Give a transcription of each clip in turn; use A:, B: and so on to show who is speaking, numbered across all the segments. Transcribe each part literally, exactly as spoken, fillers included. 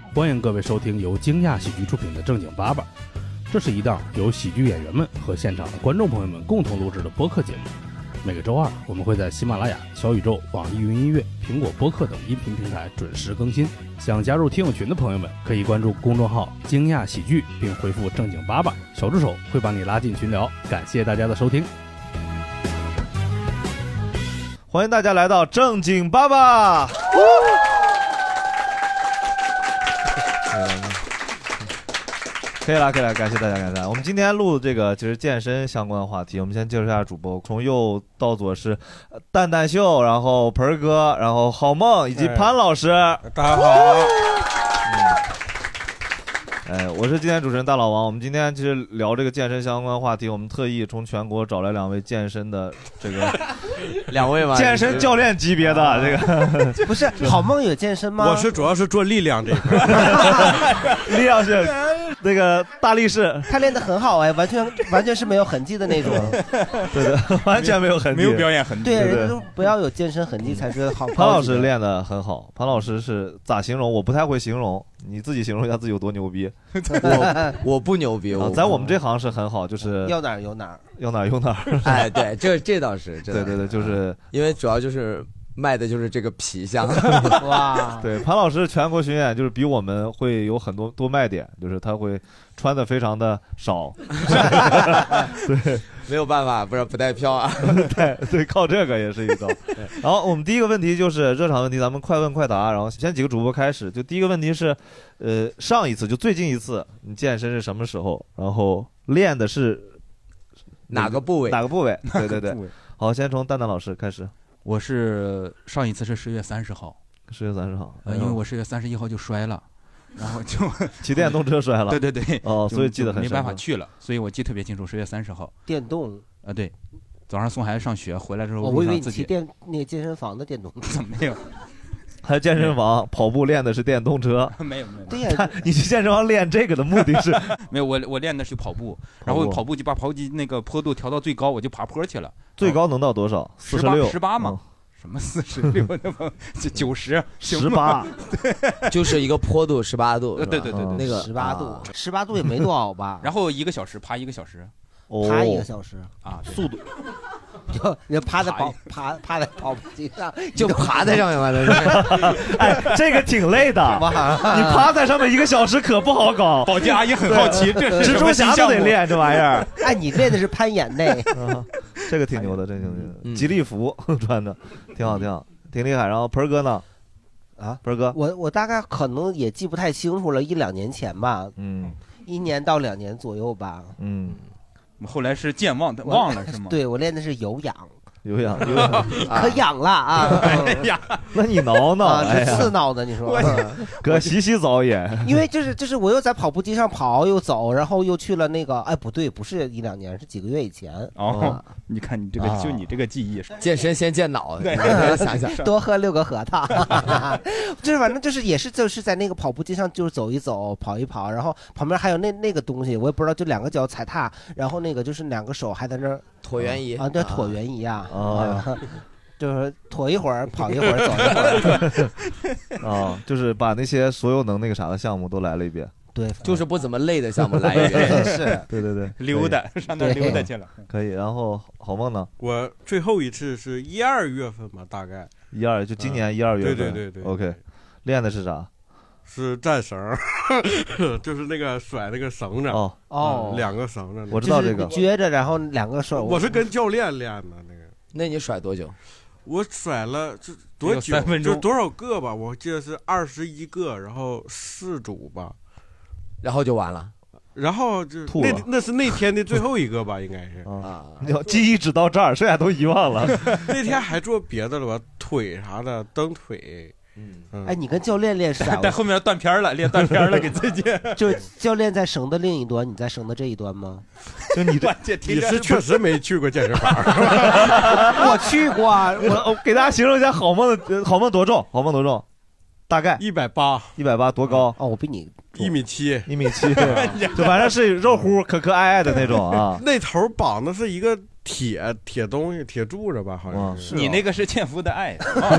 A: 欢迎各位收听由惊讶喜剧出品的正经八百。这是一档由喜剧演员们和现场的观众朋友们共同录制的播客节目。每个周二，我们会在喜马拉雅、小宇宙、网易云音乐、苹果播客等音频平台准时更新。想加入听友群的朋友们，可以关注公众号“惊讶喜剧”，并回复“正经八百”，小助手会把你拉进群聊。感谢大家的收听。
B: 欢迎大家来到正经爸爸。可以了，可以了，感谢大家，感谢大家。我们今天录这个就是健身相关的话题，我们先介绍一下主播，从右到左是蛋蛋秀，然后盆儿哥，然后郝梦以及潘老师。
C: 大家好。
B: 哎，我是今天主持人大老王。我们今天其实聊这个健身相关话题，我们特意从全国找来两位健身的这个
D: 两位吗？
B: 健身教练级别的、啊、这个
D: 不是郝梦有健身吗？
C: 我是主要是做力量这个，
B: 力量是那个大力士，
D: 他练得很好哎，完全完全是没有痕迹的那种。
B: 对的，完全没有痕迹，
C: 没有表演痕迹。
D: 对，人都不要有健身痕迹才是好。
B: 潘老师练得很好，潘老师是咋形容？我不太会形容，你自己形容一下自己有多牛逼。
E: 我我不牛逼，
B: 啊、在我们这行是很好，就是
D: 要哪儿有哪儿，
B: 要哪儿有哪儿。
E: 哎，对，这这倒是，
B: 对对对，就是
E: 因为主要就是卖的就是这个皮相。
D: 哇，
B: 对，潘老师全国巡演就是比我们会有很多多卖点，就是他会穿的非常的少。对，
E: 没有办法，不是不带票啊。
B: 对对，靠这个也是一招。然后我们第一个问题就是热场问题，咱们快问快答。然后先几个主播开始，就第一个问题是，呃，上一次就最近一次你健身是什么时候？然后练的是
E: 哪个部位？
B: 哪个部位？对对对。好，先从蛋蛋老师开始。
A: 我是上一次是十月三十号，
B: 十月三十号，
A: 呃，因为我十月三十一号就摔了。然后就
B: 骑电动车摔了，
A: 对对对，
B: 哦，所以记得很深，
A: 没办法去了，所以我记得特别清楚，十月三十号。
D: 电动
A: 啊、呃，对，早上送孩子上学回来之后，
D: 哦、我以为你骑电那个健身房的电动车，
A: 怎么没有？
B: 还健身房跑步练的是电动车？
A: 没有没有。
D: 对呀，
B: 你去健身房练这个的目的是？
A: 没有，我我练的是跑步，然后跑步就把跑步机那个坡度调到最高，我就爬坡去了。
B: 最高能到多少？四十六？
A: 十八嘛。嗯什么四十六？那么九十？
B: 十八？
E: 就是一个坡度，十八度。
A: 对对对对，
E: 那个
D: 十八度，十八度也没多少吧。
A: 然后一个小时爬一个小时，
D: 爬一个小时
A: 啊，
B: 速度。
D: 就你趴在跑爬趴在跑步机上，
E: 就爬在上面完了。
B: 哎，这个挺累的。你趴在上面一个小时可不好搞。
A: 保洁阿姨很好奇，这
B: 蜘蛛侠都得练这玩意儿。
D: 哎，你练的是攀岩呢。
B: 这个挺牛的，这挺牛的。吉利服穿的，挺好，挺好，挺厉害。然后盆儿哥呢？啊，盆儿哥，
D: 我我大概可能也记不太清楚了，一两年前吧。
B: 嗯，
D: 一年到两年左右吧。
B: 嗯。
A: 后来是健忘，忘了是吗？
D: 对，我练的是有氧，
B: 有氧，有氧，
D: 可痒了啊！
A: 哎呀，
B: 那你挠挠，
D: 啊，是刺挠的，你说？
B: 哥洗洗澡也。
D: 因为就是就是我又在跑步机上跑又走，然后又去了那个，哎，不对，不是一两年，是几个月以前。
A: 哦，你看你这个，就你这个记忆，
E: 健身先健脑，
A: 对，
E: 想想
D: 多喝六个核桃，就是反正就是也是就是在那个跑步机上就是走一走，跑一跑，然后旁边还有那那个东西，我也不知道，就两个脚踩踏，然后那个就是两个手还在那儿
E: 椭圆仪
D: 啊，对，椭圆仪啊。
B: 啊，
D: 就是驮一会儿，跑一会儿，走一会儿。
B: 啊，就是把那些所有能那个啥的项目都来了一遍。
D: 对，
E: 就是不怎么累的项目来一遍。
D: 是，
B: 对对对，
A: 溜达上那溜达去了。
B: 可以，然后郝梦呢？
C: 我最后一次是一二月份吧，大概
B: 一二就今年一二月份。
C: 对对对对。
B: OK， 练的是啥？
C: 是战绳，就是那个甩那个绳子。
B: 哦
D: 哦，
C: 两个绳子。
B: 我知道这个。
D: 撅着，然后两个手。
C: 我是跟教练练的那个。
E: 那你甩多久？
C: 我甩了这多久？
A: 三分钟。
C: 就多少个吧？我记得是二十一个，然后四组吧。
E: 然后就完了。
C: 然后就那那是那天的最后一个吧，应该是
B: 啊。记忆只到这儿，剩下都遗忘了。
C: 那天还做别的了吧？腿啥的，蹬腿。
D: 嗯，哎，你跟教练练甩，
A: 在后面断片了，练断片了，给自己。
D: 就是教练在绳的另一端，你在绳的这一端吗？
B: 就你这，
C: 你是确实没去过健身房。
D: 我去过，
B: 我我给大家形容一下郝梦的郝梦多重？郝梦多重？大概
C: 一百八，
B: 一百八多高？
D: 哦，我比你
C: 一米七，
B: 一米七，就反正是肉乎可可爱爱的那种啊。
C: 那头绑的是一个铁铁东西铁柱子吧，好像是。
F: 你那个是纤夫的爱。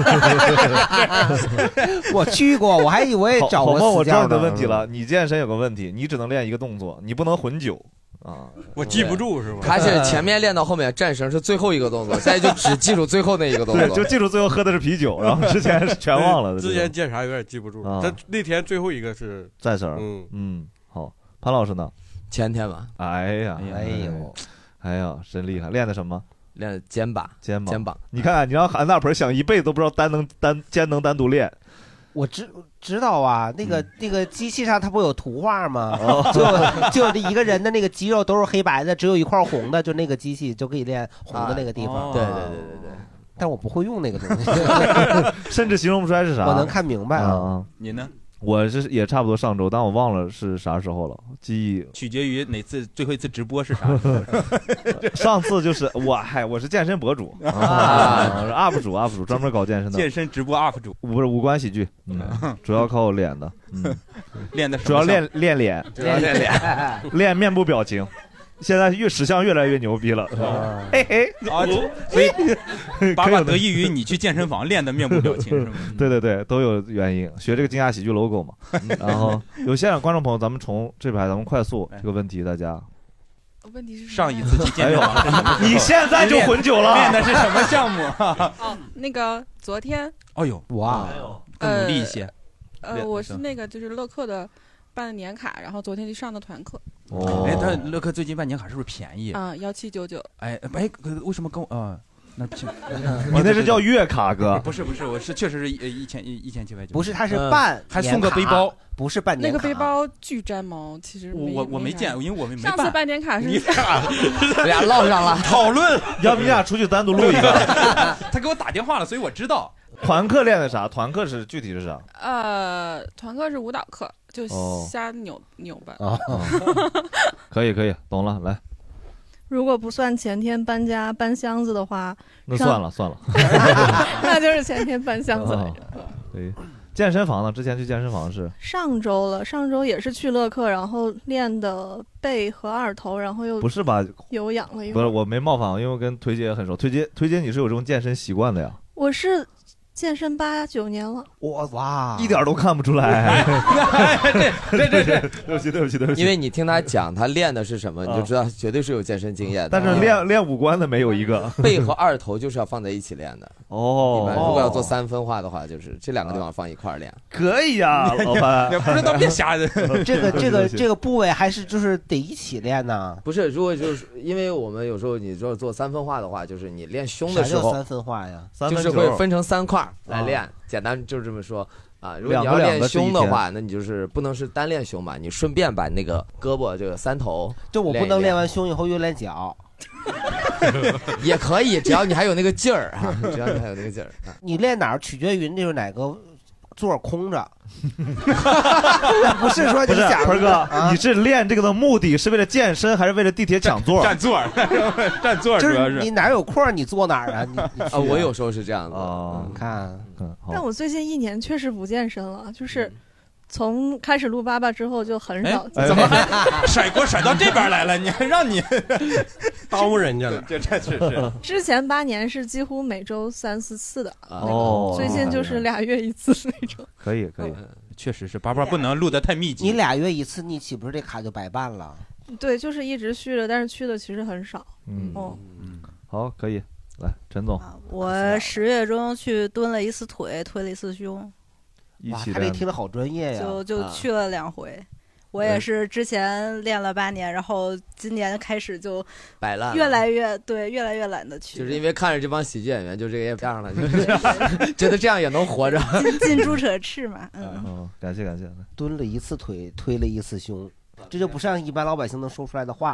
D: 我去过，我还以为找过
B: 好。好，我知道你的
D: 的
B: 问题了。你健身有个问题，你只能练一个动作，你不能混久啊。
C: 我记不住是吧？
E: 他是前面练到后面，战绳是最后一个动作，现在就只记住最后那一个动作，
B: 对，就记住最后喝的是啤酒，然后之前是全忘了。
C: 之前见啥有点记不住。
B: 啊、
C: 但那天最后一个是
B: 战绳。
C: 嗯
B: 嗯，好，潘老师呢？
E: 前天吧。
B: 哎呀，
D: 哎呦，
B: 哎呀，真厉害！练的什么？
E: 练的肩膀，
B: 肩膀，
E: 肩膀。
B: 你看看，你让韩大鹏想一辈子都不知道单能单肩能单独练。
D: 我知知道啊，那个、嗯、那个机器上它不有图画吗？
B: 哦、
D: 就就一个人的那个肌肉都是黑白的，只有一块红的，就那个机器就可以练红的那个地方。
E: 啊哦、对对对对对。
D: 但我不会用那个东西，
B: 甚至形容不出来是啥。
D: 我能看明白啊。
B: 啊
F: 你呢？
B: 我是也差不多上周，但我忘了是啥时候了，记忆
F: 取决于哪次最后一次直播是啥时候。
B: 上次就是我，嗨，我是健身博主啊，是 U P 主 U P 主，专门搞健身的
F: 健身直播 U P 主，
B: 不是无关喜剧，嗯，主要靠脸的，嗯，
F: 练的
B: 主要练练脸，
E: 主要练脸，
B: 练面部表情。现在越史相越来越牛逼了，嘿嘿
F: 啊！所以爸爸得益于你去健身房练的面部表情是吗？
B: 对对对，都有原因。学这个惊讶喜剧 logo 嘛，然后有现场观众朋友，咱们从这排咱们快速这个问题，大家。
G: 问题是
F: 上一次去健身房是什么？
B: 你现在就混久了，
F: 练的是什么项目？
G: 哦，那个昨天。
F: 哦呦，
D: 哇，
F: 更努力一些。
G: 呃，我是那个就是乐客的。办的年卡，然后昨天去上的团课。
B: 哦，
F: 哎，他乐客最近办年卡是不是便宜？
G: 啊、嗯，幺七九九。
F: 哎哎，为什么跟我啊、呃？那不行，
B: 你那是叫月卡哥？
F: 不是不是，我是确实是一千一一千七百九。
D: 不是，他是办、嗯、
F: 还送个背包，
D: 不是办年
G: 卡。那个背包巨粘毛，其实
F: 我我我没见，因为我们没
G: 办。上次办年卡是
F: 你俩
E: 俩唠上了，
B: 讨论，要不你俩出去单独录一个？
F: 他给我打电话了，所以我知道。
B: 团课练的啥？团课是具体是啥？
G: 呃，团课是舞蹈课。就瞎扭、哦、扭吧
B: 啊，可以可以，懂了，来。
H: 如果不算前天搬家搬箱子的话，
B: 那算了算了，
H: 那就是前天搬箱子。
B: 对、哦，健身房呢？之前去健身房是
H: 上周了，上周也是去乐客，然后练的背和二头，然后又
B: 不是吧？
H: 有氧了一会儿。
B: 不是，我没冒犯，因为我跟推姐也很熟。推姐，推姐，你是有这种健身习惯的呀？
H: 我是。健身八九年了，
B: 哇哇，一点都看不出来。
F: 对对对对，
B: 对不起对不起对不起。
E: 因为你听他讲他练的是什么，你就知道绝对是有健身经验的。
B: 但是练练五官的没有一个。
E: 背和二头就是要放在一起练的。
B: 哦。
E: 一般如果要做三分化的话，就是这两个地方放一块练。
B: 可以呀，老板。
F: 不知道别瞎的。
D: 这个这个这个部位还是就是得一起练呢。
E: 不是，如果就是因为我们有时候你说做三分化的话，就是你练胸的时候。
D: 啥叫三分化呀？
E: 就是会分成三块。来练，简单就是这么说啊。如果你要练胸的话，那你就是不能是单练胸嘛，你顺便把那个胳膊这个三头，
D: 就我不能练完胸以后又练脚，
E: 也可以，只要你还有那个劲儿啊，只要你还有那个劲儿。
D: 你练哪儿取决于就是哪个座空着。不是说你想
B: 盆哥、啊，你是练这个的目的是为了健身，还是为了地铁抢座？
F: 占座，占座主要
D: 是你哪有空你坐哪儿啊？你啊，
E: 我有时候是这样的
B: 啊，
D: 你看，
H: 但我最近一年确实不健身了，就是从开始录爸爸之后就很少。
F: 怎么还甩锅甩到这边来了？你还让你
C: 耽误人家了？
F: 这这是是。
H: 之前八年是几乎每周三四次的，
B: 哦，
H: 最近就是俩月一次那种。
B: 可以可以。
F: 确实是，爸爸不能录得太密集。
D: 你俩月一次，你岂不是这卡就白办了？
H: 对，就是一直续着，但是去的其实很少。
B: 嗯
H: 哦，
B: 嗯，好，可以，来，陈总。
I: 啊、我十月中去蹲了一次腿，推了一次胸。
B: 一起
D: 他这听着好专业呀！
I: 就就去了两回。啊我也是之前练了八年，然后今年开始就
E: 摆烂，
I: 越来越对，越来越懒得去。
E: 就是因为看着这帮喜剧演员就这个样了，就是觉得这样也能活着，
I: 近朱者赤嘛。嗯，
B: 哦，感谢感谢。
D: 蹲了一次腿，推了一次胸，这就不像一般老百姓能说出来的话。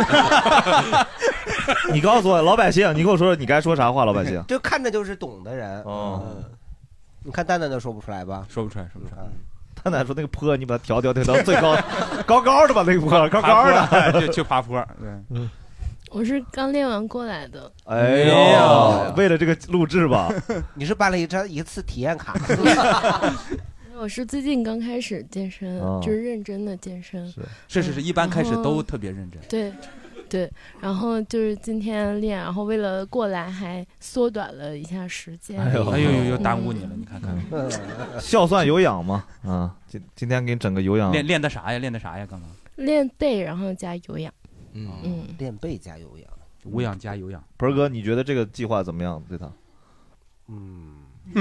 B: 你告诉我，老百姓，你跟我说说你该说啥话，老百姓。
D: 就看着就是懂的人。
B: 哦，
D: 嗯、你看蛋蛋都说不出来吧？
F: 说不出来，说不出来。
B: 蛋蛋说那个坡，你把它调调调到最高，高高的吧，那个坡，高高的，
F: 就去爬坡。对，
B: 嗯。
H: 我是刚练完过来的。
B: 哎呀，为了这个录制吧，
D: 你是办了一张一次体验卡。
H: 我是最近刚开始健身，
B: 哦、
H: 就是认真的健身。
B: 是
F: 是是是，一般开始都特别认真。
H: 对。
J: 对，然后就是今天练，然后为了过来还缩短了一下时间。
F: 哎呦，哎呦呦，又耽误你了，你看看。
B: 孝算有氧嘛，啊，今今天给你整个有氧。
F: 练练的啥呀？练的啥呀？刚刚
J: 练背，然后加有氧。
D: 嗯嗯，练背加有氧，
F: 无氧加有氧。
B: 盆儿哥，你觉得这个计划怎么样？对他？
D: 嗯。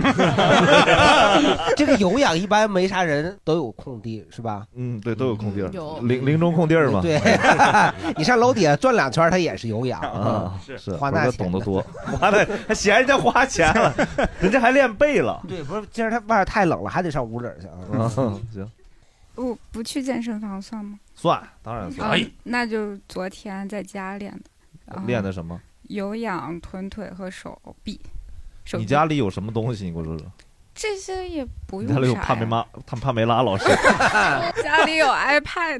D: 这个有氧一般没啥人都有空地是吧？
B: 嗯，对，都有空地儿，
D: 有
B: 林林中空地儿嘛。
D: 对，你上楼底下转两圈，它也是有氧
B: 啊，是
D: 是花那钱
B: 懂得多，花的还嫌人家花钱了，人家还练背了。
D: 对，不是今儿他外边太冷了，还得上屋里去啊。
B: 行，
K: 不不去健身房算吗？
B: 算，当然算。
K: 啊、那就昨天在家练的。
B: 练的什么？
K: 有氧、臀腿和手臂。手臂
B: 你家里有什么东西？你给我说说。
K: 这些也不用
B: 啥。家里有
K: 呀
B: 帕梅拉，他帕梅拉老师。
K: 家里有 iPad，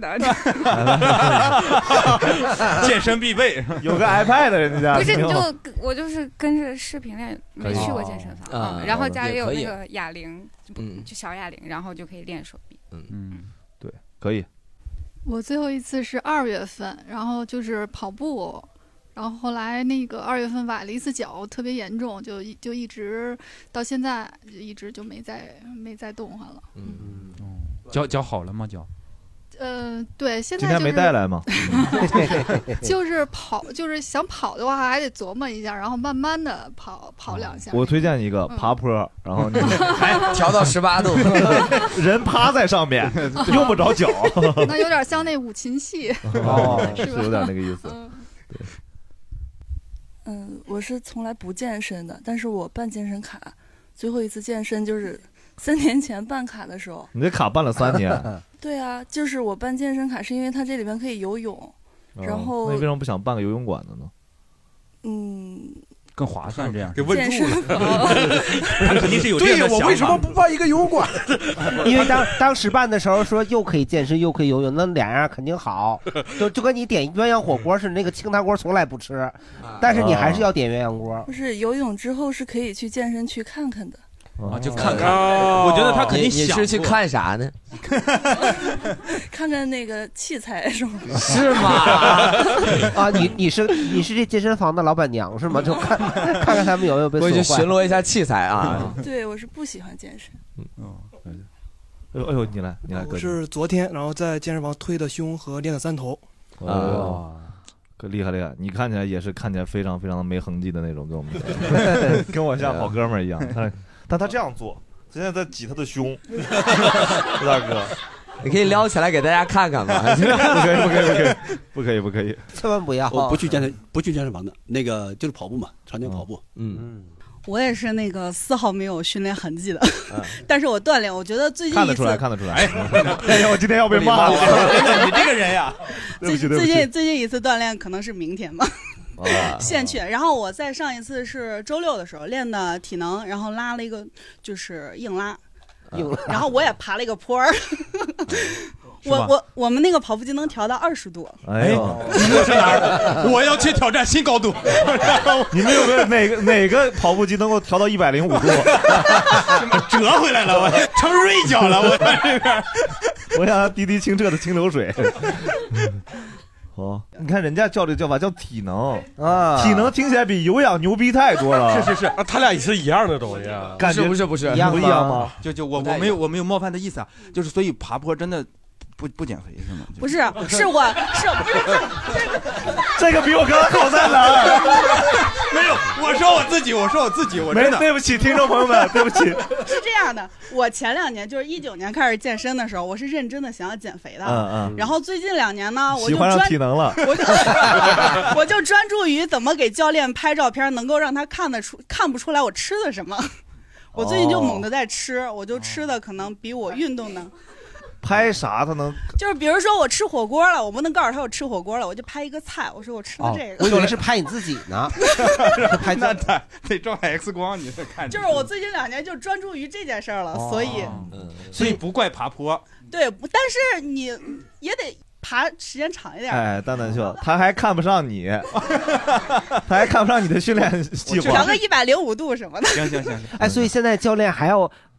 F: 健身必备，
B: 有个 iPad 人家。
K: 不是，你就我就是跟着视频练，没去过健身房啊、嗯。然后家里有那个哑铃，
E: 嗯，
K: 就小哑铃，然后就可以练手臂。
E: 嗯
B: 嗯，对，可以。
L: 我最后一次是二月份，然后就是跑步。然后后来那个二月份崴了一次脚，特别严重，就就一直到现在一直就没再没再动弹了。
F: 嗯，脚脚好了吗？脚？
L: 呃，对，现在、
B: 今
L: 就是、
B: 天没带来吗？
L: 就是跑，就是想跑的话还得琢磨一下，然后慢慢的跑跑两下。
B: 我推荐一个爬坡，嗯、然后你
E: 调到十八度，
B: 人趴在上面，用不着脚。
L: 那有点像那五禽戏。
B: 哦，是有点那个意思。嗯对。
M: 嗯，我是从来不健身的，但是我办健身卡，最后一次健身就是三年前办卡的时候。
B: 你这卡办了三年？
M: 对啊，就是我办健身卡是因为它这里边可以游泳，哦、然后
B: 那你为什么不想办个游泳馆的呢？
M: 嗯，
F: 更划算这样。
C: 给问住了，
F: 他肯定是有这样的想法。
D: 对，我为什么不办一个游泳馆？因为当当时办的时候说又可以健身又可以游泳，那两样肯定好。就就跟你点鸳鸯火锅似的，那个清汤锅从来不吃，但是你还是要点鸳鸯锅。
M: 不是游泳之后是可以去健身去看看的。
F: 啊，就看看，我觉得他肯定想。
E: 你是去看啥呢？
M: 看看那个器材是吗？
E: 是吗？
D: 啊，你你是你是这健身房的老板娘是吗？就看看看他们有没有被损坏。
E: 我去巡逻一下器材啊。
M: 对，我是不喜欢健身。
B: 嗯，哎呦哎呦，你来你来，
N: 我是昨天然后在健身房推的胸和练的三头。
B: 哦。可厉害厉害！你看起来也是看起来非常非常的没痕迹的那种，跟我们跟我像好哥们儿一样。但但他这样做，现在在挤他的胸，朱大哥，
E: 你可以撩起来给大家看看吗？
B: 不可以不可以不可以不可以不可以，
D: 千万不要！
O: 我不去健身不去健身房的，那个就是跑步嘛，常年跑步。
E: 嗯嗯。
P: 我也是那个丝毫没有训练痕迹的，嗯、但是我锻炼，我觉得最近
B: 看得出来，看得出来。哎呀，我今天要被骂了，
F: 你这个人呀！
B: 对不起，对不起。
P: 最近最近一次锻炼可能是明天吧，现去。然后我再上一次是周六的时候练的体能，然后拉了一个就是硬拉，
D: 硬拉，
P: 然后我也爬了一个坡儿。我我我们那个跑步机能调到二十度。
B: 哎呦，
F: 你这是哪儿的？我要去挑战新高度。
B: 你们有没有哪个哪个跑步机能够调到一百零五度？
F: 折回来了，我成锐角了，我在这边。
B: 我想要滴滴清澈的清流水。哦，你看人家叫这个叫法叫体能啊，体能听起来比有氧牛逼太多了。
C: 是是是，啊，他俩也是一样的东西啊。
E: 感觉不是不是
B: 一样不一样吗？
F: 就就我我没有我没有冒犯的意思啊，就是所以爬坡真的。不不减肥是吗？
P: 不是，是我是不是
B: 这个比我刚才好在哪儿？
F: 没有，我说我自己，我说我自己，我真的
B: 对不起，听众朋友们，对不起。
P: 是这样的，我前两年就是一九年开始健身的时候，我是认真的想要减肥的。
B: 嗯嗯。
P: 然后最近两年呢，我就
B: 喜欢上体能了，
P: 我就我就专注于怎么给教练拍照片，能够让他看得出看不出来我吃的什么。我最近就猛地在吃，我就吃的可能比我运动的。
B: 拍啥他能？
P: 就是比如说我吃火锅了，我不能告诉他我吃火锅了，我就拍一个菜，我说我吃的这个。
D: 哦、我以为是拍你自己呢。
F: 拍那得得照 X 光，你再看。
P: 就是我最近两年就专注于这件事了，哦、所以、
F: 嗯，所以不怪爬坡。
P: 对，但是你也得爬时间长一点。
B: 哎，蛋蛋秀，他还看不上你，他还看不上你的训练计划，
P: 调个一百零五度什么的。
F: 行行行行。
D: 哎，所以现在教练还要。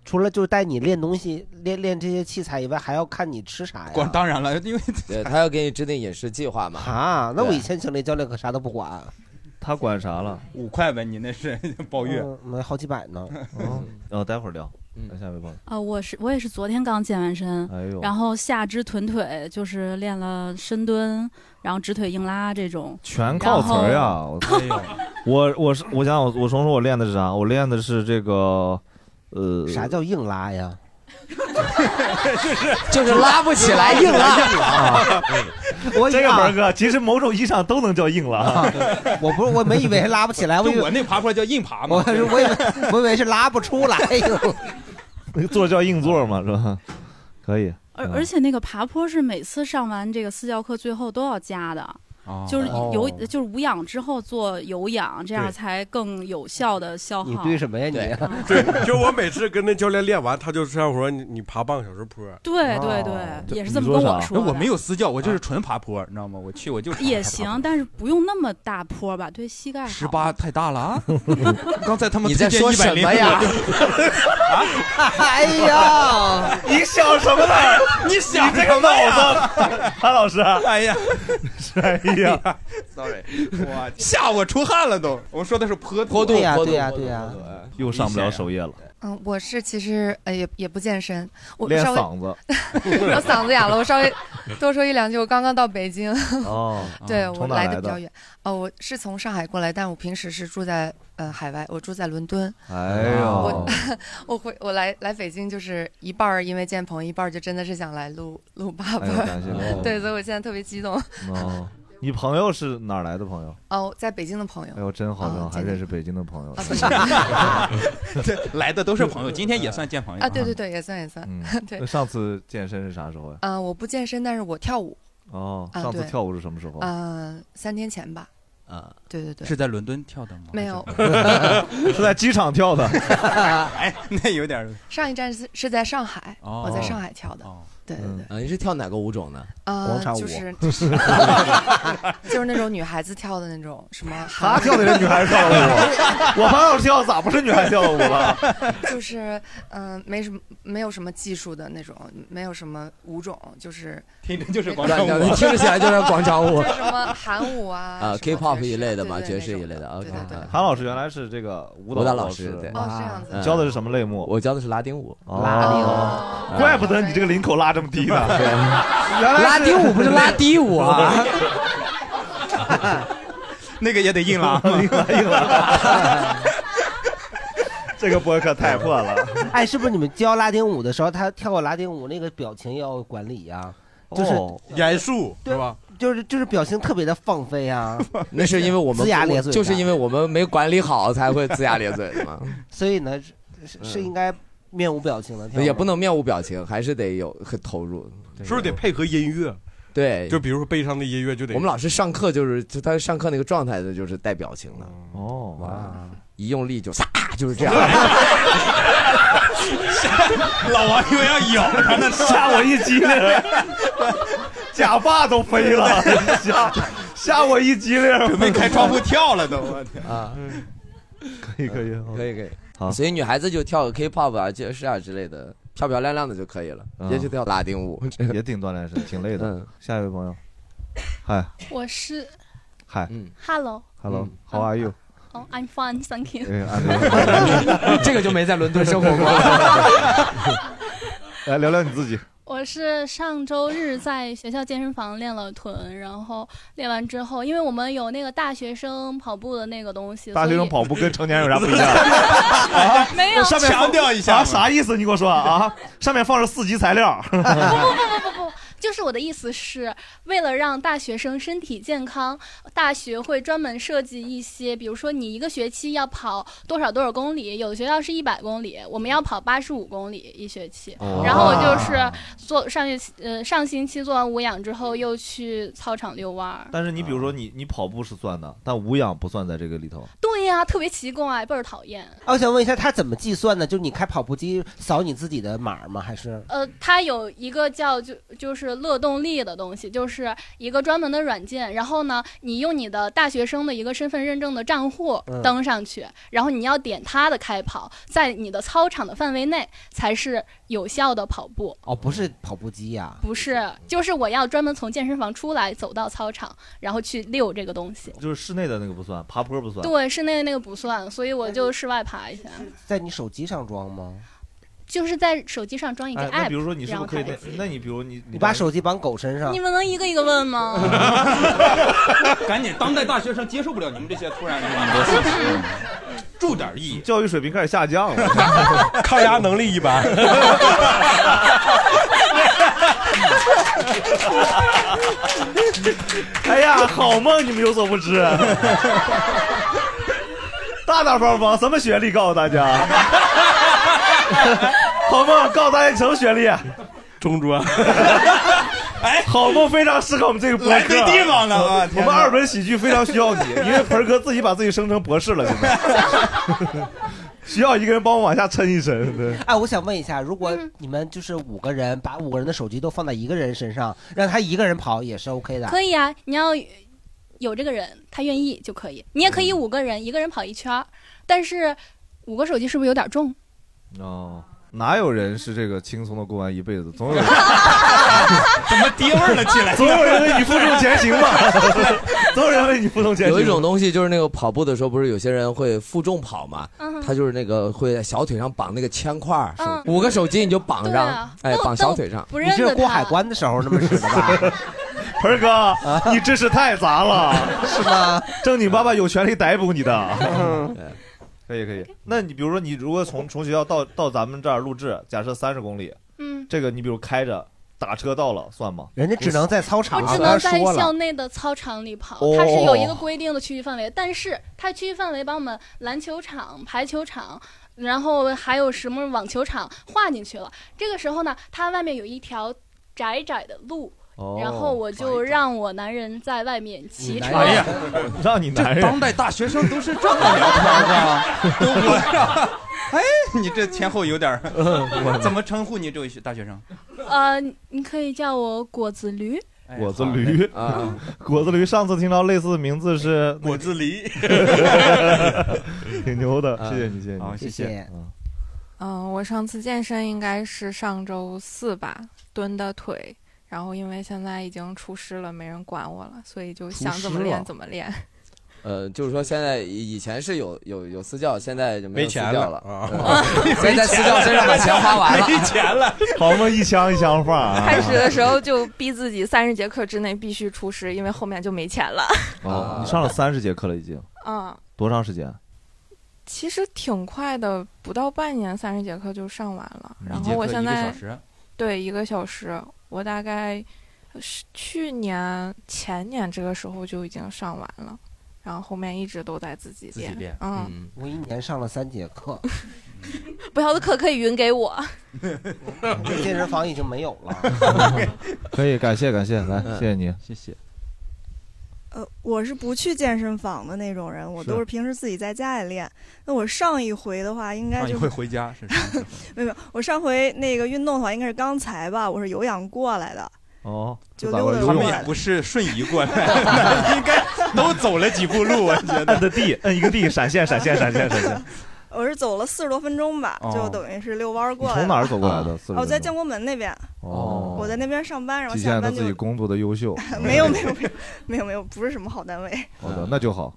D: 除了就带你练东西、练练这些器材以外，还要看你吃啥呀？
F: 当然了，因为
E: 对他要给你制定饮食计划嘛。
D: 啊，那我以前请那教练可啥都不管。
B: 他管啥了？
F: 五块呗，你那是包月，
D: 没好几百呢。
B: 哦，然后待会儿聊。那下一位朋友
Q: 啊，我是我也是昨天刚健完身，
B: 哎呦，
Q: 然后下肢臀腿就是练了深蹲，然后直腿硬拉这种，
B: 全靠词儿呀！我我我是我想我我重说我练的是啥？我练的是这个呃，
D: 啥叫硬拉呀？
E: 就是就是拉不起来，硬拉。
D: 我
B: 这个门哥，其实某种意义上都能叫硬拉。
D: 我不是，我没以为是拉不起来，我以为
F: 我那爬坡叫硬爬嘛。
D: 我是我以为我以为是拉不出来。
B: 那个座叫硬座嘛，是吧？可以。
Q: 而而且那个爬坡是每次上完这个私教课最后都要加的。
B: 哦、
Q: 就是有就是无氧之后做有氧，这样才更有效的消耗。
D: 你对什么呀你？
C: 对，就我每次跟那教练练完，他就这样说：“你你爬半个小时坡。”
Q: 对对对，也是这么跟我说的。
F: 我没有私教，我就是纯爬坡，你知道吗？我去我就
Q: 也行，但是不用那么大坡吧，对膝盖好。
F: 十八太大了啊！刚才他们
E: 你在说什么呀？
F: 啊！
D: 哎呀，
B: 你想什么呢？
F: 你想
B: 这个脑子，潘老师，
F: 哎呀，
B: 哎呀
F: ，sorry， 哇，吓我出汗了都。我说的是坡
E: 坡度，
D: 对呀，对呀，对呀，
B: 又上不了首页了。
R: 嗯，我是其实呃也也不健身，我
B: 练
R: 稍微
B: 嗓子，
R: 我嗓子哑了，我稍微多说一两句。我刚刚到北京，
B: 哦，
R: 对我
B: 来
R: 的比较远，哦，我是从上海过来，但我平时是住在呃海外，我住在伦敦。
B: 哎呦，
R: 我我回我来来北京就是一半儿因为见朋友，一半儿就真的是想来录录爸爸，
B: 哎、
R: 对，所以我现在特别激动。
B: 哦。你朋友是哪儿来的朋友？
R: 哦，在北京的朋友。
B: 哎呦，真好，真好，还认识北京的朋友。
F: 对，来的都是朋友，今天也算见朋友
R: 啊。对对对，也算也算。
B: 嗯，
R: 对。
B: 那上次健身是啥时候呀？
R: 啊，我不健身，但是我跳舞。
B: 哦，上次跳舞是什么时候？
R: 啊，三天前吧。
F: 啊，
R: 对对对，
F: 是在伦敦跳的吗？
R: 没有，
B: 是在机场跳的。
F: 哎，那有点。
R: 上一站是是在上海，我在上海跳的。对对对，
E: 啊，你是跳哪个舞种呢？
R: 啊，
D: 广场舞，
R: 就是就是就是那种女孩子跳的那种什么。
B: 他跳的是女孩子跳的舞，我朋友跳咋不是女孩子跳的舞了？
R: 就是嗯，没什么没有什么技术的那种，没有什么舞种，就是
F: 听着就是广场舞，
E: 听着起来就是广场舞，
R: 什么韩舞啊
E: 啊 ，K-pop 一类的嘛，爵士一类的。OK，
B: 韩老师原来是这个舞
E: 蹈
B: 老
E: 师，对，
R: 哦，这样子。
B: 教的是什么类目？
E: 我教的是拉丁舞。
D: 拉丁舞，
B: 怪不得你这个领口拉这么低呢。
E: 拉丁舞不是拉低舞啊，
F: 那个也得硬拉，
B: 硬拉硬拉。这个播客太破了。
D: 哎，是不是你们教拉丁舞的时候，他跳拉丁舞那个表情要管理呀？就是
C: 严肃，是吧？
D: 就是就是表情特别的放飞啊。
E: 那是因为我们
D: 龇牙咧嘴，
E: 就是因为我们没管理好才会龇牙咧嘴的嘛。
D: 所以呢，是是应该面无表情的跳，
E: 也不能面无表情，还是得有很投入。
C: 是不是得配合音乐？
E: 对，
C: 就比如说悲伤的音乐就得。
E: 我们老师上课就是就他上课那个状态的就是带表情的。
B: 哦，
E: 哇，一用力就撒，就是这样。
F: 老王以为要咬他呢，
B: 吓我一激灵，假发都飞了，吓吓我一激灵，
F: 准备开窗户跳了都，我天
E: 啊！
B: 可以可以
E: 可以可以，
B: 好，
E: 所以女孩子就跳个 K-pop 啊、爵士啊之类的。漂漂亮亮的就可以了，别去跳拉丁舞，
B: 也挺锻炼身，挺累的。下一位朋友，嗨，
J: 我是，
B: 嗨，
J: 嗯 ，Hello，Hello，How
B: are you？
J: Oh, I'm fine, thank you。
E: 这个就没在伦敦生活过。
B: 来聊聊你自己。
J: 我是上周日在学校健身房练了臀，然后练完之后，因为我们有那个大学生跑步的那个东西，
B: 大学生跑步跟成年人有啥不一样？
J: 啊、没有，
B: 上面
F: 强调一下、
B: 啊，啥意思？你给我说啊！上面放着四级材料。
J: 不不不不不不。就是我的意思是，为了让大学生身体健康，大学会专门设计一些，比如说你一个学期要跑多少多少公里，有的学校是一百公里，我们要跑八十五公里一学期。哦、然后我就是做上学期呃上星期做完无氧之后，又去操场遛弯。
B: 但是你比如说你你跑步是算的，但无氧不算在这个里头。
J: 对呀、啊，特别奇怪，倍儿讨厌。
D: 我想问一下，他怎么计算呢？就是你开跑步机扫你自己的码吗？还是？
J: 呃，他有一个叫就就是。 是乐动力的东西，就是一个专门的软件，然后呢，你用你的大学生的一个身份认证的账户登上去，嗯、然后你要点它的开跑，在你的操场的范围内才是有效的跑步。
D: 哦，不是跑步机呀、啊？
J: 不是，就是我要专门从健身房出来，走到操场，然后去溜这个东西。
B: 就是室内的那个不算，爬坡不算。
J: 对，室内的那个不算，所以我就室外爬一下。
D: 在你手机上装吗？
J: 就是在手机上装一个 app，、
B: 哎、那比如说你是不是可以那？那你比如你
D: 你把手机绑狗身上，
J: 你们能一个一个问吗？
F: 赶紧，当代大学生接受不了你们这些突然的那么多信息，注点意，
B: 教育水平开始下降了，
S: 抗压能力一般。
B: 哎呀，好梦你们有所不知，大大方方，什么学历？告诉大家。好梦，告诉大家你什么学历？
S: 中专。
B: 哎，好梦非常适合我们这个播客，
F: 来对地方了啊！
B: 我们二本喜剧非常需要你，因为盆哥自己把自己升成博士了，现在需要一个人帮我往下抻一抻。对，
D: 哎，我想问一下，如果你们就是五个人，把五个人的手机都放在一个人身上，让他一个人跑也是 OK 的？
J: 可以啊，你要有这个人，他愿意就可以。你也可以五个人，一个人跑一圈，但是五个手机是不是有点重？
B: 哦，哪有人是这个轻松的过完一辈子？总有人
F: 怎么跌味了起来？
B: 总有人为你负重前行嘛，总有人为你负重前行。
E: 有一种东西就是那个跑步的时候，不是有些人会负重跑嘛？
J: 嗯、
E: 他就是那个会在小腿上绑那个铅块，嗯、五个手机你就绑上，
J: 啊、
E: 哎，绑小腿上。
J: 不认得他。
D: 你这过海关的时候那么使的吧？
B: 盆哥，啊、你知识太杂了，
D: 是吗？
B: 正经爸爸有权利逮捕你的。嗯可以可以，那你比如说你如果从从学校到到咱们这儿录制，假设三十公里，
J: 嗯，
B: 这个你比如开着打车到了算吗？
D: 人家只能在操场，
J: 我只能在校内的操场里跑，
B: 哦、
J: 它是有一个规定的区域范围，但是它区域范围把我们篮球场、排球场，然后还有什么网球场划进去了。这个时候呢，它外面有一条窄窄的路。
B: 哦、
J: 然后我就让我男人在外面骑车。
B: 哎呀，让你男人，
F: 当代大学生都是这么聊天的，都不是。哎，你这前后有点，怎么称呼你这位大学生？
J: 呃，你可以叫我果子驴。
B: 果子驴啊，果子驴。上次听到类似的名字是
S: 果子狸，
B: 挺牛的。谢谢你，谢谢你，
D: 好，谢谢。
T: 嗯，我上次健身应该是上周四吧，蹲的腿。然后因为现在已经出师了，没人管我了，所以就想怎么练怎么练。
E: 呃，就是说现在以前是有有有私教，现在就没有私教了
S: 啊。
E: 所以在私教身上把钱花完了，
S: 没钱了。
B: 好嘛，一枪一枪放啊！
T: 开始的时候就逼自己三十节课之内必须出师，因为后面就没钱了。
B: 哦，你上了三十节课了已经。
T: 嗯。
B: 多长时间？
T: 其实挺快的，不到半年三十节课就上完了。然后我现在对一个小时。我大概是去年前年这个时候就已经上完了，然后后面一直都在自己练。
F: 自己练，
T: 嗯，
D: 嗯我一年上了三节课，
T: 不要的课可以匀给我。
D: 健身房已经没有了。
B: 可以，感谢感谢，来，谢谢你，
F: 谢谢。
U: 呃，我是不去健身房的那种人，我都是平时自己在家里练。那我上一回的话，应该就是
F: 上一回回家是
U: 没有没有，我上回那个运动的话，应该是刚才吧，我是有氧过来的。
B: 哦，
U: 就溜达
F: 他们也不是瞬移过来，应该都走了几步路，我觉得。
B: 摁的地，摁一个地，闪现，闪现，闪现，闪现。
U: 我是走了四十多分钟吧，就等于是遛弯过来。
B: 从哪儿走过来的？
U: 哦，我在建国门那边。
B: 哦，
U: 我在那边上班，然后
B: 体现他自己工作的优秀。
U: 没有没有没有没有没有，不是什么好单位。
B: 好的，那就好。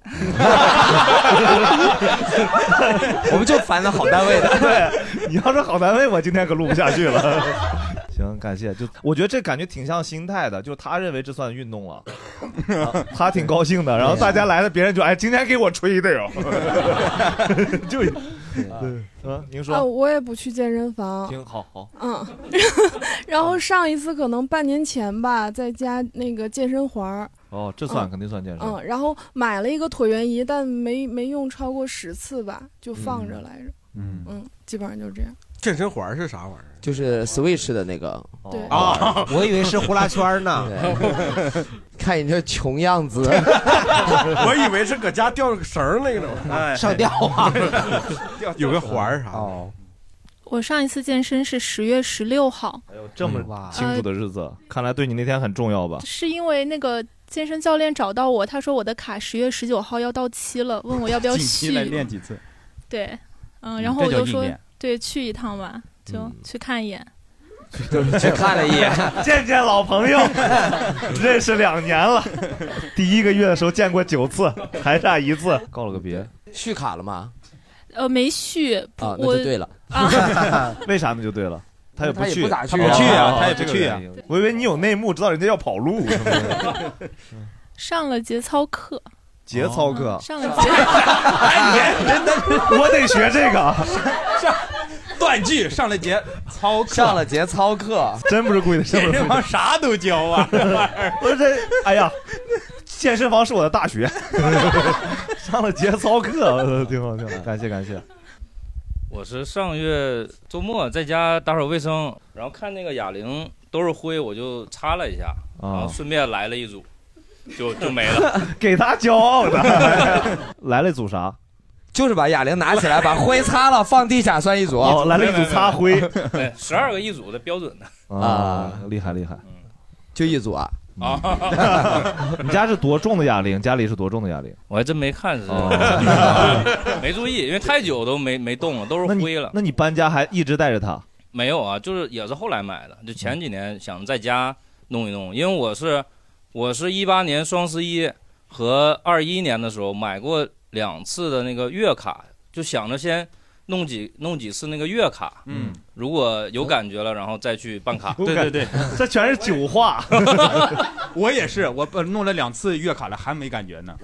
E: 我们就烦那好单位的。
B: 对，你要是好单位，我今天可录不下去了。行，感谢。就我觉得这感觉挺像心态的，就是他认为这算运动了，啊、他挺高兴的。然后大家来了，别人就哎，今天给我吹的哟。就对，嗯，您说
V: 啊，我也不去健身房。
B: 挺好，好，
V: 嗯。然后上一次可能半年前吧，在家那个健身环。
B: 哦，这算、
V: 嗯、
B: 肯定算健身。
V: 嗯，然后买了一个椭圆仪，但没没用超过十次吧，就放着来着。
F: 嗯
V: 嗯，基本上就这样。
S: 健身环是啥玩意儿？
E: 就是 Switch 的那个。
V: 对
D: 啊，我以为是呼啦圈呢。
E: 看你这穷样子，
S: 我以为是搁家吊个绳那种，
D: 上吊啊，
S: 有个环啥的。
D: 哦，
V: 我上一次健身是十月十六号。
B: 哎呦，这么清楚的日子，呃、看来对你那天很重要吧？
V: 是因为那个健身教练找到我，他说我的卡十月十九号要到期了，问我要不要续。
F: 近期来练几次？
V: 对，嗯，然后我就说，对，去一趟吧，就、嗯、去看一眼。
E: 就去看了一眼，
B: 见见老朋友，认识两年了。第一个月的时候见过九次，还差一次，告了个别。
E: 续卡了吗？
V: 呃，没续
E: 啊，那就对了。
B: 啊、为啥呢？就对了，他也不去，
F: 他也不咋去，
B: 他不去啊，
F: 他也不去啊。
B: 我以为你有内幕，知道人家要跑路。
V: 上了节操课。
B: 节操课、
V: 哦、上了节，
B: 哎，我得学这个。
F: 上断句上了节操课，
E: 上了节操课，
B: 真不是故意的，
F: 健身房啥都教啊！
B: 我这，哎呀，健身房是我的大学，上了节操课，挺好，挺好，感谢感谢。
A: 我是上月周末在家打扫卫生，然后看那个哑铃都是灰，我就擦了一下，然后顺便来了一组。就就没了，
B: 给他骄傲的。来了一组啥？
E: 就是把哑铃拿起来，把灰擦了，放地下算一组。
B: 哦，来了一组擦灰。
A: 对，十二个一组的标准的。
B: 啊，厉害厉害。
E: 嗯，就一组啊。
A: 啊。
B: 你家是多重的哑铃？家里是多重的哑铃？
A: 我还真没看是。
B: 哦、
A: 没注意，因为太久都没没动了，都是灰了。
B: 那你搬家还一直带着它？
A: 没有啊，就是也是后来买的，就前几年想在家弄一弄，因为我是。我是一八年双十一和二一年的时候买过两次的那个月卡，就想着先弄几弄几次那个月卡，嗯，如果有感觉了，然后再去办卡。
F: 对对对，
B: 这全是酒话。
F: 我也是，我弄了两次月卡了，还没感觉呢。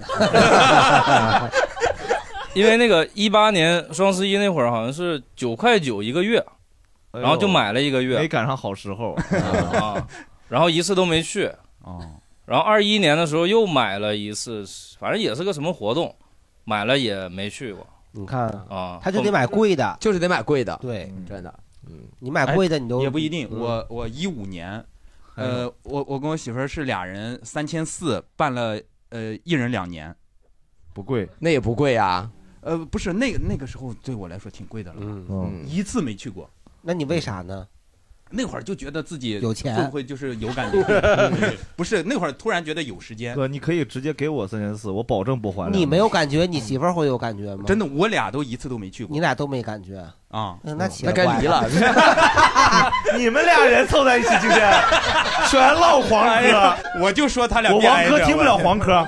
A: 因为那个一八年双十一那会儿好像是九块九一个月，然后就买了一个月，
B: 没赶上好时候
A: 啊，然后一次都没去
F: 哦。
A: 然后二一年的时候又买了一次，反正也是个什么活动，买了也没去过。
D: 你看
A: 啊，
D: 他就得买贵的，
E: 就是得买贵的。
D: 对，
E: 嗯、真的。
D: 嗯，你买贵的你都、
F: 哎、也不一定。嗯、我我一五年，呃，我我跟我媳妇儿是俩人三千四办了，呃，一人两年，
B: 不贵，
E: 那也不贵啊。
F: 呃，不是那个那个时候对我来说挺贵的了，
D: 嗯
B: 嗯，
F: 一次没去过。
D: 那你为啥呢？
F: 那会儿就觉得自己
D: 有钱，
F: 会不会就是有感觉？不是，那会儿突然觉得有时间。
B: 哥，你可以直接给我三千四，我保证不还。
D: 你没有感觉，你媳妇儿会有感觉吗？
F: 真的，我俩都一次都没去过。
D: 你俩都没感觉
F: 啊？
D: 嗯，那
E: 那该离了。
B: 你们俩人凑在一起今天全唠黄科，
F: 我就说他俩。
B: 我黄科听不了黄科。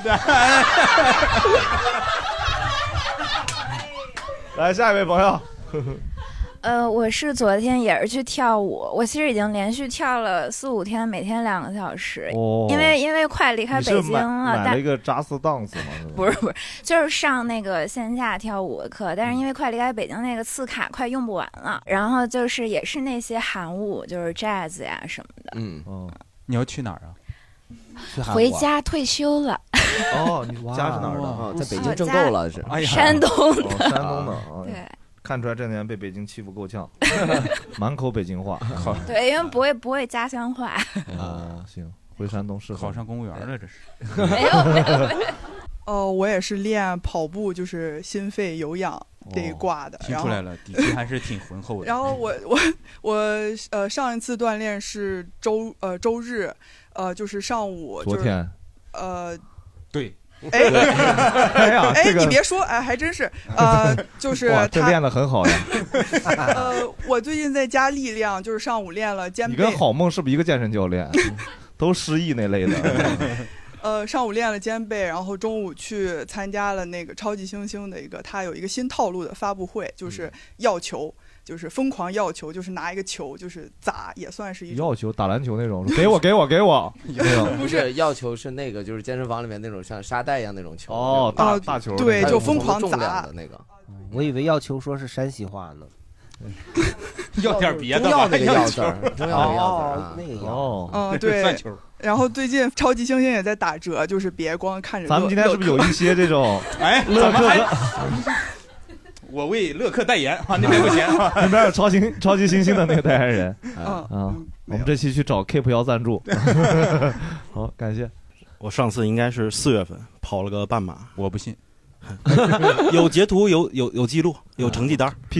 B: 来，下一位朋友。
G: 呃，我是昨天也是去跳舞，我其实已经连续跳了四五天，每天两个小时。哦，因为因为快离开北京了，
B: 买了一个扎斯 dance 吗？
G: 不是不是，就是上那个线下跳舞的课，但是因为快离开北京，那个次卡快用不完了。然后就是也是那些韩舞，就是 jazz 呀什么的。
F: 嗯哦，你要去哪儿啊？
G: 回家退休了。
B: 哦，你家是哪儿的？
E: 哦，在北京挣够了是？
G: 哎呀，山东的。
B: 山东的。
G: 对。
B: 看出来这年被北京欺负够呛，满口北京话。
G: 对，因为不会不会家乡话。
B: 啊，行，回山东是
F: 考上公务员了，这是。
G: 没有没有。
U: 哦，我也是练跑步，就是心肺有氧这一挂的。
F: 听出来了，底气还是挺浑厚的。
U: 然后我我我呃上一次锻炼是周呃周日，呃就是上午。
B: 昨天。
U: 呃，
F: 对。
U: 哎，
B: 哎呀，
U: 哎，你别说，哎，还真是，呃，就是
B: 哇，这练得很好呀。
U: 呃，我最近在家力量，就是上午练了肩背。
B: 你跟郝梦是不是一个健身教练？都失忆那类的。
U: 呃，上午练了肩背，然后中午去参加了那个超级猩猩的一个，他有一个新套路的发布会，就是要球。就是疯狂要球，就是拿一个球，就是砸，也算是一种
B: 要球，打篮球那种，给我，给我，给我。
E: 不是要球，是那个，就是健身房里面那种像沙袋一样那种球。
B: 哦，大大球。
U: 对，就疯狂砸
E: 的那个。
D: 我以为要球说是山西话呢。
F: 要点别的。
E: 中药那个药字儿，中药那个药字
D: 儿，那个药。
B: 哦，
U: 嗯，对。然后最近超级猩猩也在打折，就是别光看着。
B: 咱们今天是不是有一些这种？
F: 哎，
B: 乐克
F: 还。我为乐客代言啊，那边不钱，
B: 那边有超级超级星星的那个代言人啊、嗯嗯。我们这期去找 Keep 要赞助，好，感谢。
S: 我上次应该是四月份跑了个半马，
F: 我不信，
S: 有截图，有有有记录，有成绩单。
B: 屁的，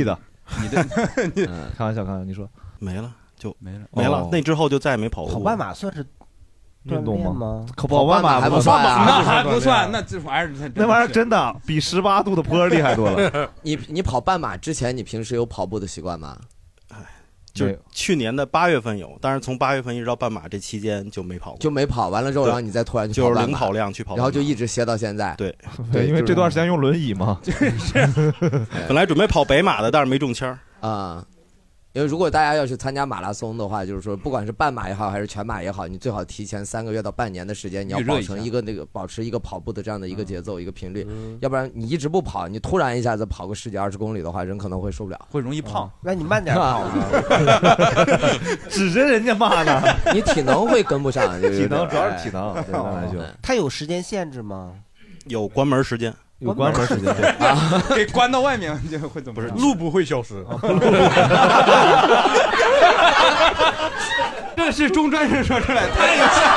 F: 你的
B: 开玩笑，开玩笑，你说
S: 没了就
F: 没了
S: 没了
B: 哦，
S: 那之后就再也没跑过。
D: 跑半马算是
B: 运动吗？
D: 吗？
B: 可跑半马
F: 还不算，那还不算，那这玩意儿
B: 那玩意儿真的比十八度的坡厉害多了。
E: 你你跑半马之前，你平时有跑步的习惯吗？
S: 就是去年的八月份有，但是从八月份一直到半马这期间就没跑过，
E: 就没跑完了之后，然后你再突然去跑半马，
S: 就是零跑量去跑，
E: 然后就一直歇到现在。
S: 对
B: 对，因为这段时间用轮椅嘛。
S: 本来准备跑北马的，但是没中签儿
E: 啊。因为如果大家要去参加马拉松的话，就是说不管是半马也好，还是全马也好，你最好提前三个月到半年的时间，你要保成一个那个保持一个跑步的这样的一个节奏、嗯、一个频率，嗯、要不然你一直不跑，你突然一下子跑个十几二十公里的话，人可能会受不了，
F: 会容易胖。
D: 嗯、那你慢点跑呢？
B: 指着人家骂呢，
E: 你体能会跟不上，就是、
B: 体能主要是体能。对，那就
D: 他有时间限制吗？
S: 有关门时间。
B: 有关门时间
F: 啊，给关到外面就会怎么？
C: 不是路不会消失。
F: 这是中专生说出来，太有趣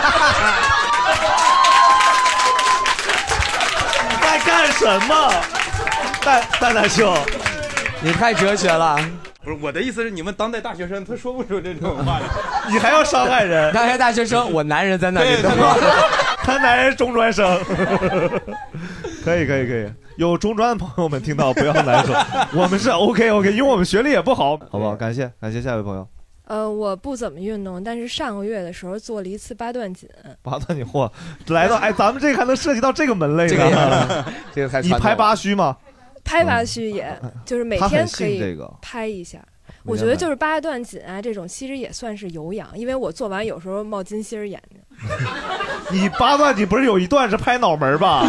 B: 你在干什么？蛋蛋蛋兄，
E: 你太哲学了。
F: 不是我的意思是，你们当代大学生他说不出这种话来，
B: 你还要伤害人。
E: 当代大学生，我男人在那里，
B: 他男人中专生。可以可以可以，有中专的朋友们听到不要难受，我们是 OK OK， 因为我们学历也不好，好不好？感谢感谢下一位朋友。
H: 呃，我不怎么运动，但是上个月的时候做了一次八段锦。
B: 八段锦，嚯，来到哎，咱们这个还能涉及到这个门类呢？
E: 这个这个才
B: 你拍八虚吗？
H: 拍八虚也，嗯、就是每天可以
B: 这个
H: 拍一下。我觉得就是八段锦啊，这种其实也算是有氧，因为我做完有时候冒金星眼睛。
B: 你八段锦不是有一段是拍脑门吧？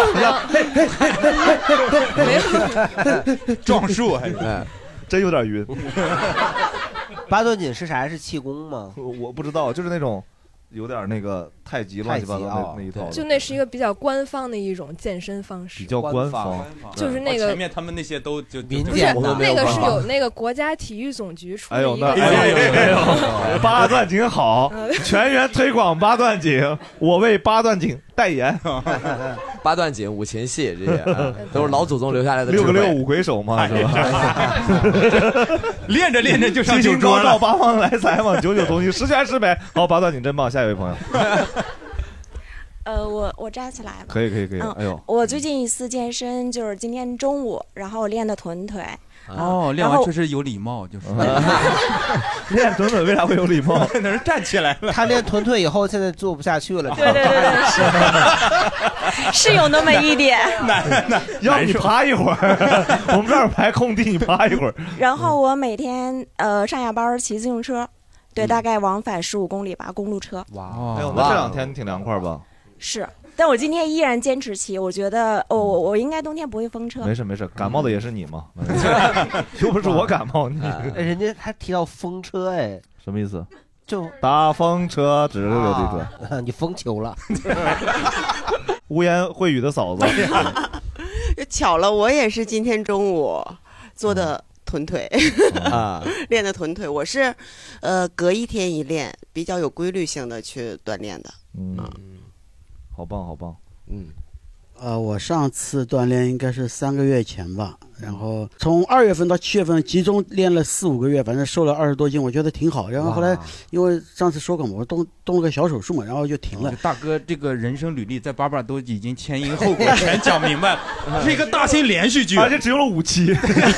H: 没有
F: 撞树还是？
B: 真有点晕。
D: 八段锦是啥？是气功吗？
B: 我不知道，就是那种有点那个太极乱七八糟那那一套。
H: 就那是一个比较官方的一种健身方式。
B: 比较官方，
H: 就是那个
F: 前面他们那些都就
D: 民
H: 间的，那个是有那个国家体育总局出的一个。
B: 哎呦，哎呦哎呦，八段锦好，全员推广八段锦，我为八段锦代言。
E: 八段锦、五禽戏这些、啊、都是老祖宗留下来的。
B: 六个六五魁首嘛，是吧？
F: 练着练着就上
B: 九州了。八方来财嘛，九九同心，十全十美。好，八段锦真棒。下一位朋友。
I: 呃，我我站起来了。
B: 可以可以可以。嗯、哎呦，
I: 我最近一次健身就是今天中午，然后练的臀腿。
F: 哦，练完确实有礼貌，就是。
B: 练臀腿为啥会有礼貌？
F: 那是站起来了。
D: 他练臀腿以后，现在做不下去了。
I: 对对对对，是是有那么一点。
F: 难难，
B: 要你爬一会儿，我们这儿排空地，你爬一会儿。
I: 然后我每天呃上下班骑自行车，对，大概往返十五公里吧，公路车。
B: 哇，哎呦，那这两天你挺凉快吧？
I: 是。但我今天依然坚持骑，我觉得哦，我我应该冬天不会封车。
B: 没事没事，感冒的也是你嘛，又不是我感冒。你
D: 人家还提到风车，哎，
B: 什么意思？
D: 就
B: 大风车指着这
D: 个，你封球了。
B: 污言秽语的嫂子，
W: 巧了，我也是今天中午做的臀腿啊，练的臀腿。我是呃隔一天一练，比较有规律性的去锻炼的。
B: 嗯。好棒，好棒，
W: 嗯，
X: 呃，我上次锻炼应该是三个月前吧，然后从二月份到七月份集中练了四五个月，反正瘦了二十多斤，我觉得挺好。然后后来因为上次说过嘛，我动动了个小手术嘛，然后就停了。
F: 大哥，这个人生履历在巴巴都已经前因后果全讲明白了，是一个大型连续剧，
B: 而且只用了五期。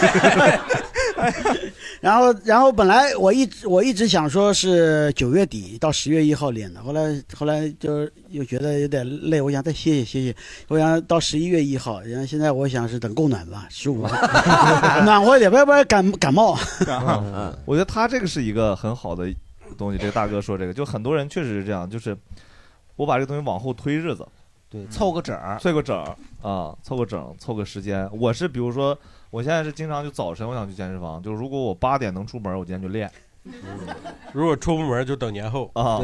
X: 然后，然后本来我一直我一直想说是九月底到十月一号练的，后来后来就又觉得有点累，我想再歇歇歇歇，我想到十一月一号，然后现在我想是等供暖吧，十五号暖和一点，不要不然感感冒。
B: 嗯，我觉得他这个是一个很好的东西，这个大哥说这个，就很多人确实是这样，就是我把这个东西往后推日子，
D: 对，凑个整儿，
B: 凑个整儿啊，凑个整，凑个时间。我是比如说。我现在是经常就早晨我想去健身房，就是如果我八点能出门，我今天就练。
C: 嗯、如果出不门就等年后
B: 啊，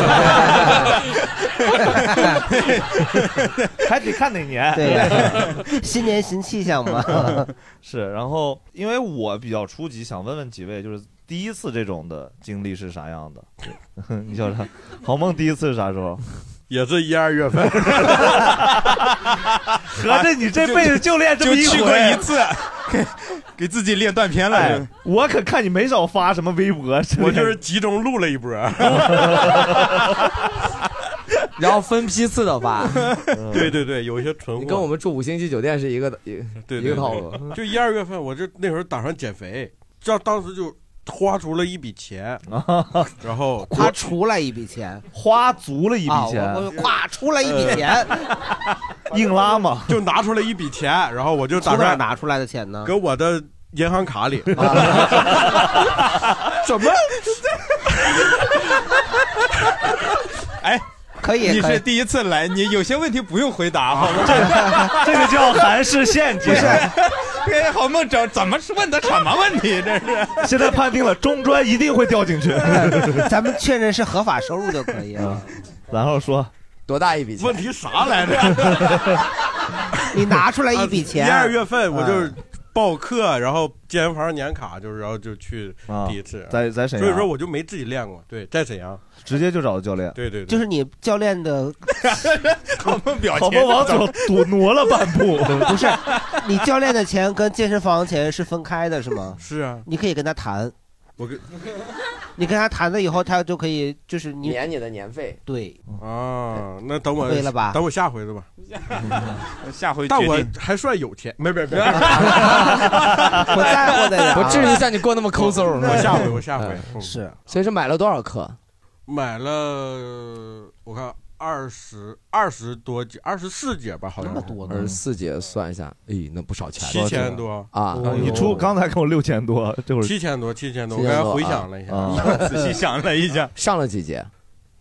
B: 还得看哪年。
D: 对呀，新年新气象嘛。
B: 是，然后因为我比较初级，想问问几位，就是第一次这种的经历是啥样的？你笑啥？郝梦第一次是啥时候？
C: 也是一二月份，合
B: 着你这辈子就练这么一回，
F: 就去过一次， 给自己列断片了。
B: 哎，我可看你没少发什么微博，
K: 我就是集中录了一波，
E: 然后分批次的发。
K: 对对对，有一些存货。
E: 你跟我们住五星级酒店是一个一个
K: 对
E: 一个套路。
K: 就一二月份，我这那时候打算减肥，这当时就花出了一笔钱，然后
D: 花出来一笔钱，
B: 花足了一笔钱，
D: 啊、我花出来一笔钱，
B: 硬拉嘛，
K: 就拿出了一笔钱，然后我就打
D: 从哪
K: 算
D: 拿出来的钱呢？
K: 搁我的银行卡里。
F: 什么？哎，
D: 可以，
F: 你是第一次来，你有些问题不用回答，好吗？
B: 这个叫韩式陷阱。
F: 哎，郝梦整怎么问的什么问题？这是
B: 现在判定了中专一定会掉进去，
D: 咱们确认是合法收入就可以了。
B: 然后说
E: 多大一笔钱？
K: 问题啥来着？
D: 你拿出来一笔钱。
K: 一二月份我就是报课，然后健身房年卡，就是然后就去第一次，
B: 在在沈阳，
K: 所以说我就没自己练过。对，在沈阳
B: 直接就找的教练。
K: 对对对，
D: 就是你教练的。
F: 好么表情？
B: 好么往左躲挪了半步？
D: 不是，你教练的钱跟健身房钱是分开的，是吗？
K: 是啊，
D: 你可以跟他谈。
K: 我跟，
D: 你跟他谈了以后，他就可以就是你
E: 免你的年费。
D: 对
K: 啊，那等我
D: 对了吧？
K: 等我下回的吧。
F: 下回，
K: 但我还算有钱，没没没，
D: 我在乎的呀，
E: 我至于像你过那么抠搜吗？
K: 我下回，我下回
D: 是。
E: 所以是买了多少课？
K: 买了，我看二十二十多节，二十四节吧，好像
D: 那么多呢。
E: 二十四节算一下，哎，那不少钱，
K: 七千多
E: 啊！
B: 你出刚才跟我六千多，这会儿
K: 七千多，七千多，我刚才回想了一下，
F: 仔细想了一下，
E: 上了几节？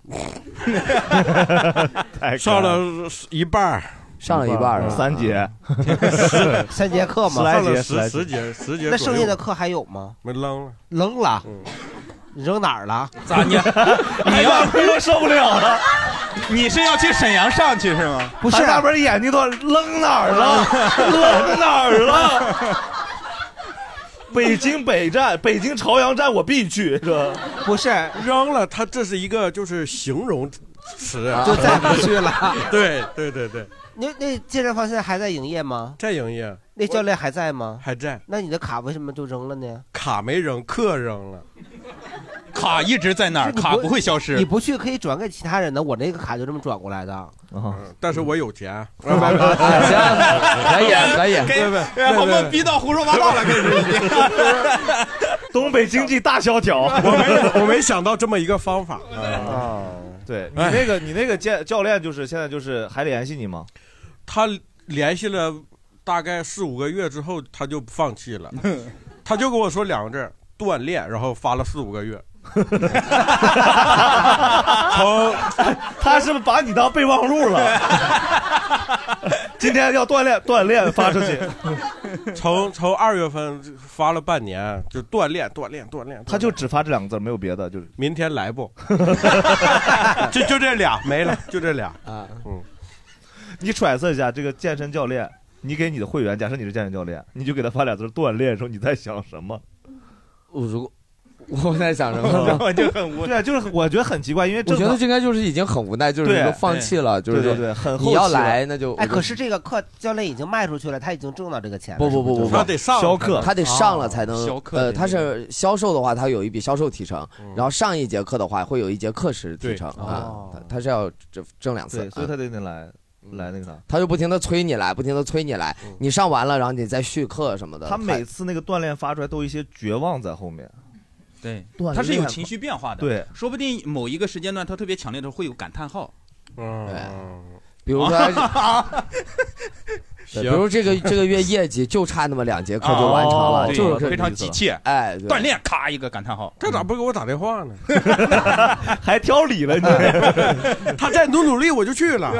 K: 上了一半，
E: 上了一半，
B: 三节，
D: 三节课嘛，
B: 十来节，
K: 十十节，十节。
D: 那剩下的课还有吗？
K: 没扔了，
D: 扔了。你扔哪儿了？
F: 咋你？你要
B: 都受不了了。
F: 你是要去沈阳上去是吗？
D: 不是，
B: 那边眼睛都扔哪儿了？扔哪儿了？北京北站、北京朝阳站我必去，是吧？
D: 不是
K: 扔了，它这是一个就是形容词，
D: 就再不去了。
K: 对对对对。
D: 那那健身房现在还在营业吗？
K: 在营业。
D: 那教练还在吗？
K: 还在。
D: 那你的卡为什么就扔了呢？
K: 卡没扔，课扔了。
F: 卡一直在那儿，卡不会消失。
D: 你不去可以转给其他人的，我那个卡就这么转过来的。
K: 嗯，但是我有钱。
E: 行，可以可以。
F: 给我们逼到胡说八道了，开始已经。
B: 东北经济大萧条，
K: 我没我没想到这么一个方法
B: 啊。对你那个你那个教教练就是现在就是还联系你吗？
K: 他联系了大概四五个月之后，他就放弃了。他就跟我说两个字：锻炼，然后发了四五个月。
B: 从他是不是把你当备忘录了？今天要锻炼，锻炼发出去。
K: 从从二月份发了半年，就锻炼，锻炼，锻炼。
B: 他就只发这两个字，没有别的，就是
K: 明天来不？就就这俩没了，就这俩
E: 啊。
K: 嗯，
B: 你揣测一下，这个健身教练，你给你的会员，假设你是健身教练，你就给他发俩字锻炼的时候，你在想什么？
E: 我如果。我在想什么？
F: 我就很无
B: 奈，对，就是我觉得很奇怪，因为
E: 我觉得这应该就是已经很无奈，就是都放弃了，就是
B: 对对对，很
E: 你要来那就
D: 哎，可是这个课教练已经卖出去了，他已经挣到这个钱了。
E: 不不不不，
K: 他得上
B: 销课，
E: 他得上了才能
F: 销课。
E: 呃，他是销售的话，他有一笔销售提成，然后上一节课的话会有一节课时提成啊，他是要挣挣两次，
B: 所以他得得来。来那个啥，
E: 他就不停的催你来，不停的催你来，你上完了，然后你再续课什么的。
B: 他每次那个锻炼发出来都有一些绝望在后面。
F: 对，他是有情绪变化的。
B: 对，
F: 说不定某一个时间段他特别强烈的会有感叹号。
K: 嗯，
E: 对，比如说，比如这个这个月业绩就差那么两节课就完成了，
F: 哦、
E: 就是
F: 非常急切。
E: 哎，
F: 锻炼咔一个感叹号，
K: 他咋不给我打电话呢？
B: 还挑理了你？
K: 他再努努力我就去了。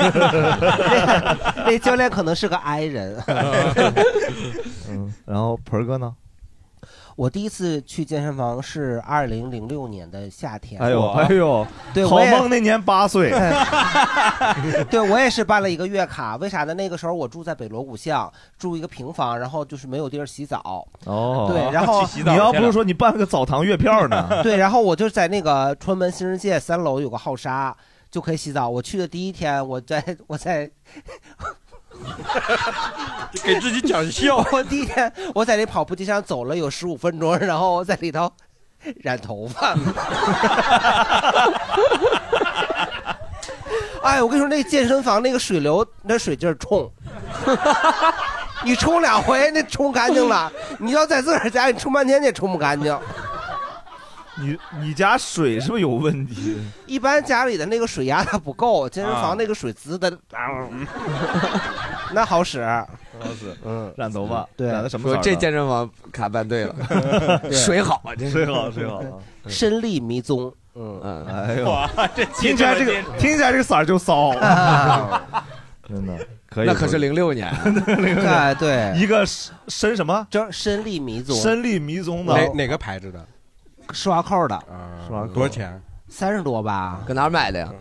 D: 那教练可能是个 I 人。
B: 嗯，然后盆哥呢？
D: 我第一次去健身房是二零零六年的夏天。
B: 哎呦哎呦，
D: 对，
B: 好梦那年八岁。
D: 对，我也是办了一个月卡，为啥呢？那个时候我住在北锣鼓巷，住一个平房，然后就是没有地儿洗澡。
B: 哦，
D: 对，然后
B: 你要不是说你办了个澡堂月票呢？
D: 对，然后我就在那个川门新世界三楼有个浩沙就可以洗澡。我去的第一天，我在我在。
F: 给自己讲笑。
D: 我第一天我在那跑步机上走了有十五分钟，然后我在里头染头发。哎，我跟你说，那健身房那个水流，那水劲儿冲，你冲两回那冲干净了。你要在自个儿家，你冲半天也冲不干净。
B: 你你家水是不是有问题？
D: 一般家里的那个水压它不够，健身房那个水滋的，啊、那好使，
B: 好使。嗯，染头发，
D: 对，
B: 染的什么色？
E: 这健身房卡办对了，水好啊，这
B: 水好，水好，
D: 身历迷踪。嗯
B: 嗯，哎呦，
F: 哇，这
B: 听起来这个听起来这个色儿就骚，真的可以。
E: 那可是零六年，
D: 哎，对，
B: 一个身什么？
D: 这身历迷踪，
B: 身历迷踪的
K: 哪哪个牌子的？
D: 施华蔻的，
B: 施华蔻
K: 多少钱？
D: 三十多吧？
E: 搁哪儿买的呀？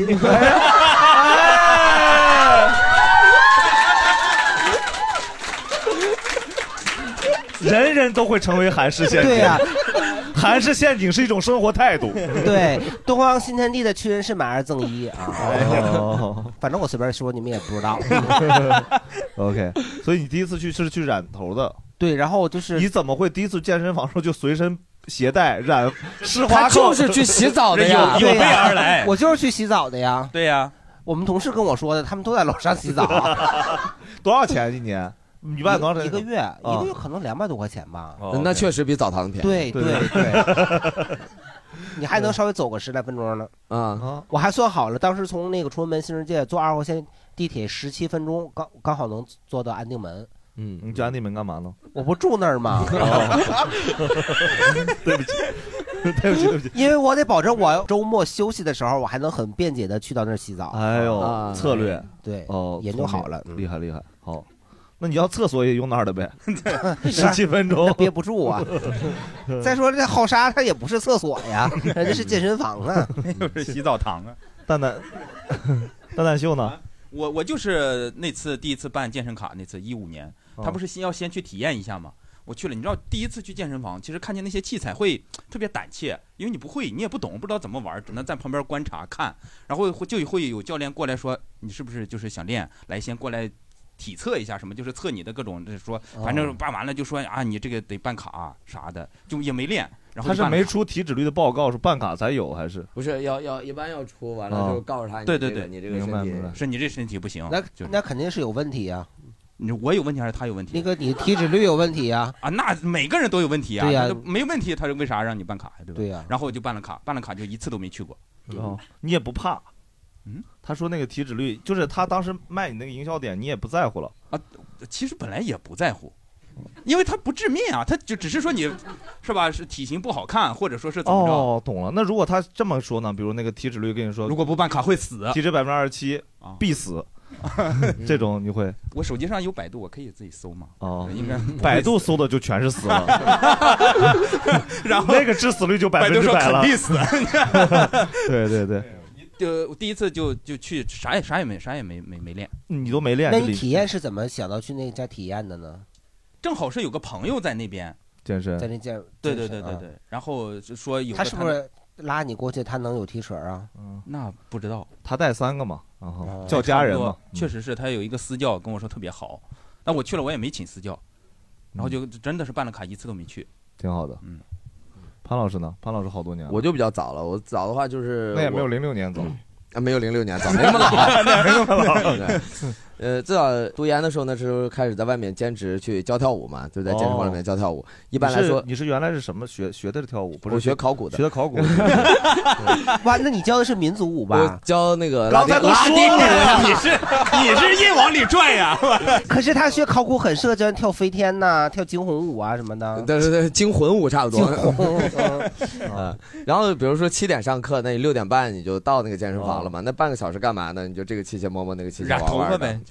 B: 人人都会成为韩式陷阱。
D: 对呀、啊，
B: 韩式陷阱是一种生活态度。
D: 对，东方新天地的屈臣氏买二赠一啊。哦，反正我随便说，你们也不知道。
B: OK， 所以你第一次去是去染头的。
D: 对，然后就是
B: 你怎么会第一次健身房时候就随身携带染施华蔻？
E: 他就是去洗澡的呀，
F: 有备而来。
D: 我就是去洗澡的呀。
F: 对呀，
D: 我们同事跟我说的，他们都在楼上洗澡。
B: 多少钱一年？一万多少钱？
D: 一个月，一个月可能两百多块钱吧。
E: 那确实比澡堂便宜。
D: 对对对。你还能稍微走个十来分钟呢。
E: 啊，
D: 我还算好了，当时从那个崇文门新世界坐二号线地铁十七分钟，刚刚好能坐到安定门。
B: 嗯，你去安定门干嘛呢？
D: 我不住那儿吗？
B: 对不起，对不起，对不起。
D: 因为我得保证我周末休息的时候，我还能很便捷的去到那儿洗澡。
B: 哎呦，
D: 啊、
B: 策略
D: 对
B: 哦，
D: 研究好了，
B: 厉害厉害。好，那你要厕所也用那儿的呗？十七分钟
D: 憋不住啊。再说这浩沙它也不是厕所呀，人家是健身房啊，
F: 又是洗澡堂啊。
B: 蛋蛋，蛋蛋秀呢？
F: 我我就是那次第一次办健身卡那次一五年，他不是先要先去体验一下吗？我去了，你知道第一次去健身房，其实看见那些器材会特别胆怯，因为你不会，你也不懂，不知道怎么玩，只能在旁边观察看，然后就会有教练过来说你是不是就是想练，来先过来体测一下什么，就是测你的各种，就是说反正办完了就说啊你这个得办卡、啊、啥的，就也没练。然后
B: 他是没出体脂率的报告，是办卡才有还是？
E: 不是要要一般要出完了就告诉他，
F: 对对对，
E: 你这个身体
F: 是你这身体不行，
D: 那那肯定是有问题呀。
F: 你我有问题还是他有问题？
D: 那个你体脂率有问题呀？
F: 啊，那每个人都有问题啊。
D: 对呀，
F: 没问题，他是为啥让你办卡呀？对吧？
D: 对呀。
F: 然后我就办了卡，办了卡就一次都没去过。
B: 哦，你也不怕？
F: 嗯，
B: 他说那个体脂率，就是他当时卖你那个营销点，你也不在乎了
F: 啊？其实本来也不在乎。因为它不致命啊，它就只是说你，是吧？是体型不好看，或者说是怎么着？
B: 哦，懂了。那如果他这么说呢？比如那个体脂率跟你说，
F: 如果不办卡会死，
B: 体脂百分之二十七必死，这种你会？
F: 我手机上有百度，我可以自己搜嘛。
B: 哦，
F: 应该
B: 百度搜的就全是死了，
F: 然后
B: 那个致死率就百分之百了，
F: 肯定死。
B: 对对对。
F: 就第一次就就去啥也啥也没啥也没没没练，
B: 你都没练。
D: 那你体验是怎么想到去那家体验的呢？
F: 正好是有个朋友在那边
B: 健身，
D: 在那健，
F: 对对对对对，然后就说有
D: 他是不是拉你过去，他能有提成啊？
B: 嗯，
F: 那不知道，
B: 他带三个嘛，然后叫家人嘛，
F: 确实是他有一个私教跟我说特别好，那我去了我也没请私教，然后就真的是办了卡一次都没去，
B: 挺好的，
F: 嗯。
B: 潘老师呢？潘老师好多年了，
E: 我就比较早了，我早的话就是
B: 那也没有零六年早。
E: 啊，没有零六年早，没那么老，
B: 没那么老。
E: 对，呃，最早读研的时候，那时候开始在外面兼职去教跳舞嘛，就在健身房里面教跳舞。一般来说，
B: 你是原来是什么学学的是跳舞？不是，
E: 我学考古的，
B: 学的考古。
D: 哇，那你教的是民族舞吧？
E: 我教那个
B: 刚才都说
F: 了，你是你是硬往里转呀。
D: 可是他学考古很适合教人跳飞天呐、跳惊鸿舞啊什么的。
E: 对对对，惊魂舞差不多。
D: 惊魂。
E: 啊，然后比如说七点上课，那你六点半你就到那个健身房了嘛？那半个小时干嘛呢？你就这个器械摸摸，那个器械玩玩。
F: 染头发呗。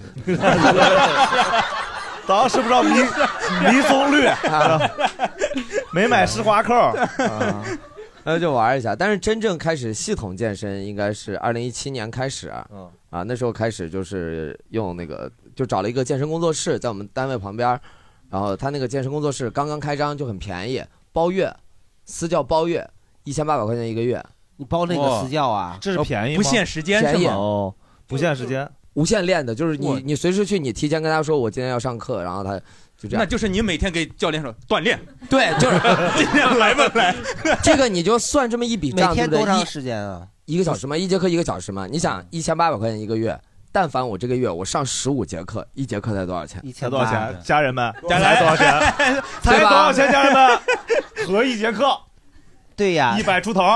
B: 早上是不是要迷迷踪率？没买施华蔻，
E: 啊，那就玩一下。但是真正开始系统健身，应该是二零一七年开始。嗯，啊，那时候开始就是用那个，就找了一个健身工作室，在我们单位旁边。然后他那个健身工作室刚刚开张，就很便宜，包月，私教包月，一千八百块钱一个月。
D: 你包那个私教啊？
B: 这是便宜吗？
F: 不限时间是吗？
B: 哦，不限时间。
E: 无限练的，就是你你随时去，你提前跟他说我今天要上课，然后他就这样。
F: 那就是你每天给教练说锻炼，
E: 对，就是
F: 今天来不来？
E: 这个你就算这么一笔账，
D: 每天
E: 对不对？
D: 多长时间啊？
E: 一个小时嘛，一节课一个小时嘛。你想一千八百块钱一个月，但凡我这个月我上十五节课，一节课才多少钱？
D: 一
B: 才多少钱？家人们，
E: 家
B: 才多少钱？才多少钱？家人们，合一节课。
D: 对呀，
B: 一百出头，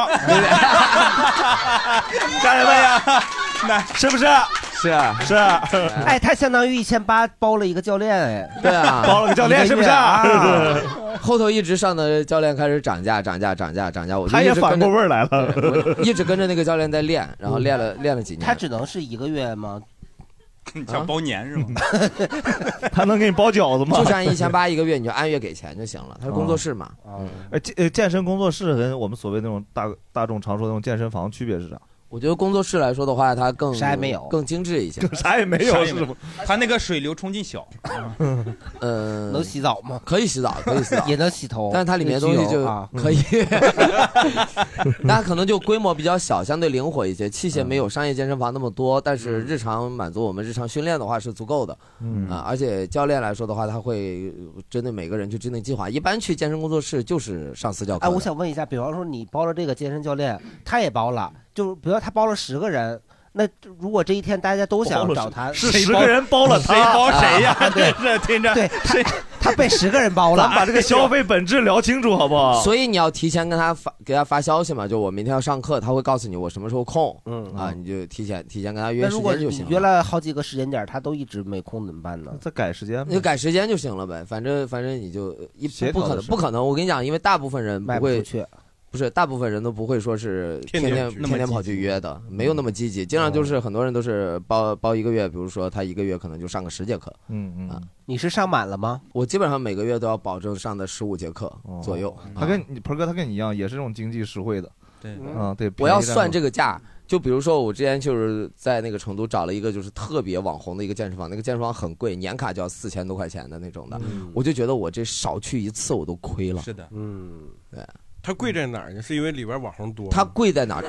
B: 家人们呀，那是不是？
E: 是啊，
B: 是啊。
D: 哎，他相当于一千八包了一个教练，哎，
E: 对啊，
B: 包了个教练，是不是？
E: 啊、后头一直上的教练开始涨价，涨价，涨价，涨价，我就一直
B: 他也反过味儿来了，
E: 我一直跟着那个教练在练，然后练了练了几年。
D: 他只能是一个月吗？
F: 你想包年是吗？
B: 他能给你包饺子吗？
E: 就按一千八一个月，你就按月给钱就行了。他是工作室嘛。
B: 嗯。呃，健健身工作室跟我们所谓那种大大众常说的那种健身房区别是啥？
E: 我觉得工作室来说的话，它更
D: 啥也没有，
E: 更精致一些。
B: 啥也没有，是
F: 吗？它那个水流冲劲小。
E: 呃，
D: 能洗澡吗？
E: 可以洗澡，可以洗澡，
D: 也能洗头。
E: 但是它里面东西就可以。那可能就规模比较小，相对灵活一些，器械没有商业健身房那么多，但是日常满足我们日常训练的话是足够的。嗯啊，而且教练来说的话，他会针对每个人去制定计划。一般去健身工作室就是上私教课。
D: 哎，我想问一下，比方说你包了这个健身教练，他也包了。就比如他包了十个人，那如果这一天大家都想找他，
B: 是十个人包了他，
F: 谁包谁呀？
D: 对，
F: 这听着，
D: 对，他他被十个人包了。
B: 咱把这个消费本质聊清楚好不好？
E: 所以你要提前跟他发，给他发消息嘛，就我明天要上课，他会告诉你我什么时候空，嗯啊，你就提前提前跟他约时间就行了。
D: 约了好几个时间点，他都一直没空怎么办呢？
B: 再改时间，
E: 你就改时间就行了呗。反正反正你就一不可能不可能，我跟你讲，因为大部分人不会
D: 去。
E: 不是，大部分人都不会说是天天天天跑去约的，没有那么积极。经常就是很多人都是包包一个月，比如说他一个月可能就上个十节课。
B: 嗯嗯
E: 啊，
D: 你是上满了吗？
E: 我基本上每个月都要保证上的十五节课左右。
B: 他跟你盆哥他跟你一样，也是这种经济实惠的。
F: 对，
B: 嗯对。
E: 我要算这个价，就比如说我之前就是在那个成都找了一个就是特别网红的一个健身房，那个健身房很贵，年卡就要四千多块钱的那种的，我就觉得我这少去一次我都亏了。
F: 是的，
E: 嗯，对。
K: 它贵在哪儿呢？是因为里边网红多。
E: 它贵在哪儿？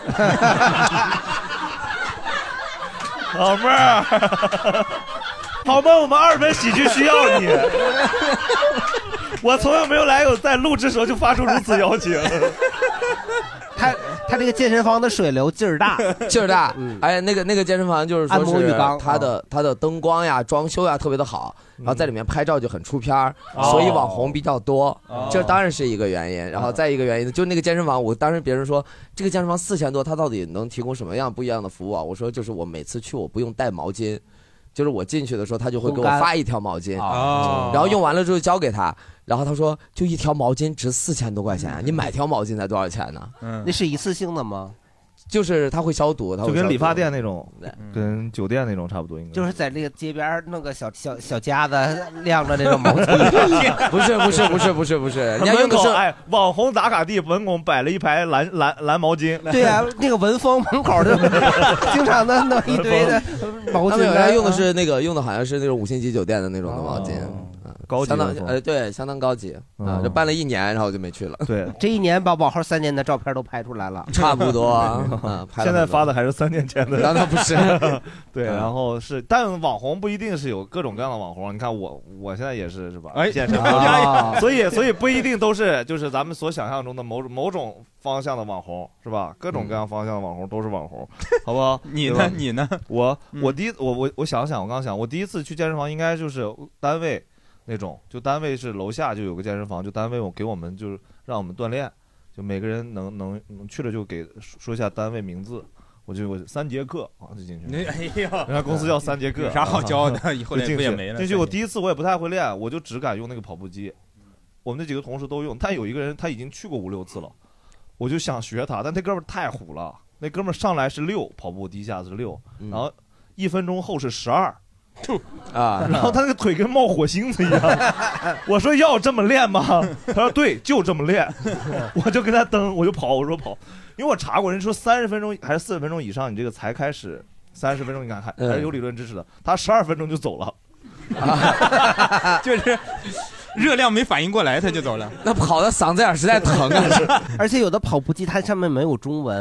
B: 老妹儿，好吧，我们二本喜剧需要你。我从来没有来过在录制时候就发出如此邀请。
D: 他他这个健身房的水流劲儿大，
E: 劲儿大，嗯，而且那个那个健身房就是说
D: 按摩浴缸，
E: 它的它的灯光呀、装修呀特别的好，然后在里面拍照就很出片儿，所以网红比较多，这当然是一个原因。然后再一个原因，就那个健身房，我当时别人说这个健身房四千多，它到底能提供什么样不一样的服务啊？我说就是我每次去我不用带毛巾。就是我进去的时候，他就会给我发一条毛巾，然后用完了之后交给他，然后他说就一条毛巾值四千多块钱，你买条毛巾才多少钱呢？
D: 嗯，那是一次性的吗？
E: 就是他会消毒，他
B: 就跟理发店那种，跟酒店那种差不多，应该
D: 就是在那个街边弄个小小小夹子晾着那种毛巾。
E: 不是不是不是不是不是，人家
B: 门口哎，网红打卡地门口摆了一排蓝蓝蓝毛巾。
D: 对啊，那个文峰门口就经常的弄一堆的毛巾。
E: 他们有人用的是那个用的好像是那种五星级酒店的那种的毛巾。
B: 高级，
E: 相当呃对，相当高级啊！这办了一年，然后就没去了。
B: 对，
D: 这一年把网号三年的照片都拍出来了，
E: 差不多啊。
B: 现在发的还是三年前的，
E: 难道不是？
B: 对，然后是，但网红不一定是有各种各样的网红。你看我，我现在也是，是吧？
F: 哎，
B: 健身房，所以所以不一定都是就是咱们所想象中的某某种方向的网红，是吧？各种各样方向的网红都是网红，好不好？
F: 你呢？你呢？
B: 我我第一我我我想想，我刚想，我第一次去健身房应该就是单位。那种就单位是楼下就有个健身房，就单位我给我们就是让我们锻炼，就每个人能能能去了就给说一下单位名字，我就我三节课啊就进去。
F: 哎呦，
B: 人家公司叫三节课，
F: 有啥好骄傲的？以后脸不也没了。
B: 进去我第一次我也不太会练，我就只敢用那个跑步机，我们那几个同事都用，但有一个人他已经去过五六次了，我就想学他，但那哥们太虎了，那哥们上来是六跑步第一下子是六，然后一分钟后是十二。
E: 啊，
B: 然后他那个腿跟冒火星子一样。我说要这么练吗？他说对，就这么练。我就跟他蹬，我就跑，我说跑，因为我查过，人说三十分钟还是四十分钟以上，你这个才开始三十分钟，你看还还是有理论支持的。他十二分钟就走了，
F: 啊、就是热量没反应过来他就走了。
E: 那跑的嗓子眼实在疼啊！
D: 而且有的跑步机它上面没有中文。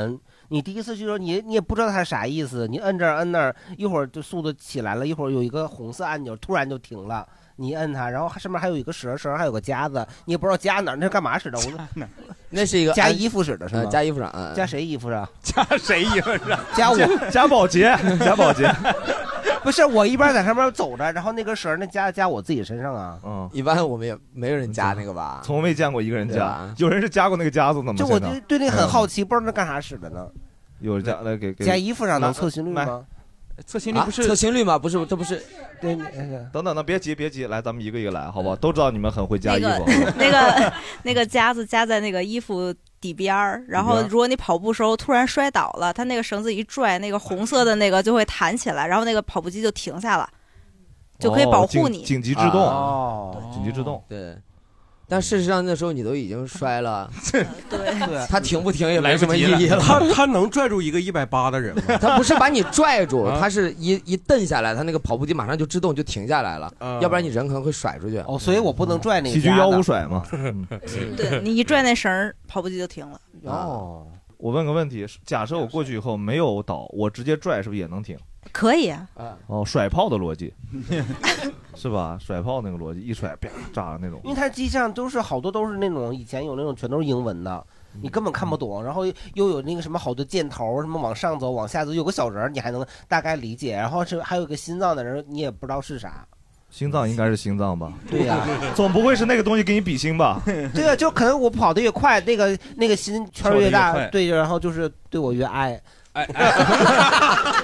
D: 你第一次去的时候，你你也不知道它是啥意思，你摁这儿摁那儿，一会儿就速度起来了，一会儿有一个红色按钮突然就停了，你摁它，然后上面还有一个绳绳，还有个夹子，你也不知道夹哪儿，那是干嘛使的？我
E: 那是一个
D: 夹衣服使的是吗？
E: 呃夹衣服上，嗯，
D: 夹谁衣服上？
F: 夹谁衣服上？
D: 夹我，
B: 夹保洁，夹保洁。
D: 不是，我一般在上面走着，然后那根绳那夹夹我自己身上啊。
B: 嗯，
E: 一般我们也没有人夹那个吧，
B: 从未见过一个人夹
E: 啊。
B: 有人是夹过那个夹子的吗？
D: 就我对对那很好奇，不知道那干啥使的呢？
B: 有人夹来给给
D: 夹衣服上能测心率吗？
E: 测心率不是测心率吗？不是，这不是。
D: 对，
B: 等等等，别急别急，来，咱们一个一个来，好不好？都知道你们很会夹衣服。
L: 那个那个夹子夹在那个衣服底边儿，然后如果你跑步时候突然摔倒了，它那个绳子一拽，那个红色的那个就会弹起来，然后那个跑步机就停下了，就可以保护你。
B: 哦、紧急制动
E: 哦，
B: 紧急制动。
E: 对。但事实上那时候你都已经摔了，
L: 对，
E: 他停不停也没什么意义了。
K: 他他能拽住一个一百八的人吗？
E: 他不是把你拽住，他是一一蹬下来，他那个跑步机马上就制动就停下来了，
K: 嗯、
E: 要不然你人可能会甩出去。
D: 哦，所以我不能拽那个。
B: 喜剧腰舞甩嘛。
L: 对，你一拽那绳，跑步机就停了。
B: 哦，我问个问题，假设我过去以后没有倒，我直接拽是不是也能停？
L: 可以啊。
B: 哦，甩炮的逻辑是吧？甩炮那个逻辑，一甩啪炸的那种。
D: 因为它机上都是好多都是那种以前有那种全都是英文的，你根本看不懂，然后又有那个什么好多箭头，什么往上走往下走，有个小人你还能大概理解，然后是还有个心脏的人你也不知道是啥。
B: 心脏应该是心脏吧？
D: 对呀、啊，
B: 总不会是那个东西给你比心吧？
D: 对啊，就可能我跑得越快，那个那个心圈越大，越对，然后就是对我越爱。哎哎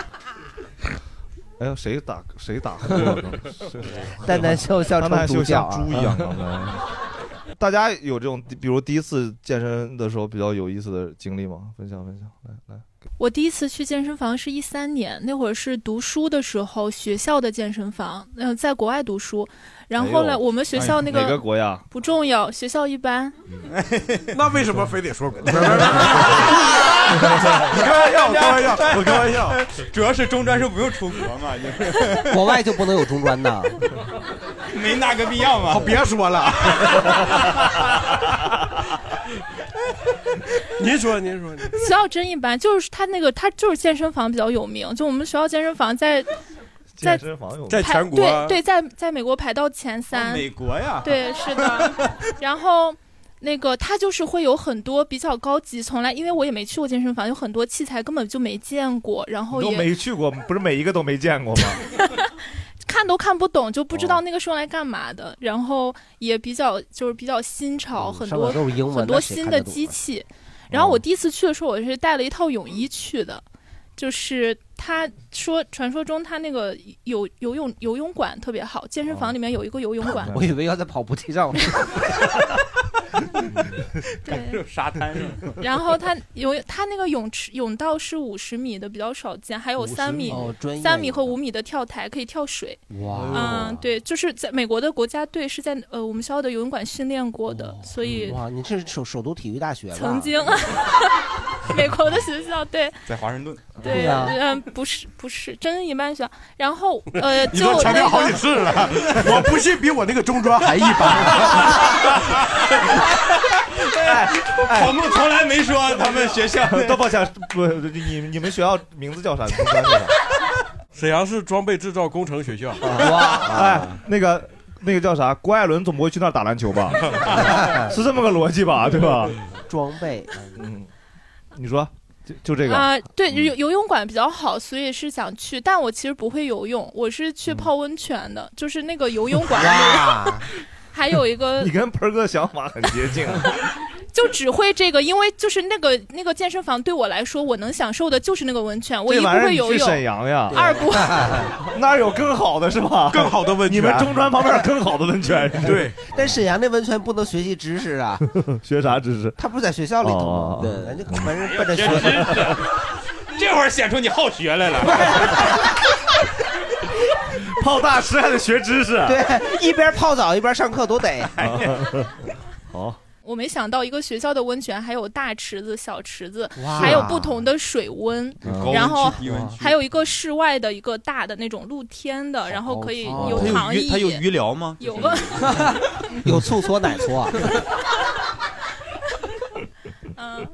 B: 哎呦，谁打谁打呼了？
D: 淡淡笑笑，
B: 淡淡笑像猪一样。
D: 刚才
B: 大家有这种，比如第一次健身的时候比较有意思的经历吗？分享分享，来来。
M: 我第一次去健身房是一三年，那会儿是读书的时候，学校的健身房，嗯、呃，在国外读书。然后后来我们学校那个、
B: 哎、哪个国家
M: 不重要，学校一般。
K: 那为什么非得说国？我开玩笑，我开玩笑，我开玩笑。
F: 主要是中专是不用出国嘛，就是
D: 国外就不能有中专的，
F: 没那个必要嘛。
K: 好，别说了。您说，您说，
M: 学校真一般，就是他那个，他就是健身房比较有名，就我们学校健身房在。
B: 在健身房有
K: 在全国、
M: 啊、对对，在在美国排到前三。
F: 哦、美国呀？
M: 对，是的。然后那个他就是会有很多比较高级，从来因为我也没去过健身房，有很多器材根本就没见过，然后也
B: 都没去过，不是每一个都没见过吗？
M: 看都看不懂，就不知道那个是用来干嘛的。哦、然后也比较就是比较新潮，嗯、很多很多新的机器。然后我第一次去的时候，我是带了一套泳衣去的。就是他说，传说中他那个游游泳游泳馆特别好，健身房里面有一个游泳馆。
D: 我以为要在跑步机上。
M: 对，
F: 沙滩上。
M: 然后他有他那个泳池泳道是五十米的，比较少见，还有三米、三、哦、米和五米的跳台可以跳水。
D: 哇，
M: 嗯，对，就是在美国的国家队是在呃我们学校的游泳馆训练过的，哦、所以
D: 哇，你这是首首都体育大学吧？
M: 曾经，美国的学校对，
F: 在华盛顿。
M: 对呀，嗯，不是不是，真一般学校。然后呃，
K: 你都强调好几次了，我不信比我那个中专还一般。
F: 跑步从来没说他们学校。
B: 都抱歉，不，你你们学校名字叫啥？中专叫啥？
K: 沈阳市装备制造工程学校。
B: 哇，哎，那个那个叫啥？郭艾伦总不会去那儿打篮球吧？是这么个逻辑吧？对吧？
D: 装备，
B: 嗯，你说。就就这个
M: 啊、呃，对，游游泳馆比较好，所以是想去，但我其实不会游泳，我是去泡温泉的，嗯、就是那个游泳馆里还有一个，
B: 你跟盆哥的想法很接近。
M: 就只会这个，因为就是那个那个健身房对我来说，我能享受的就是那个温泉。我一不会游泳，
B: 去沈阳呀，
M: 二不
B: 那有更好的是吧？
K: 更好的温泉，
B: 你们中专旁边更好的温泉。
K: 对，
D: 但沈阳那温泉不能学习知识啊。
B: 学啥知识？
D: 他不是在学校里头吗？
B: 哦、
D: 对，人家反正奔着学。
F: 这会儿显出你好学来了。
B: 泡大师还得学知识。
D: 对，一边泡澡一边上课都得。
B: 好。
M: 我没想到一个学校的温泉还有大池子、小池子，还有不同的水温，然后还有一个室外的一个大的那种露天的，然后可以有躺椅。
F: 它有鱼疗吗？
M: 有个
D: 有醋搓奶搓。
M: 嗯，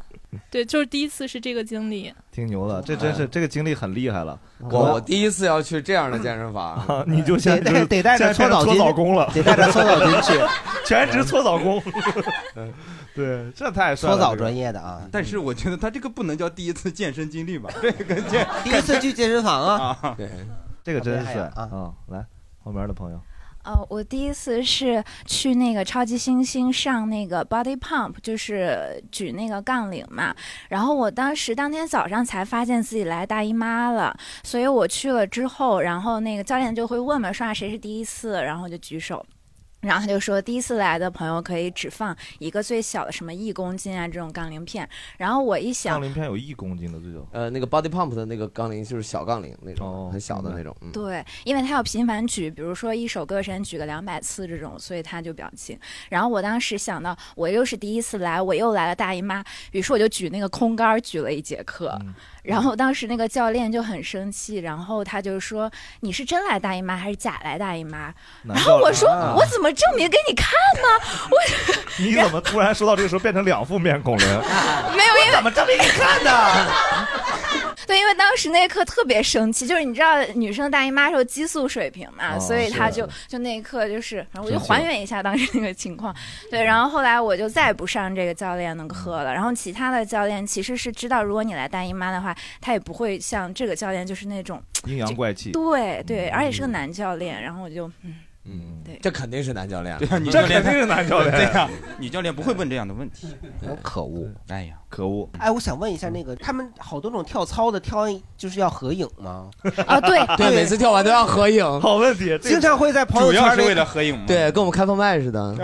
M: 对，就是第一次是这个经历，
B: 挺牛的，这真是这个经历很厉害了。
E: 我我第一次要去这样的健身房，
B: 你就现在
D: 得得带着搓澡
B: 搓澡工了，
D: 得带着搓澡巾去，
B: 全职搓澡工。对，这太帅了，
D: 搓澡专业的啊。
F: 但是我觉得他这个不能叫第一次健身经历吧，这个健
D: 第一次去健身房啊，
B: 对，这个真是帅啊！来，旁边的朋友。
G: 呃，我第一次是去那个超级星星上那个 body pump， 就是举那个杠铃嘛。然后我当时当天早上才发现自己来大姨妈了，所以我去了之后，然后那个教练就会问嘛，说啊谁是第一次，然后我就举手。然后他就说，第一次来的朋友可以只放一个最小的什么一公斤啊这种杠铃片。然后我一想，
B: 杠铃片有一公斤的这种，
E: 呃，那个 body pump 的那个杠铃就是小杠铃那种，哦、很小的那种。嗯、
G: 对，因为他要频繁举，比如说一手歌神举个两百次这种，所以他就比较轻。然后我当时想到，我又是第一次来，我又来了大姨妈，于是我就举那个空杆举了一节课。嗯然后当时那个教练就很生气，然后他就说：“你是真来大姨妈还是假来大姨妈？”然后我说：“我怎么证明给你看呢？”我
B: 你怎么突然说到这个时候变成两副面孔了？
G: 没有，因为
D: 怎么证明你看呢？
G: 对，因为当时那一刻特别生气，就是你知道女生大姨妈时候激素水平嘛，哦、所以他就就那一刻就是，然后我就还原一下当时那个情况。对，然后后来我就再也不上这个教练的课了。然后其他的教练其实是知道，如果你来大姨妈的话，他也不会像这个教练就是那种
B: 阴阳怪气。
G: 对对，而且是个男教练，然后我就嗯。
E: 嗯，对，这肯定是男教练，
F: 对啊，女
B: 这
F: 教练
B: 肯定是男教练，
F: 对呀，女教练不会问这样的问题，
D: 可恶，
F: 哎呀，
B: 可恶！
D: 哎，我想问一下，那个他们好多种跳操的，跳完就是要合影吗？
G: 啊，对
E: 对，每次跳完都要合影，
B: 好问题，
D: 经常会在朋友圈里，
F: 主要是为了合影吗？
E: 对，跟我们开放麦似的，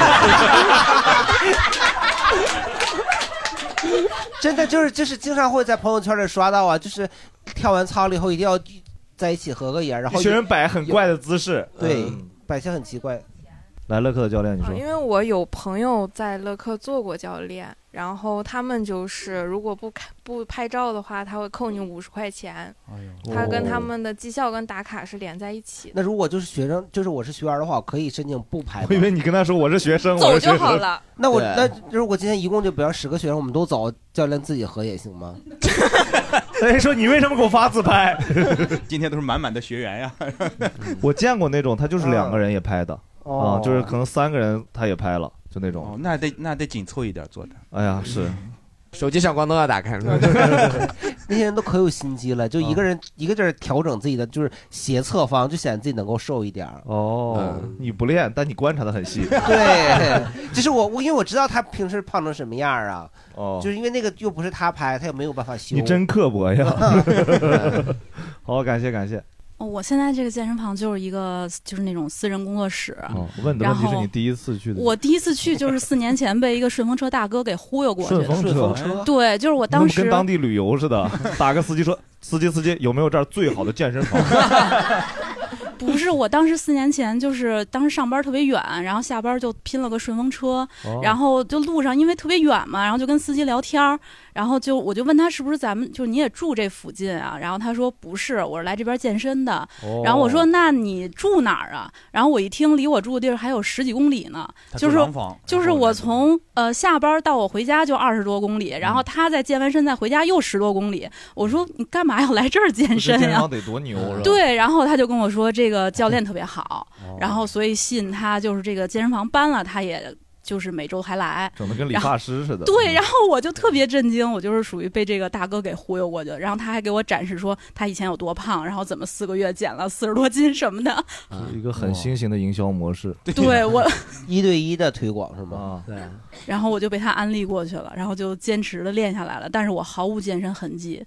D: 真的就是就是经常会在朋友圈里刷到啊，就是跳完操了以后一定要在一起合个影，然后
B: 一群人摆很怪的姿势，
D: 对，
B: 嗯、
D: 摆些很奇怪。
B: 来乐客的教练，你说、
T: 啊，因为我有朋友在乐客做过教练，然后他们就是如果不开不拍照的话，他会扣你五十块钱。哎呦，他跟他们的绩效跟打卡是连在一起的。
D: 那如果就是学生，就是我是学员的话，我可以申请不拍。
B: 我以为你跟他说我是学生，
T: 走就好了。
D: 那我那如果今天一共就比如十个学生，我们都走，教练自己合也行吗？
B: 所以说你为什么给我发自拍？
F: 今天都是满满的学员呀。
B: 我见过那种，他就是两个人也拍的。啊、嗯，就是可能三个人他也拍了，就那种。
F: 哦，那得那得紧凑一点做的。
B: 哎呀，是，
E: 手机闪光灯要打开。
D: 那些人都可有心机了，就一个人、嗯、一个劲儿调整自己的就是斜侧方，就显得自己能够瘦一点。
B: 哦、嗯，你不练，但你观察的很细。
D: 对，就是我我因为我知道他平时胖成什么样啊。
B: 哦，
D: 就是因为那个又不是他拍，他也没有办法修。
B: 你真刻薄呀！好，感谢感谢。
N: 哦，我现在这个健身房就是一个就是那种私人工作室。
B: 哦，我问的问题是你第一次去的。
N: 我第一次去就是四年前被一个顺风车大哥给忽悠过去的。
B: 顺风车。
N: 对，就是我当时
B: 跟当地旅游似的，打个司机说：“司机司机，有没有这儿最好的健身房？”
N: 不是，我当时四年前就是当时上班特别远，然后下班就拼了个顺风车，哦、然后就路上因为特别远嘛，然后就跟司机聊天，然后就我就问他是不是咱们就你也住这附近啊？然后他说不是，我是来这边健身的。哦、然后我说那你住哪儿啊？然后我一听离我住的地儿还有十几公里呢，就是就是我从呃下班到我回家就二十多公里，然后他在健完身再回家又十多公里。我说你干嘛要来这儿健身呀？
B: 健身房得多牛是吧？
N: 对，然后他就跟我说这个教练特别好，哦、然后所以吸引他就是这个健身房搬了，他也就是每周还来，
B: 整的跟理发师似的。
N: 对，然后我就特别震惊，我就是属于被这个大哥给忽悠过去，然后他还给我展示说他以前有多胖，然后怎么四个月减了四十多斤什么的，
B: 是一个很新型的营销模式。
N: 对, 对我
D: 一对一的推广是吗？
N: 对。然后我就被他安利过去了，然后就坚持的练下来了，但是我毫无健身痕迹。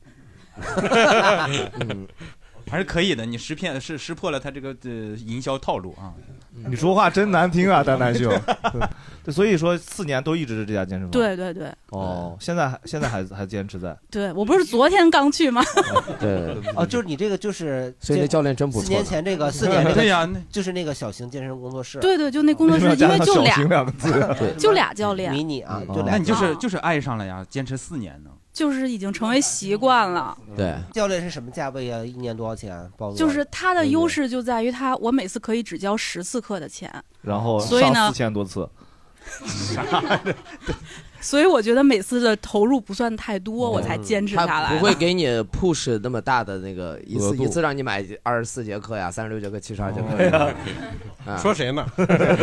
F: 嗯还是可以的，你识骗是识破了他这个呃营销套路啊！
B: 你说话真难听啊，丹丹兄。对，所以说四年都一直是这家健身房。
N: 对对对。
B: 哦，现在现在还还坚持在。
N: 对，我不是昨天刚去吗？
E: 对。
D: 哦，就是你这个就是，
E: 所以那教练真不错。
D: 四年前这个，四年这个，
F: 对呀，
D: 就是那个小型健身工作室。
N: 对对，就那工作室，因为就俩，
B: 对，
N: 就俩教练，
D: 迷你啊，就俩。
F: 那你就是就是爱上了呀，坚持四年呢。
N: 就是已经成为习惯了。
E: 对，
D: 教练是什么价位啊？一年多少钱？包
N: 就是他的优势就在于他，我每次可以只交十次课的钱，
B: 然后
N: 所以呢
B: 四千多次。
N: 所以我觉得每次的投入不算太多，我才坚持下来。
E: 他不会给你 push 那么大的那个一次
B: 额度
E: 一次让你买二十四节课呀，三十六节课、七十二节课呀。啊
K: 说谁呢？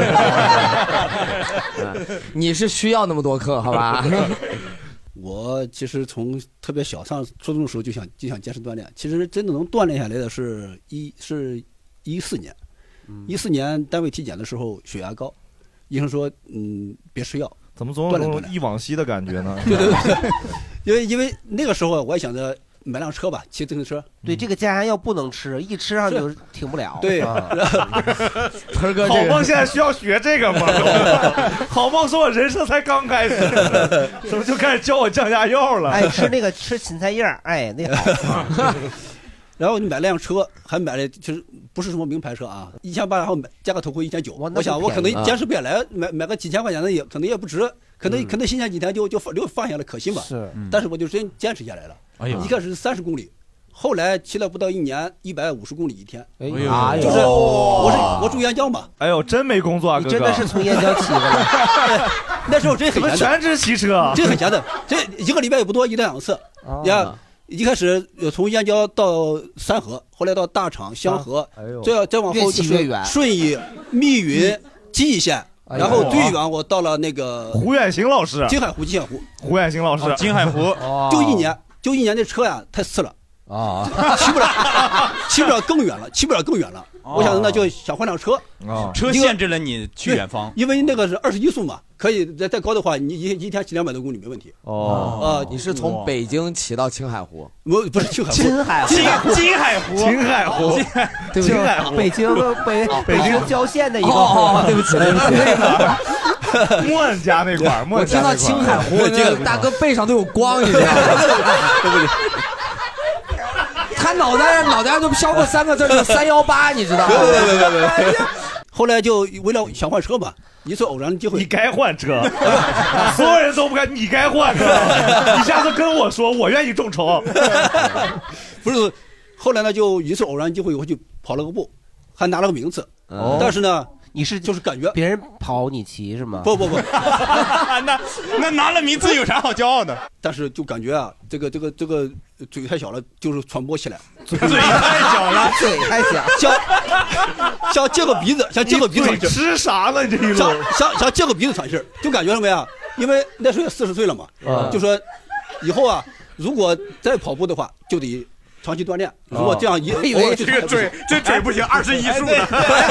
E: 你是需要那么多课，好吧？
O: 我其实从特别小上初中的时候就想就想坚持锻炼，其实真的能锻炼下来的是一是一四年，一四年单位体检的时候血压高，医生说嗯别吃药，
B: 怎么总有种忆往昔的感觉呢？
O: 对对对，因为因为那个时候我也想着买辆车吧，骑自行车。
D: 对，这个降压药不能吃，一吃上就停不了。
O: 对，
B: 盆哥，好梦现在需要学这个吗？好梦说我人生才刚开始，怎么就开始教我降压药了？
D: 哎，吃那个吃芹菜叶儿，哎，那好。
O: 然后你买了辆车，还买了，其实不是什么名牌车啊，一千八，然后买加个头盔一千九。我想我可能坚持不下来，买买个几千块钱的也可能也不值，可能、嗯、可能新鲜几天就就就放下了，可惜嘛。
D: 是，
O: 嗯、但是我就真坚持下来了。哎呀，一开始三十公里，后来骑了不到一年，一百五十公里一天。
D: 哎呀，
O: 就是我是我住燕郊嘛。
B: 哎呦，真没工作啊，哥哥。
D: 你真的是从燕郊骑的吗？
O: 那时候真很闲的，
B: 全职骑车，
O: 真很闲的，这一个礼拜也不多，一到两次。你看。一开始从燕郊到三河，后来到大厂、香河，再再往后就是顺义、密云、蓟县，然后最远我到了那个
B: 胡远行老师，
O: 金海湖、金海湖，
B: 胡远行老师，
F: 金海湖，
O: 就一年，就一年的车呀太次了啊，骑不了，骑不了更远了，骑不了更远了。我想那就想换辆车，
F: 车限制了你去远方，
O: 因为那个是二十一速嘛。可以再再高的话，你一一天骑两百多公里没问题。
E: 哦，呃，你是从北京骑到青海湖？
O: 我不是青海湖，
D: 金海湖，
B: 金海湖，金海湖，
D: 对不对？北京北北京郊县的一个
E: 湖，对不起，对不
B: 起，莫恩家那块儿，
E: 我听到青海湖，这个大哥背上都有光，你知道吗？对不对？他脑袋上脑袋上就飘过三个字，叫三幺八，你知道吗？
O: 对对对对对。后来就为了想换车嘛，一次偶然的机会，
B: 你该换车，所有人都不该，你该换车，你下次跟我说，我愿意众筹。
O: 不是，后来呢，就一次偶然机会，我去跑了个步，还拿了个名次。哦、但是呢，
D: 你是
O: 就是感觉
D: 别人跑你骑是吗？
O: 不不不，
F: 那那拿了名次有啥好骄傲的？
O: 但是就感觉啊，这个这个这个嘴太小了，就是传播起来。
F: 嘴太小了，
D: 嘴太小，
O: 像像借个鼻子，像借个鼻子喘气儿。
B: 吃啥了？这一路
O: 像像像借个鼻子喘气儿，就感觉了没啊？因为那时候也四十岁了嘛，嗯、就说以后啊，如果再跑步的话，就得长期锻炼。如果这样一，
F: 以为这个嘴这嘴不行，二十一速的。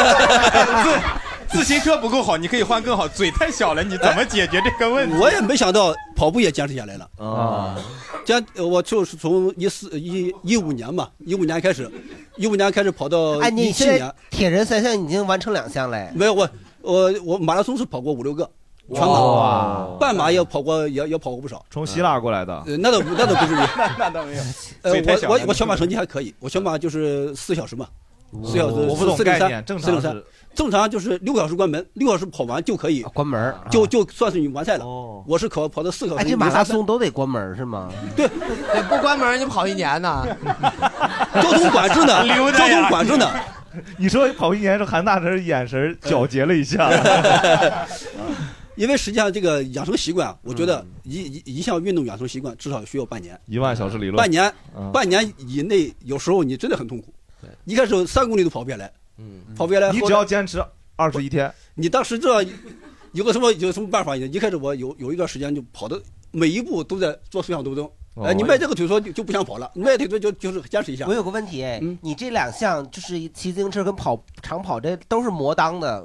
F: 自行车不够好，你可以换更好。嘴太小了，你怎么解决这个问题？
O: 我也没想到跑步也坚持下来了啊！这样我就是从一四一一五年嘛，一五年开始，一五年开始跑到一七年。
D: 铁人三项已经完成两项嘞。
O: 没有，我我我马拉松是跑过五六个，全马，半马也跑过，也也跑过不少。
B: 从希腊过来的？
O: 呃、那倒那倒不至于，
F: 那那倒没有。
O: 呃，我我我全马成绩还可以，我全马就是四小时嘛，四小时，
B: 我不懂概念，正常是。
O: 正常就是六个小时关门，六小时跑完就可以
D: 关门，
O: 就就算是你完赛了。我是跑跑到四个小时。
D: 哎，这马拉松都得关门是吗？
O: 对，
E: 不关门你跑一年呢。
O: 交通管制呢，交通管制呢。
B: 你说跑一年，是韩大神眼神皎洁了一下。
O: 因为实际上这个养成习惯，我觉得一一一项运动养成习惯至少需要半年。
B: 一万小时理论。
O: 半年，半年以内，有时候你真的很痛苦。一开始三公里都跑不下来。嗯，跑不下来，
B: 你只要坚持二十一天。
O: 你当时这有个什么有什么办法？一开始我有有一段时间就跑的每一步都在做俯卧撑。哎，你迈这个腿说就就不想跑了，你迈腿说就就是坚持一下。
D: 我有个问题，哎，嗯、你这两项就是骑自行车跟跑长跑，这都是磨裆的，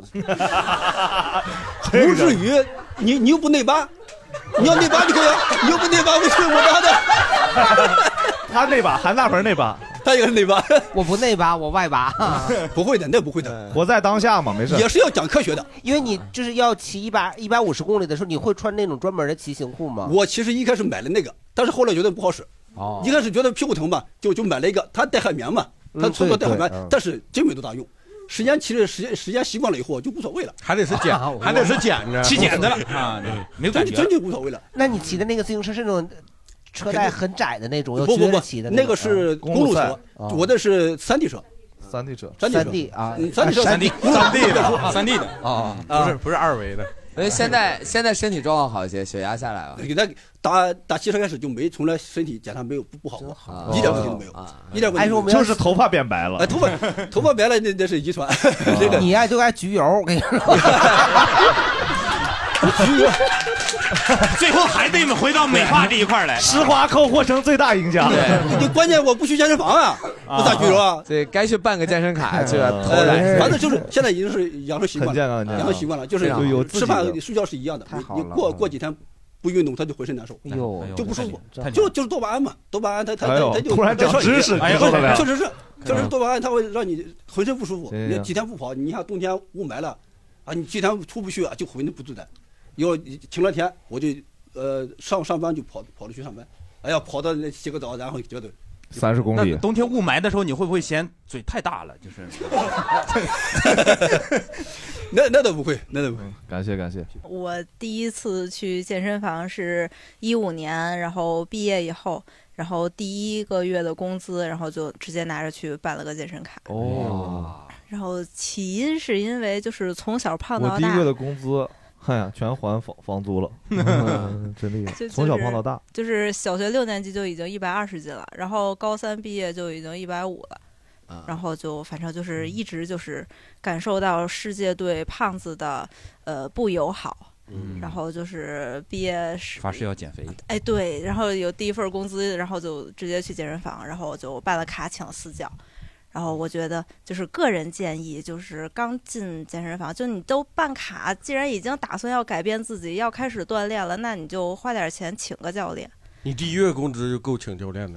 O: 不至于。你你又不内八，你要内八就可以了，你又不内八，为什么磨裆的？
B: 他内八，韩大鹏内八。
O: 他也是内八，
D: 我不内八，我外八。
O: 不会的，那不会的，
B: 活在当下嘛，没事。
O: 也是要讲科学的，
D: 因为你就是要骑一百一百五十公里的时候，你会穿那种专门的骑行裤吗？
O: 我其实一开始买了那个，但是后来觉得不好使。哦。一开始觉得屁股疼吧，就就买了一个，它带海绵嘛，它操作带海绵，嗯、但是真没多大用。时间骑着时间时间习惯了以后就无所谓了，
K: 还得是捡，还得是捡着，
F: 骑捡的了啊，没有感觉，
O: 真就无所谓了。
D: 那你骑的那个自行车是那种？车带很窄的那种，
O: 不不不，那个是公路车，我的是山地车，
B: 山地车，
O: 山
D: 地啊，
O: 山地车，
F: 山地，山地的，山地的
O: 啊，
K: 不是不是二维的，
E: 所以现在现在身体状况好一些，血压下来了。
O: 给他打打汽车开始就没从来身体检查没有不不好过，一点问题都没有，一点问题。
B: 就是头发变白了，
O: 哎，头发头发白了那那是遗传。这个
D: 你爱就爱焗油，我跟你说。
F: 最后还得回到美化这一块来，
B: 施华蔻获成最大赢家。
O: 你关键我不去健身房啊，我咋去啊？
E: 对，该去办个健身卡去偷
O: 懒。反正就是现在已经是养成习惯了，
B: 养
O: 成习惯了，就是吃饭睡觉是一样的。你过过几天不运动，他就浑身难受，就不舒服，就就是多巴胺嘛，多巴胺它它它就
B: 突然讲知识，
O: 确实是，确实多巴胺它会让你浑身不舒服。你几天不跑，你像冬天雾霾了啊，你几天出不去啊，就浑身不自在。有晴了天，我就呃上上班就跑跑着去上班，哎呀，跑到那洗个澡，然后觉得
B: 三十公里。
F: 冬天雾霾的时候，你会不会嫌嘴太大了？就是，
O: 那那倒不会，那倒不会。
B: 感谢感谢。
L: 我第一次去健身房是一五年，然后毕业以后，然后第一个月的工资，然后就直接拿着去办了个健身卡。
B: 哦。
L: 然后起因是因为就是从小胖到大。
B: 我第一个月的工资。哎呀，全还房房租了，嗯、真厉害！从小胖到大，
L: 就是小学六年级就已经一百二十斤了，然后高三毕业就已经一百五了，啊、然后就反正就是一直就是感受到世界对胖子的呃不友好，嗯、然后就是毕业
F: 发誓要减肥，
L: 哎对，然后有第一份工资，然后就直接去健身房，然后就办了卡请了私教。然后我觉得就是个人建议，就是刚进健身房，就你都办卡，既然已经打算要改变自己，要开始锻炼了，那你就花点钱请个教练。
K: 你第一月工资就够请教练的。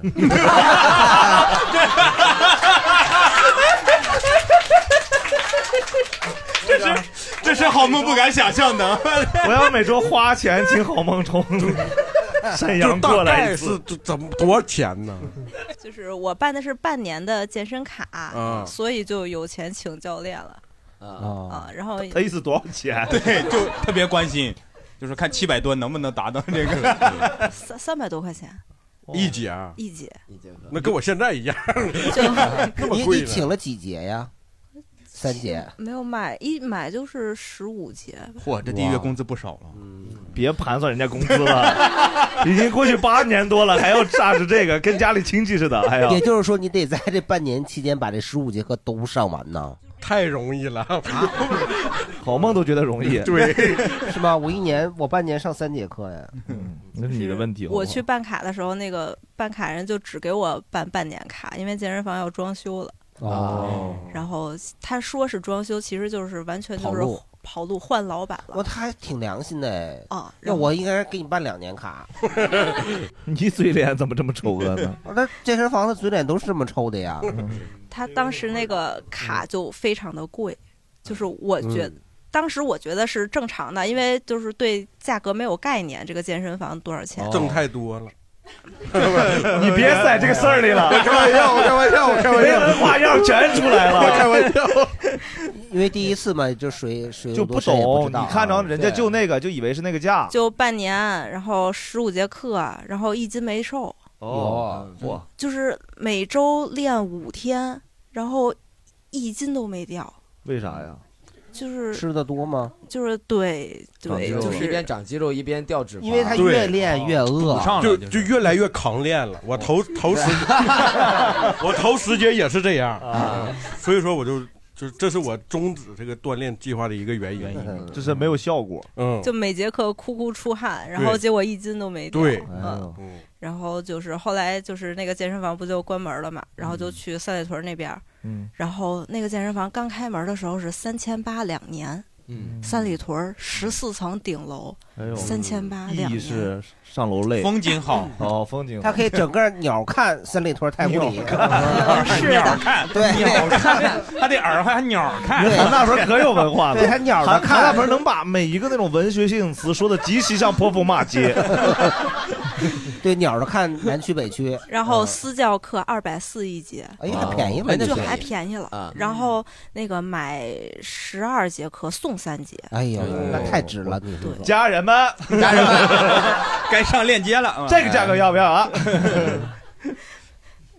F: 这是这是郝梦不敢想象的。
B: 我要每周花钱请郝梦冲沈阳过来一次，
K: 是怎么多少钱呢？
L: 就是我办的是半年的健身卡，
K: 啊、
L: 所以就有钱请教练了啊啊！然后
B: 他意思多少钱？
F: 对，就特别关心，就是看七百多能不能达到这个
L: 三三百多块钱
K: 一节啊，
L: 一节
E: 一节课，
K: 那跟我现在一样。
D: 就你你请了几节呀？三节
L: 没有买，一买就是十五节。
F: 嚯，这第一月工资不少了。
B: 嗯，别盘算人家工资了，已经过去八年多了，还要榨着这个，跟家里亲戚似的。哎呀，
D: 也就是说，你得在这半年期间把这十五节课都上完呢。
K: 太容易了，
B: 郝梦都觉得容易，
K: 对，
D: 是吧？我一年我半年上三节课呀。
B: 嗯，那是你的问题。
L: 我去办卡的时候，那个办卡人就只给我办半年卡，因为健身房要装修了。
D: 哦，
L: 然后他说是装修，其实就是完全就是跑路换老板了。
D: 我他还挺良心的
L: 啊！
D: 那我应该给你办两年卡。
B: 你嘴脸怎么这么丑恶呢？
D: 那健身房的嘴脸都是这么抽的呀。
L: 他当时那个卡就非常的贵，就是我觉得、嗯、当时我觉得是正常的，因为就是对价格没有概念，这个健身房多少钱？
K: 挣太多了。
B: 你别在这个事儿里了，
K: 我开玩笑，我开玩笑，我开玩笑，
B: 花样全出来了，
K: 我开玩笑。
D: 因为第一次嘛，就水水
B: 就不懂，你看着人家就那个，就以为是那个价，
L: 就半年，然后十五节课，然后一斤没瘦。
B: 哦，哇，
L: 就是每周练五天，然后一斤都没掉。
B: 为啥呀？
L: 就是
D: 吃的多吗？
L: 就是对对，就是
E: 一边长肌肉一边掉脂肪，
D: 因为他越练越饿，
K: 就就越来越抗练了。我头头十，我头十节也是这样啊，所以说我就就这是我终止这个锻炼计划的一个原因，
B: 就是没有效果。
K: 嗯，
L: 就每节课哭哭出汗，然后结果一斤都没掉。
K: 对，
L: 嗯，然后就是后来就是那个健身房不就关门了嘛，然后就去三里屯那边。
B: 嗯，
L: 然后那个健身房刚开门的时候是三千八两年，嗯，三里屯十四层顶楼，三千八两年，
B: 是上楼累，
F: 风景好
B: 哦，风景好，
D: 他可以整个鸟看三里屯太古里，
L: 是
F: 鸟看，
D: 对，
F: 鸟看，他得耳还鸟看，
B: 对，那时候可有文化了，
D: 对，他鸟的看，
B: 那时候能把每一个那种文学性词说的极其像泼妇骂街。
D: 对，鸟的看南区北区，
L: 然后私教课二百四一节，
D: 哎呀，便宜了，
L: 就还便宜了。然后那个买十二节课送三节，
D: 哎呀，那太值了！你说，
B: 家人们，
F: 家人们，该上链接了，
B: 这个价格要不要啊？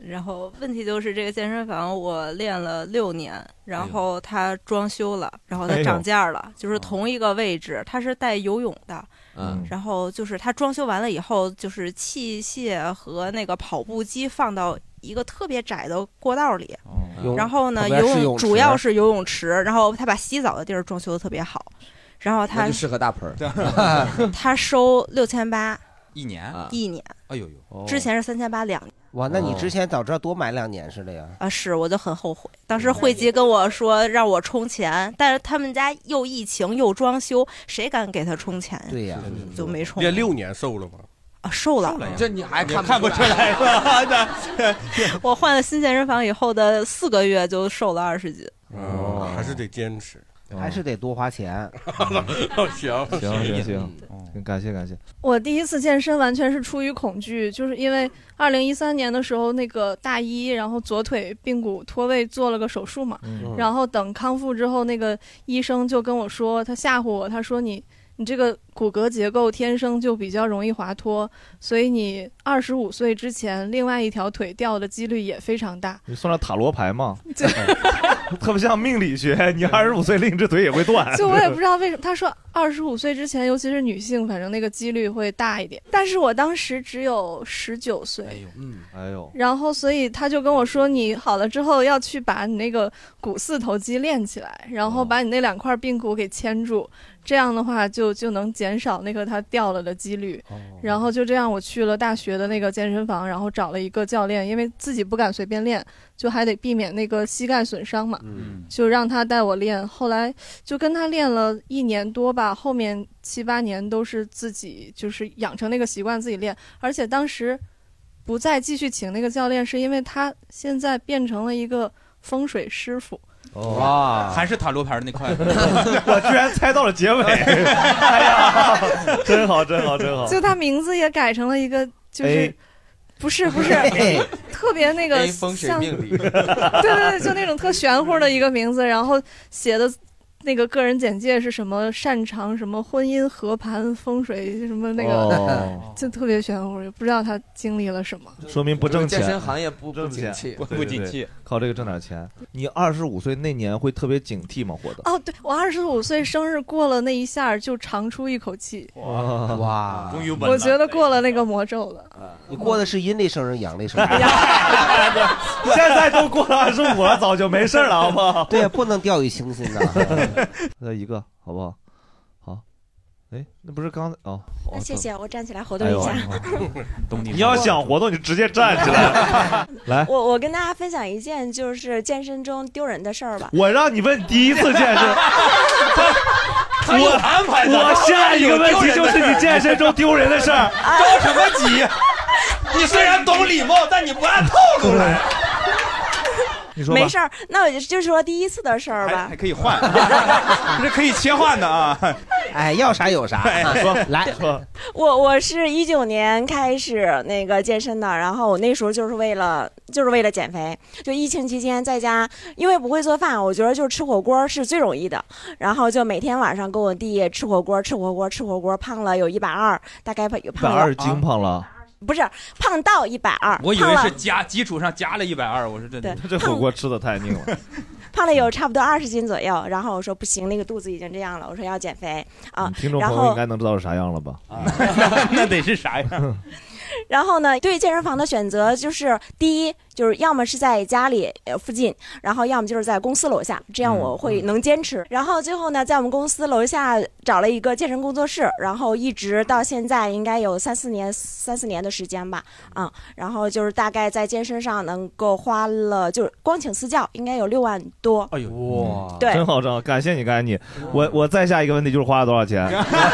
L: 然后问题就是这个健身房我练了六年，然后它装修了，然后它涨价了，就是同一个位置，它是带游泳的。
E: 嗯，
L: 然后就是它装修完了以后，就是器械和那个跑步机放到一个特别窄的过道里，
D: 哦、
L: 然后呢，游泳主要是游泳池，然后他把洗澡的地儿装修的特别好，然后他
E: 就适合大盆儿，
L: 他收六千八
F: 一年，
L: 一年，
F: 哎呦呦，
L: 之前是三千八两年。
D: 哇，那你之前早知道多买两年似的呀？
L: 啊，是，我就很后悔。当时汇集跟我说让我充钱，但是他们家又疫情又装修，谁敢给他充钱呀？
D: 对呀，
L: 就没充。
K: 练六年瘦了吗？
L: 啊，瘦了，
E: 这你还看
F: 看不出来是吧？
L: 我换了新健身房以后的四个月就瘦了二十斤。
K: 哦，还是得坚持。
D: 还是得多花钱。
K: 行
B: 行行行，感谢感谢。
V: 我第一次健身完全是出于恐惧，就是因为二零一三年的时候那个大一，然后左腿髌骨脱位做了个手术嘛，
B: 嗯、
V: 然后等康复之后，那个医生就跟我说，他吓唬我，他说你你这个骨骼结构天生就比较容易滑脱，所以你二十五岁之前另外一条腿掉的几率也非常大。
B: 你算了塔罗牌吗？特别像命理学，你二十五岁另一只腿也会断。
V: 就我也不知道为什么，他说二十五岁之前，尤其是女性，反正那个几率会大一点。但是我当时只有十九岁，哎
B: 呦，嗯，哎呦，
V: 然后所以他就跟我说，你好了之后要去把你那个股四头肌练起来，然后把你那两块髌骨给牵住。这样的话就就能减少那个它掉了的几率，哦、然后就这样我去了大学的那个健身房，然后找了一个教练，因为自己不敢随便练，就还得避免那个膝盖损伤嘛，嗯、就让他带我练。后来就跟他练了一年多吧，后面七八年都是自己就是养成那个习惯自己练，而且当时不再继续请那个教练，是因为他现在变成了一个风水师傅。
F: 哇，还是塔罗牌那块，
B: 我居然猜到了结尾，哎呀，真好，真好，真好。
V: 就他名字也改成了一个，就是，不是不是，特别那个
E: 风水命理，
V: 对对对，就那种特玄乎的一个名字，然后写的。那个个人简介是什么？擅长什么婚姻合盘风水什么那个，哦、就特别玄乎，也不知道他经历了什么。
B: 说明不挣钱，
E: 健身行业不不景气，
F: 不景气，
B: 靠这个挣点钱。你二十五岁那年会特别警惕吗？活的？
V: 哦，对，我二十五岁生日过了那一下就长出一口气。
B: 哇
D: 哇，
F: 终于稳了。
V: 我觉得过了那个魔咒了。
D: 你过的是阴历生日，阳历生日。
B: 现在都过了二十五了，早就没事了，好不好？
D: 对呀，不能掉以轻心的。
B: 再一个好不好？好，哎，那不是刚才哦。
I: 那谢谢，我站起来活动一下。
B: 哎、你要想活动，你就直接站起来。来，
I: 我我跟大家分享一件就是健身中丢人的事儿吧。
B: 我让你问第一次健身，
F: 他有安排的。
B: 我下一个问题就是你健身中丢人的事儿。
F: 着什么急？你虽然懂礼貌，但你不按套路来。
B: 你说
I: 没事儿，那我就就说第一次的事儿吧，
F: 还, 还可以换，这可以切换的啊。
D: 哎，要啥有啥，
F: 哎、
D: 说来。
I: 我我是一九年开始那个健身的，然后我那时候就是为了就是为了减肥，就疫情期间在家，因为不会做饭，我觉得就是吃火锅是最容易的，然后就每天晚上跟我弟吃火锅，吃火锅，吃火锅，胖了有一百二，大概胖
B: 一百二斤胖了。
I: 不是胖到一百二，
F: 我以为是加基础上加了一百二，我说这
I: 对，
B: 他这火锅吃的太硬了，
I: 胖了有差不多二十斤左右。然后我说不行，那个肚子已经这样了，我说要减肥啊。
B: 听众朋友应该能知道是啥样了吧？
F: 啊、那, 那得是啥样？
I: 然后呢，对健身房的选择就是第一，就是要么是在家里附近，然后要么就是在公司楼下，这样我会能坚持。嗯、然后最后呢，在我们公司楼下找了一个健身工作室，然后一直到现在应该有三四年、三四年的时间吧，嗯，然后就是大概在健身上能够花了，就是光请私教应该有六万多。
B: 哎呦哇，
I: 对，
B: 真好挣，感谢你，感谢你。我我再下一个问题就是花了多少钱？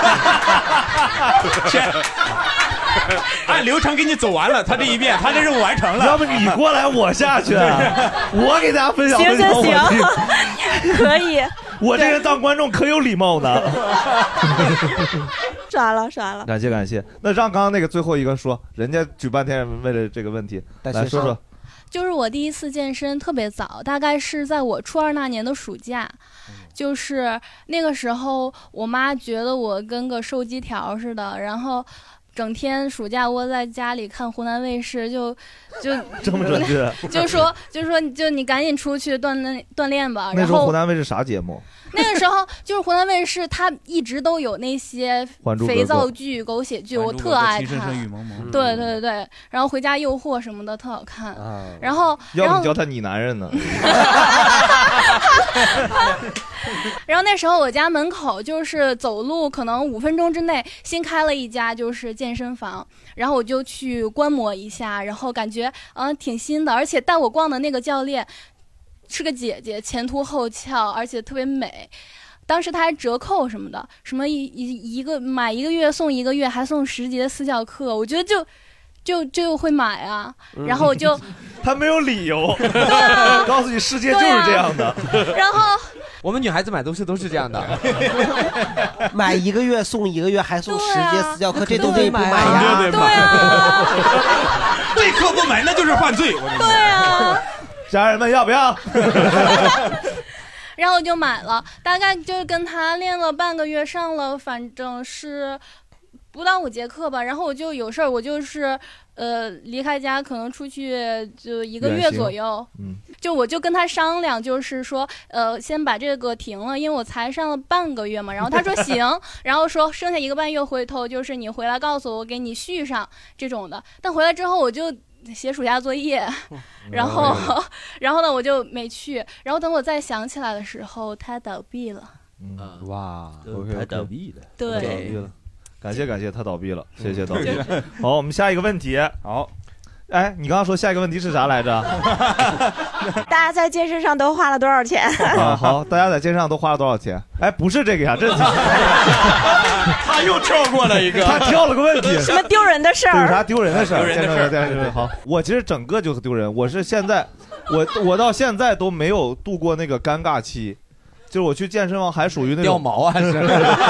F: 按流程给你走完了，他这一遍，他这任务完成了。
B: 要不你过来，我下去，我给大家分享
I: 行
B: 分享
I: 行行，可以。
B: 我这人当观众可有礼貌呢。
I: 刷了刷了，
B: 感谢感谢。那让刚刚那个最后一个说，人家举半天为了这个问题，来说说。
M: 就是我第一次健身特别早，大概是在我初二那年的暑假。就是那个时候，我妈觉得我跟个瘦鸡条似的，然后
J: 整天暑假窝在家里看湖南卫视，就就
B: 这么准确
J: 就说就说就你赶紧出去锻炼锻炼吧。
B: 那时候
J: 然后
B: 湖南卫视啥节目？
J: 那个时候就是湖南卫视，它一直都有那些
B: 还珠格格
J: 肥皂剧、狗血剧，我特爱看。
B: 嗯
J: 对对对，然后回家诱惑什么的特好看。
B: 啊
J: 然后然后
B: 要不你叫他你男人呢？
J: 然后那时候我家门口就是走路可能五分钟之内新开了一家就是健身房，然后我就去观摩一下，然后感觉嗯、呃、挺新的，而且带我逛的那个教练是个姐姐，前凸后翘，而且特别美。当时他还折扣什么的，什么一一一个买一个月送一个月，还送十节私教课，我觉得就就就会买啊。然后我就
B: 他没有理由，
J: 对啊，
B: 告诉你世界就是这样的。
J: 然后
E: 我们女孩子买东西都是这样的，
D: 买一个月送一个月，还送十节私教课，这东西不买
F: 呀？
D: 呀？
F: 对啊，这课不买那就是犯罪。
J: 对啊，
B: 家人们要不要？
J: 然后我就买了，大概就跟他练了半个月，上了反正是不到五节课吧。然后我就有事儿，我就是呃离开家，可能出去就一个月左右。
B: 嗯，
J: 就我就跟他商量，就是说呃先把这个停了，因为我才上了半个月嘛。然后他说行，然后说剩下一个半月回头就是你回来告诉我，我给你续上这种的。但回来之后我就写暑假作业，然后、哦、然后呢我就没去，然后等我再想起来的时候，他倒闭了。
B: 嗯，
E: 哇，
B: 他
E: 倒闭了，
J: 对，
B: 倒闭了，感谢感谢，他倒闭了，谢谢倒闭。好，我们下一个问题。
A: 好，
B: 哎，你刚刚说下一个问题是啥来着？
I: 大家在健身上都花了多少钱？
B: 啊，好，大家在健身上都花了多少钱？哎，不是这个呀，这是
F: 他又跳过了一个，
B: 他跳了个问题，
I: 什么丢人的事儿？
B: 有啥丢人的事儿？
F: 丢人的事儿。
B: 对对对，好，我其实整个就是丢人。我是现在，我我到现在都没有度过那个尴尬期，就是我去健身房还属于那种
E: 掉毛啊，是。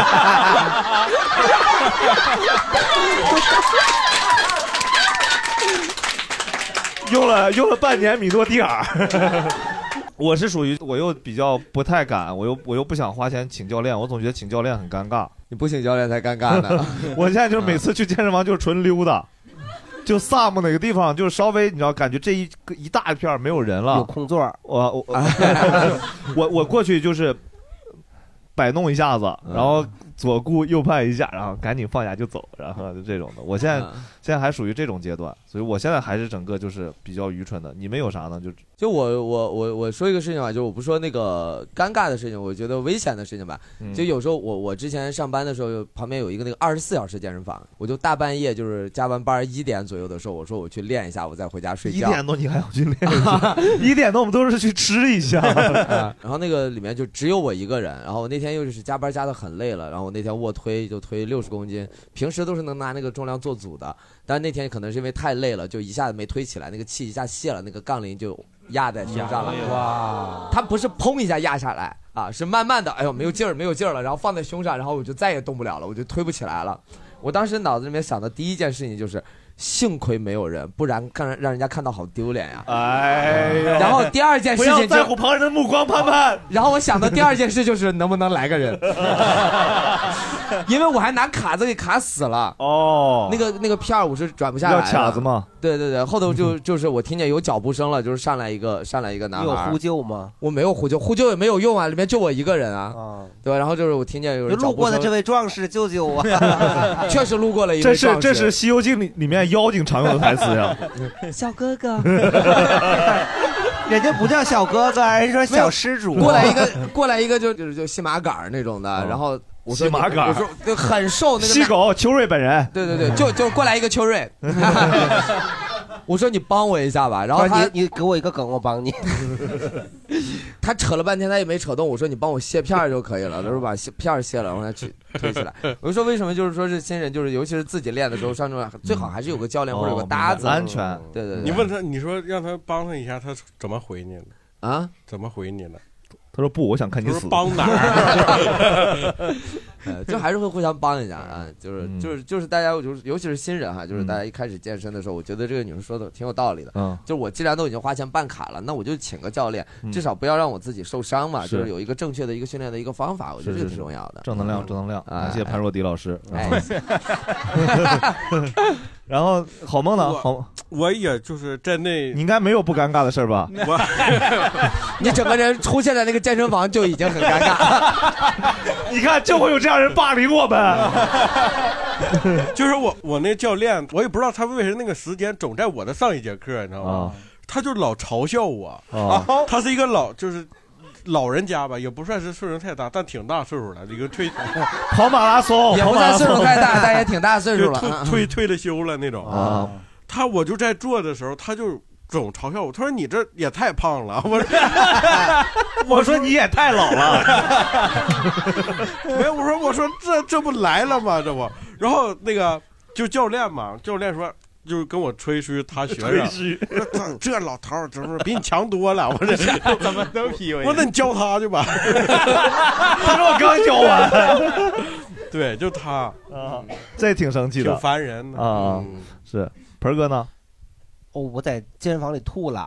B: 用了用了半年米诺地尔。我是属于我又比较不太敢，我又我又不想花钱请教练，我总觉得请教练很尴尬。
E: 你不请教练才尴尬呢。
B: 我现在就是每次去健身房就是纯溜达，就萨姆哪个地方就是稍微你知道感觉这一个一大片没有人了，
D: 有空座，
B: 我我我我过去就是摆弄一下子，然后左顾右盼一下，然后赶紧放下就走，然后就这种的。我现在、嗯、现在还属于这种阶段，所以我现在还是整个就是比较愚蠢的。你们有啥呢？就
E: 就我我我我说一个事情吧，就我不说那个尴尬的事情，我觉得危险的事情吧。
B: 嗯、
E: 就有时候我我之前上班的时候，旁边有一个那个二十四小时健身房，我就大半夜就是加完班一点左右的时候，我说我去练一下，我再回家睡觉。
B: 一点多你还要去练一下？一点多我们都是去吃一下。
E: 啊、然后那个里面就只有我一个人，然后我那天又是加班加的很累了，然后我那天卧推就推六十公斤，平时都是能拿那个重量做组的，但是那天可能是因为太累了，就一下子没推起来，那个气一下泄了，那个杠铃就压在胸上了。哇！它不是砰一下压下来啊，是慢慢的，哎呦没有劲儿没有劲儿了，然后放在胸上，然后我就再也动不了了，我就推不起来了。我当时脑子里面想的第一件事情就是幸亏没有人，不然看让人家看到好丢脸呀。
B: 哎呦！
E: 然后第二件事情就
B: 不要在乎旁人的目光，潘潘。
E: 然后我想的第二件事就是能不能来个人，因为我还拿卡子给卡死了。
B: 哦，
E: 那个那个 P 二五是转不下来的。
B: 要卡子吗？
E: 对对对，后头就就是我听见有脚步声了，就是上来一个上来一个男孩。
D: 你有呼救吗？
E: 我没有呼救，呼救也没有用啊，里面就我一个人啊。啊对吧？然后就是我听见有人
D: 路过的这位壮士，救救我！
E: 确实路过了一位
B: 壮士。这是这是《西游记》里里面妖精常用的台词呀。
I: 小哥哥，
D: 人家不叫小哥哥，人家说小施主。
E: 过来一个，过来一个就就是就细马杆那种的，哦、然后我说
B: 细马杆，
E: 我说就很瘦那个
B: 细狗秋瑞本人。
E: 对对对，就就过来一个秋瑞。我说你帮我一下吧，然后他
D: 你你给我一个梗，我帮你。
E: 他扯了半天，他也没扯动。我说你帮我卸片就可以了。他说把片卸了，然后他去推起来。我就说为什么就是说是新人，就是尤其是自己练的时候，上重量最好还是有个教练或者有个搭子，
B: 安全。
E: 对对对。
K: 你问他，你说让他帮他一下，他怎么回你呢？
E: 啊？
K: 怎么回你呢？
B: 他说不，我想看你死。
K: 帮哪儿？
E: 呃，就还是会互相帮一下啊，就是就是就是大家就是尤其是新人哈，就是大家一开始健身的时候，我觉得这个女生说的挺有道理的，嗯，就是我既然都已经花钱办卡了，那我就请个教练，至少不要让我自己受伤嘛，就是有一个正确的一个训练的一个方法，我觉得这个是重要的。
B: 正能量，正能量，
E: 感
B: 谢潘若迪老师。
E: 哎，
B: 然后郝梦呢？郝，
K: 我也就是在那，
B: 你应该没有不尴尬的事吧？
K: 我，
E: 你整个人出现在那个健身房就已经很尴尬。
B: 你看，就会有这样人霸凌我们。
K: 就是我，我那教练，我也不知道他为什么那个时间总在我的上一节课，你知道吗？啊、他就老嘲笑我。啊、他是一个老，就是老人家吧，也不算是岁数太大，但挺大岁数了，一个退
B: 跑马拉松，
E: 也不算岁数太大，但也挺大岁数了，
K: 退退退了休了那种。啊、他我就在做的时候，他就总嘲笑我，他说你这也太胖了。我说
B: 我说你也太老了。
K: 没有，我说我说这这不来了吗？这不，然后那个就教练嘛，教练说。就是跟我吹嘘他学生，这这老头儿，这不是比你强多了？我这
F: 怎么能 P U A？
K: 我说那你教他去吧。
B: 他说我刚教完。
K: 对，就他
B: 啊，这挺生气的，
K: 挺烦人的
B: 啊。是盆哥呢？
D: 哦，我在健身房里吐了。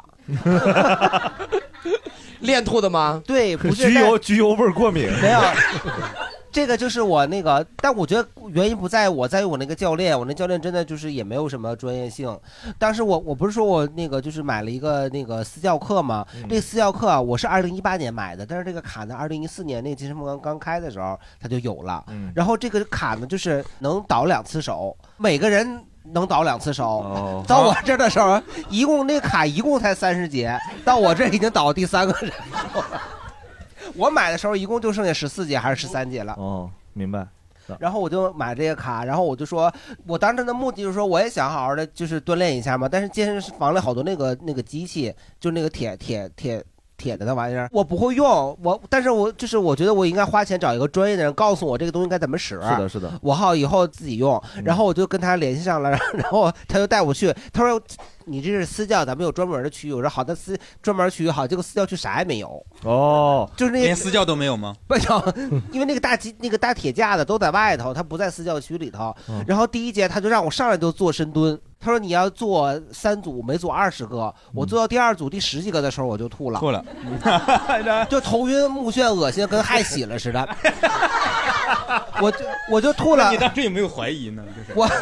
E: 练吐的吗？
D: 对，不是
B: 焗油焗油味过敏。
D: 没有。这个就是我那个，但我觉得原因不在我，在于我那个教练，我那教练真的就是也没有什么专业性。当时我我不是说我那个就是买了一个那个私教课嘛，嗯、这个私教课啊，我是二零一八年买的，但是这个卡呢，二零一四年那个健身房刚开的时候它就有了。嗯、然后这个卡呢，就是能倒两次手，每个人能倒两次手。哦、到我这儿的时候，一共那个卡一共才三十节，到我这已经倒第三个人了。我买的时候一共就剩下十四节还是十三节了。
B: 哦，明白。
D: 然后我就买这个卡，然后我就说，我当时的目的就是说，我也想好好的就是锻炼一下嘛。但是健身房里好多那个那个机器，就那个铁铁铁铁的那玩意儿，我不会用。我，但是我就是我觉得我应该花钱找一个专业的人告诉我这个东西该怎么使。
B: 是的，是的。
D: 我好以后自己用。然后我就跟他联系上了，然后他就带我去，他说。你这是私教，咱们有专门的区域。我说好的，私专门区域好，这个私教区啥也没有。
B: 哦，
D: 就是那个
F: 连私教都没有吗？
D: 不行，因为那个大机那个大铁架子都在外头，他不在私教区里头。嗯、然后第一节他就让我上来就做深蹲，他说你要做三组，每组二十个。我做到第二组第十几个的时候我就吐了，
F: 吐了，
D: 就头晕目眩恶心，跟害喜了似的。我就我就吐了。
F: 你当时有没有怀疑呢？就是
D: 我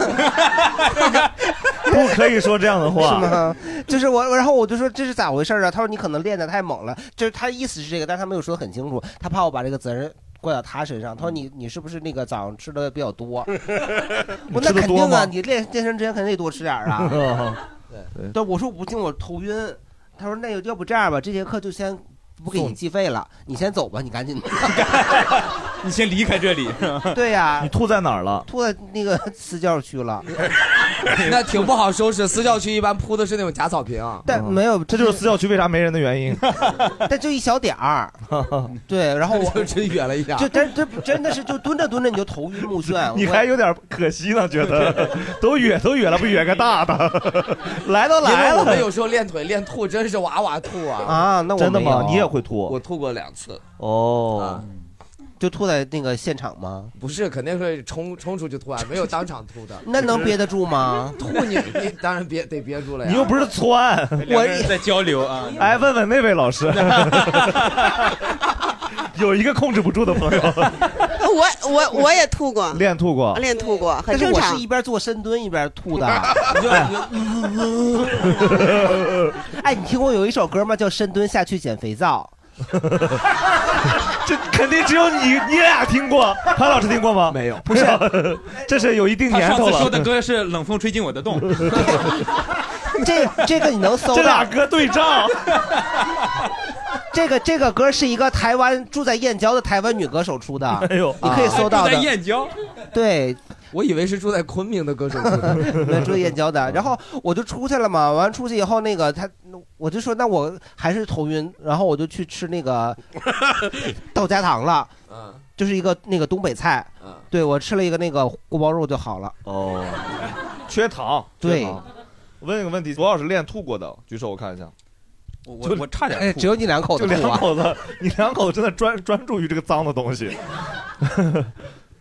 B: 不可以说这样的话，
D: 是吗？就是我，然后我就说这是咋回事啊？他说你可能练得太猛了，就是他意思是这个，但是他没有说得很清楚，他怕我把这个责任怪到他身上。他说你你是不是那个早上吃的比较多？我那肯定啊，你练健身之前肯定得多吃点啊。对，对，我说我不行，我头晕。他说那要不这样吧，这节课就先。不给你计费了，你先走吧，你赶紧，
F: 你先离开这里。
D: 对呀、啊，
B: 你吐在哪儿了？
D: 吐在那个私教区了。
E: 那挺不好收拾。私教区一般铺的是那种假草坪，
D: 但没有，
B: 这就是私教区为啥没人的原因。
D: 但就一小点儿，对，然后我
E: 就真远了一点，
D: 就真真真的是就蹲着蹲着你就头晕目眩。
B: 你还有点可惜呢，觉得都远都远了，不远个大的，来都来了。
E: 我们有时候练腿练吐，真是哇哇吐啊！
D: 啊，那我
B: 真的吗？你也会吐？
E: 我吐过两次。
B: 哦。
E: 啊
D: 就吐在那个现场吗？
E: 不是，肯定会冲冲出去吐啊，没有当场吐的。
D: 那能憋得住吗？
E: 吐你你当然憋得憋住了呀。
B: 你又不是窜，
F: 我在交流啊。
B: 哎，问问那位老师，有一个控制不住的朋友。
W: 我我我也吐过，
B: 练吐过，
W: 练吐过，很正常。
D: 但是我是一边做深蹲一边吐的。哎，你听过有一首歌吗？叫《深蹲下去捡肥皂》。
B: 这肯定只有你你俩听过，潘老师听过吗？
E: 没有，
D: 不是，
B: 这是有一定年头了。
F: 他上次说的歌是《冷风吹进我的洞》。
D: 这这个你能搜到？
B: 这俩歌对仗。
D: 这个这个歌是一个台湾住在燕郊的台湾女歌手出的。
B: 哎呦，
D: 你可以搜到的。
F: 住在燕郊？
D: 对。
E: 我以为是住在昆明的歌手出的，
D: 住在燕郊的。然后我就出去了嘛，完出去以后，那个他，我就说那我还是头晕，然后我就去吃那个豆家糖了，嗯，就是一个那个东北菜，嗯，对我吃了一个那个锅包肉就好了。
B: 哦，缺糖。
D: 对，
B: 我问一个问题，左老师练吐过的，举手我看一下。
F: 我我我差点吐，
D: 哎，只有你两口子，
B: 就两口子，你两口子真的专专注于这个脏的东西。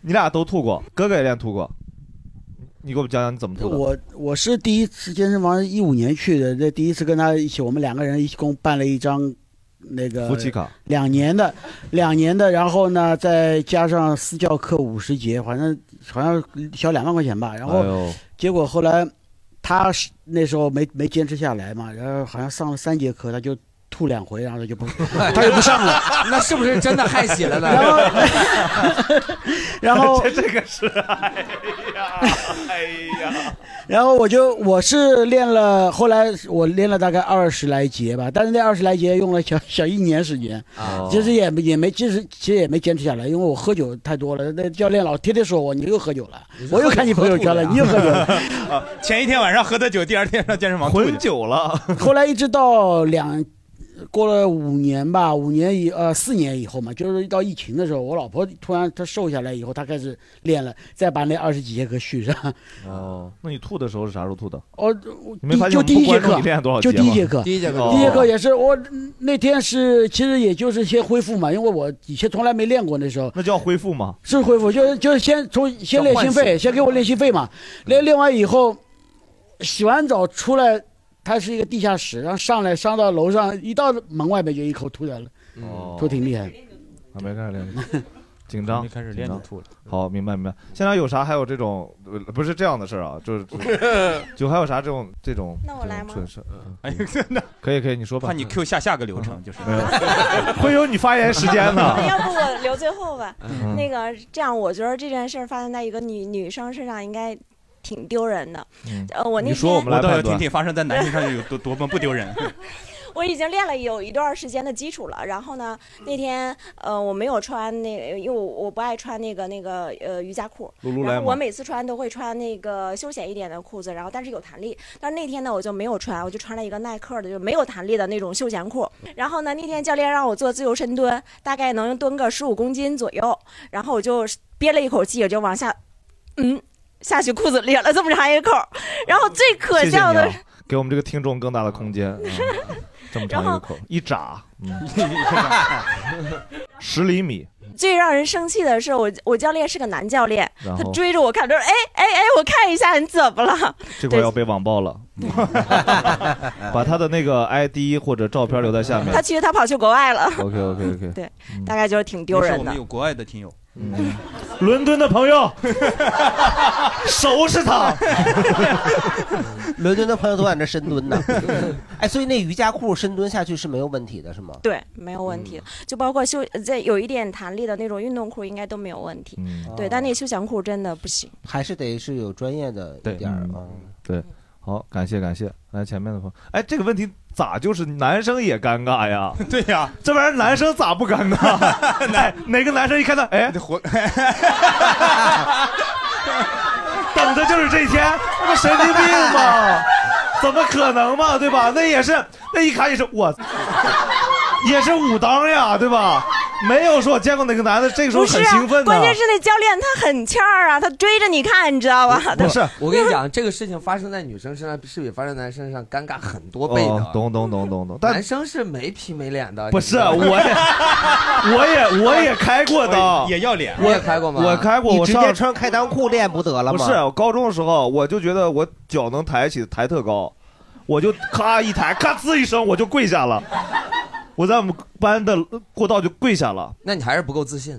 B: 你俩都吐过，哥哥也练吐过，你给我们讲讲你怎么吐的？
X: 我我是第一次健身房一五年去的，这第一次跟他一起，我们两个人一共办了一张那个
B: 夫妻卡，
X: 两年的，两年的，然后呢再加上私教课五十节，反正好像小两万块钱吧。然后结果后来他那时候没没坚持下来嘛，然后好像上了三节课他就吐两回，然后他就不他就不上了。
E: 那是不是真的害喜了呢？
X: 然后然后
B: 这这个是哎呀哎呀，
X: 然后我就我是练了，后来我练了大概二十来节吧，但是那二十来节用了小小一年时间，
E: 哦
X: 其实也没也没其实其实也没坚持下来，因为我喝酒太多了。那教练老天天说我你又喝酒了，我又看你朋友圈了，你又喝酒了。
F: 啊，前一天晚上喝的酒，第二天上健身房
B: 混酒了。
X: 后来一直到两。过了五年吧，五年以呃四年以后嘛，就是到疫情的时候，我老婆突然她瘦下来以后，她开始练了，再把那二十几节课续上。
B: 哦，那你吐的时候是啥时候吐的？
X: 哦，
B: 你没发现
X: 就第一节课
B: 你练多少节吗？
X: 就第一节课，
E: 第一节课，
X: 第一节课也是我那天是其实也就是先恢复嘛，因为我以前从来没练过，那时候
B: 那叫恢复吗？
X: 是恢复，就是就是先从先练心肺，先给我练心肺嘛，练练完以后，洗完澡出来。它是一个地下室，然后上来上到楼上，一到门外面就一口吐掉了，
B: 哦，
X: 吐挺厉害。
B: 还没开始练，紧张，
F: 没开始练就吐了。
B: 好，明白明白。现在有啥还有这种不是这样的事儿啊？就是就还有啥这种这种？
I: 那我来吗？
B: 哎呀，真的可以可以，你说吧。
F: 怕你 Q 下下个流程就是
B: 会有你发言时间呢。
I: 要不我留最后吧。
B: 嗯
I: 那个这样，我觉得这件事儿发生在一个女女生身上应该。挺丢人的，
B: 嗯、
I: 呃，我那天
B: 你说我们来
F: 我倒要听听发生在男生上有多多么不丢人。
I: 我已经练了有一段时间的基础了，然后呢，那天呃我没有穿那个，因为我我不爱穿那个那个呃瑜伽裤，然后我每次穿都会穿那个休闲一点的裤子，然后但是有弹力。但是那天呢我就没有穿，我就穿了一个耐克的，就没有弹力的那种休闲裤。然后呢那天教练让我做自由深蹲，大概能蹲个十五公斤左右，然后我就憋了一口气，我就往下，嗯。下去裤子裂了这么长一个口，然后最可笑的，
B: 谢谢啊、给我们这个听众更大的空间。嗯、这么长一个口，一扎，嗯，十厘米。
I: 最让人生气的是我，我教练是个男教练，他追着我看，他说：“哎哎哎，我看一下你怎么了？”
B: 这块要被网暴了，把他的那个 I D 或者照片留在下面。
I: 他其实他跑去国外了。
B: OK OK OK，
I: 对，嗯、大概就是挺丢人的。
F: 我们有国外的听友。
B: 嗯，伦敦的朋友，收拾他。
D: 伦敦的朋友都在那深蹲呢。哎，所以那瑜伽裤深蹲下去是没有问题的，是吗？
I: 对，没有问题。嗯、就包括休在有一点弹力的那种运动裤，应该都没有问题。嗯、对，但那休闲裤真的不行，
D: 还是得是有专业的一点儿啊。
B: 对。好，感谢感谢，来前面的朋友。哎，这个问题咋就是男生也尴尬呀？
F: 对呀，
B: 这玩意儿男生咋不尴尬？哪哪个男生一看到，哎，
F: 活，
B: 等的就是这一天，那不神经病吗？怎么可能嘛，对吧？那也是，那一看也是我，也是武当呀，对吧？没有说我见过哪个男的这个时候很兴奋的、
I: 啊、关键是那教练他很欠儿啊，他追着你看，你知道吧？
B: 不是，
E: 我跟你讲，这个事情发生在女生身上是比发生在男生身上尴尬很多倍的。
B: 哦、懂懂懂懂懂。
E: 男生是没皮没脸的。
B: 不是，我也，我也，我也开过的，
F: 也要脸。
E: 我也开过吗？
B: 我开过，
D: 你直接穿开裆裤练不得了吗？
B: 不是，我高中的时候我就觉得我脚能抬起，抬特高，我就咔一抬，咔呲一声我就跪下了。我在我们班的过道就跪下了。
E: 那你还是不够自信。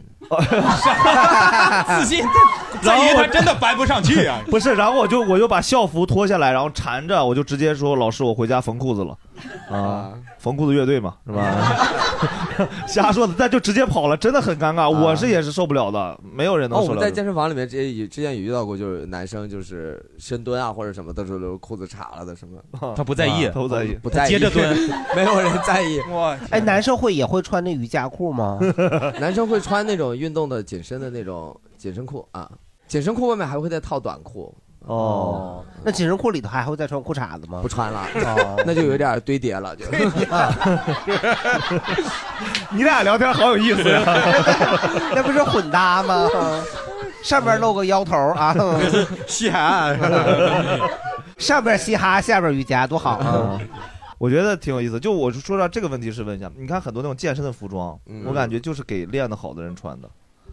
F: 自信在于他真的掰不上去啊。
B: 不是，然后我就我就把校服脱下来，然后缠着，我就直接说老师，我回家缝裤子了。啊，缝裤子乐队嘛，是吧？瞎说的，但就直接跑了，真的很尴尬。我是也是受不了的，没有人能受得了。
E: 哦，我在健身房里面之前之前也遇到过，就是男生就是深蹲啊或者什么的时候裤子岔了的什么，
F: 他不在意，
B: 他不在意，
E: 不在意，
F: 接着蹲，
E: 没有人在意。
F: 哇，
D: 哎，男生会也会穿那瑜伽裤吗？
E: 男生会穿那种运动的紧身的那种紧身裤啊，紧身裤外面还会再套短裤。
D: 哦，那紧身裤里头还会再穿裤衩子吗？
E: 不穿了，哦，那就有点堆叠了。就
B: 你俩聊天好有意思呀，
D: 那不是混搭吗？上边露个腰头啊，
K: 嘻哈，
D: 上边嘻哈，下边瑜伽，多好啊！
B: 我觉得挺有意思。就我说到这个问题是问一下，你看很多那种健身的服装，
E: 嗯、
B: 我感觉就是给练得好的人穿的。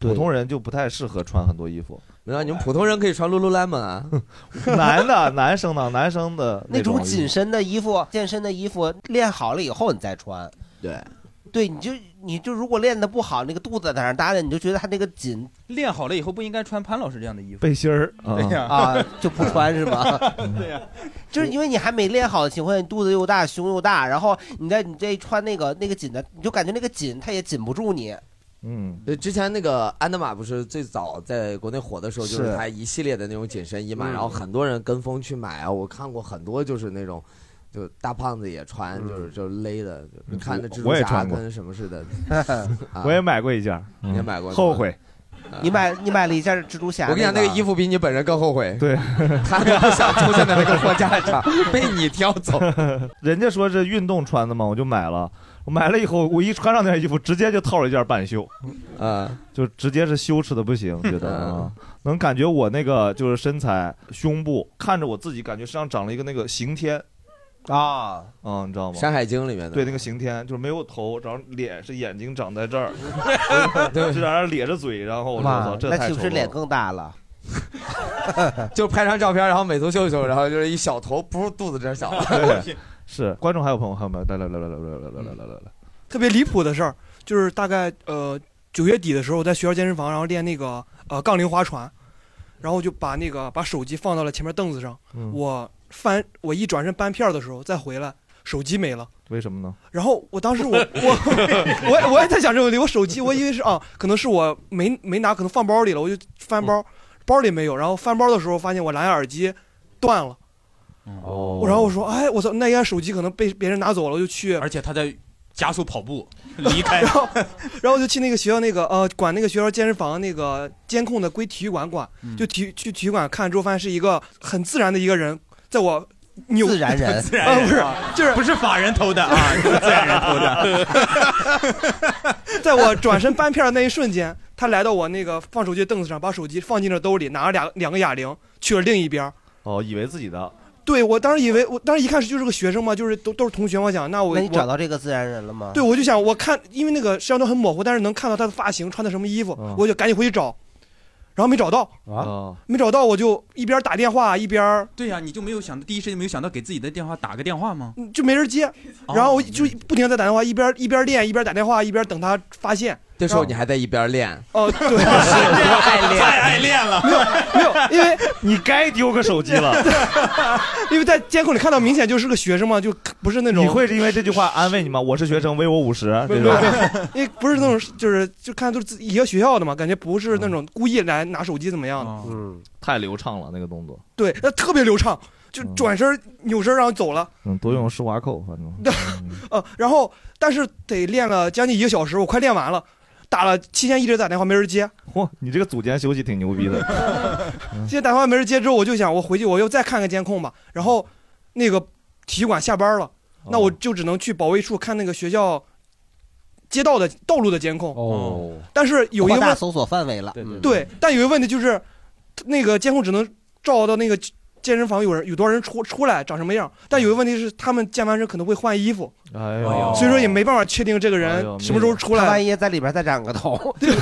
B: 普通人就不太适合穿很多衣服。
E: 没有，你们普通人可以穿 Lululemon 啊。
B: 男的，男生的，男生的
D: 那
B: 种
D: 种紧身的衣服、健身的衣服，练好了以后你再穿。
E: 对，
D: 对，你就你就如果练的不好，那个肚子在那搭着，你就觉得他那个紧。
F: 练好了以后不应该穿潘老师这样的衣服。
B: 背心儿，
F: 对呀
D: 啊，就不穿是吗？
F: 对呀，
D: 就是因为你还没练好的情况下，你肚子又大，胸又大，然后你再你再穿那个那个紧的，你就感觉那个紧它也紧不住你。
B: 嗯，
E: 对，之前那个安德玛不是最早在国内火的时候，就是它一系列的那种紧身衣嘛，
D: 嗯、
E: 然后很多人跟风去买啊。我看过很多就是那种，就大胖子也穿，
B: 嗯、
E: 就是就勒的，就看着蜘
B: 蛛
E: 侠跟什么似的。
B: 啊、我也买过一件，
E: 你也买过，
B: 后悔。
D: 你买你买了一件蜘蛛侠、那
E: 个，我跟你讲，那个衣服比你本人更后悔。
B: 对，
E: 他都不想出现在那个货架上，被你挑走。
B: 人家说是运动穿的嘛，我就买了。我买了以后，我一穿上那件衣服，直接就套了一件半袖，
E: 啊、嗯，
B: 就直接是羞耻的不行，觉得啊，能感觉我那个就是身材、胸部，看着我自己感觉身上长了一个那个刑天。
D: 啊，
B: 嗯，你知道吗？
E: 山海经里面的
B: 对那个刑天，就是没有头，然后脸是眼睛长在这儿，是让人咧着嘴，然后我操，这
D: 那岂不是脸更大了？
E: 就拍张照片，然后美图秀秀，然后就是一小头，不是肚子这小。
B: 是观众还有朋友还有没有？来来来来来来来来来来来，
P: 特别离谱的事儿，就是大概呃九月底的时候，我在学校健身房，然后练那个呃杠铃划船，然后就把那个把手机放到了前面凳子上，
B: 嗯、
P: 我翻我一转身搬片的时候再回来，手机没了。
B: 为什么呢？
P: 然后我当时我我我也我也在想这个问题，我手机我以为是啊，可能是我没没拿，可能放包里了，我就翻包，包里没有，然后翻包的时候发现我蓝牙耳机断了。
B: 哦，
P: 然后我说，哎，我操，那应该手机可能被别人拿走了，我就去，
F: 而且他在加速跑步离开，
P: 然后，然后我就去那个学校那个呃管那个学校健身房那个监控的归体育馆管，
F: 嗯、
P: 就体去体育馆看之后，发现是一个很自然的一个人，在我扭
D: 自然人，
F: 自然人、
P: 呃、不是就是
F: 不是法人偷的啊，是自然人偷
P: 的，在我转身搬片的那一瞬间，他来到我那个放手机的凳子上，把手机放进了兜里，拿了两两个哑铃去了另一边。
B: 哦，以为自己的。
P: 对，我当时以为，我当时一看是就是个学生嘛，就是都都是同学，我想那我
D: 那你找到这个自然人了吗？
P: 对，我就想我看，因为那个摄像头很模糊，但是能看到他的发型，穿的什么衣服，
B: 嗯、
P: 我就赶紧回去找，然后没找到
B: 啊，
P: 没找到，我就一边打电话一边。
F: 对呀、啊，你就没有想到第一时间没有想到给自己的电话打个电话吗？
P: 就没人接，然后我就不停的在打电话，一边一边练一边打电话，一边等他发现。
E: 这时候你还在一边练
P: 哦，对，
E: 多爱练，
F: 太爱练了。
P: 没有没有，因为
B: 你该丢个手机了，
P: 因为在监控里看到明显就是个学生嘛，就不是那种。
B: 你会因为这句话安慰你吗？我是学生，微我五十。
P: 没有没有，因为不是那种，就是就看都是自己一个学校的嘛，感觉不是那种故意来拿手机怎么样的。
B: 嗯，太流畅了那个动作。
P: 对，那特别流畅。就转身扭身然后走了，
B: 嗯，多用施华蔻，反正，
P: 呃，然后但是得练了将近一个小时，我快练完了，打了期间一直打电话没人接。
B: 嚯，你这个组间休息挺牛逼的。
P: 期间打电话没人接之后，我就想我回去我又再看看监控吧。然后那个体育馆下班了，哦、那我就只能去保卫处看那个学校街道的道路的监控。
D: 哦，
P: 但是有一个
D: 大搜索范围了。
P: 对对对，但有一个问题就是，那个监控只能照到那个。健身房有人有多少人出出来长什么样？但有一个问题是，他们健完身可能会换衣服，
B: 哎呦，
P: 所以说也没办法确定这个人什么时候出来。
D: 他万一在里边再长个头，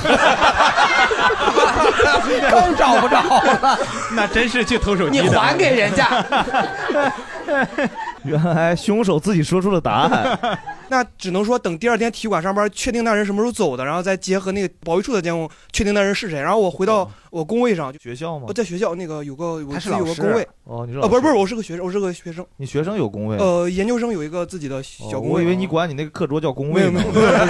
D: 更找不着了。
F: 那真是去偷手机的，
E: 你还给人家。
B: 原来凶手自己说出了答案。
P: 那只能说等第二天体育馆上班，确定那人什么时候走的，然后再结合那个保卫处的监控，确定那人是谁。然后我回到我工位上，
B: 学校吗？
P: 我在学校那个有个
D: 他是
P: 有个工位。
B: 哦，你是
P: 哦，不是不是，我是个学生，我是个学生。
B: 你学生有工位？
P: 呃，研究生有一个自己的小工位。
B: 我以为你管你那个课桌叫工位呢。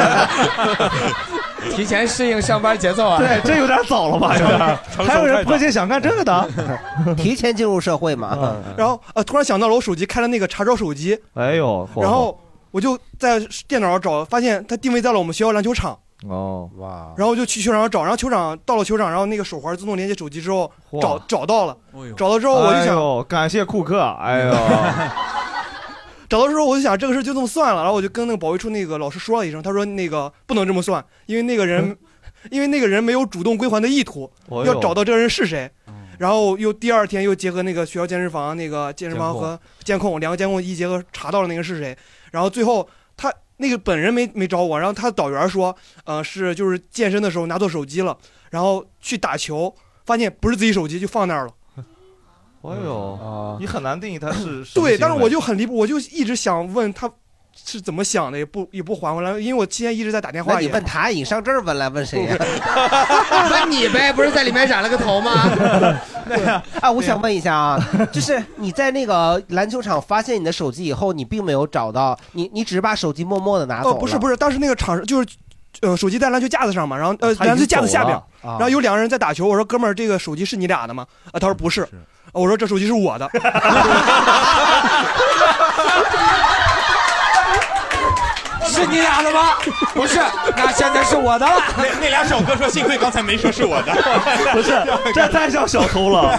E: 提前适应上班节奏啊！
B: 对，这有点早了吧？有点。还有人迫切想干这个的，
D: 提前进入社会嘛。
P: 然后呃，突然想到了，我手机开了那个查找手机。
B: 哎呦！
P: 然后我就在电脑上找，发现它定位在了我们学校篮球场。
B: 哦，
P: 哇！然后就去球场上找，然后球场到了球场，然后那个手环自动连接手机之后，找找到了。找到之后我就想，
B: 感谢库克。哎呦！
P: 找到之后我就想这个事就这么算了，然后我就跟那个保卫处那个老师说了一声，他说那个不能这么算，因为那个人，因为那个人没有主动归还的意图，要找到这个人是谁。然后又第二天又结合那个学校健身房那个健身房和监控两个监控一结合查到了那个是谁，然后最后他那个本人没没找我，然后他导员说，呃，是就是健身的时候拿错手机了，然后去打球，发现不是自己手机，就放那儿了。
B: 哎呦，你很难定义他是
P: 对，但是我就很离谱，我就一直想问他是怎么想的，也不也不还回来，因为我之前一直在打电话。
D: 那你问他，你上这儿问来问谁呀？
E: 问你呗，不是在里面染了个头吗？
D: 对啊，啊，我想问一下啊，就是你在那个篮球场发现你的手机以后，你并没有找到你，你只是把手机默默的拿走了。
P: 哦，不是不是，当时那个场就是。呃，手机在篮球架子上嘛，然后呃，篮球架子下边，
B: 啊、
P: 然后有两个人在打球。我说：“哥们儿，这个手机是你俩的吗？”啊，他说：“不是。”我说：“这手机是我的。”
F: 是你俩的吗？不是，那现在是我的了。那那俩小哥说：“幸亏刚才没说是我的。”
B: 不是，这太像小偷了。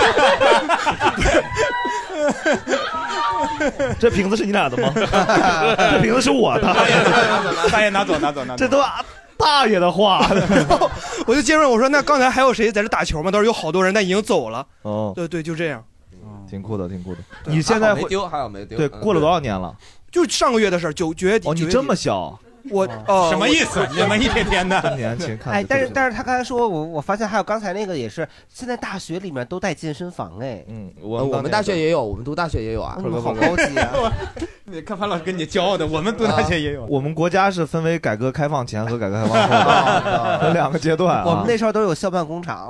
B: 这瓶子是你俩的吗？这瓶子是我的。
F: 大爷拿走，拿走，拿走。
B: 这都大爷的话。
P: 我就接着问我说：“那刚才还有谁在这打球吗？”他说：“有好多人，但已经走了。”
B: 哦，
P: 对对，就这样。
B: 挺酷的，挺酷的。你现在
E: 没丢，还有没丢？
B: 对，过了多少年了？
P: 就上个月的事儿，九九月底。
B: 哦，你这么小。
P: 我哦，
F: 什么意思？你们一天天的，
B: 真年轻。
D: 哎，但是但是他刚才说，我我发现还有刚才那个也是，现在大学里面都带健身房哎。
B: 嗯，
E: 我我们大学也有，我们读大学也有啊。
D: 你们好高级啊！
F: 你看樊老师跟你骄傲的，我们读大学也有。
B: 我们国家是分为改革开放前和改革开放后的分两个阶段。
D: 我们那时候都有校办工厂。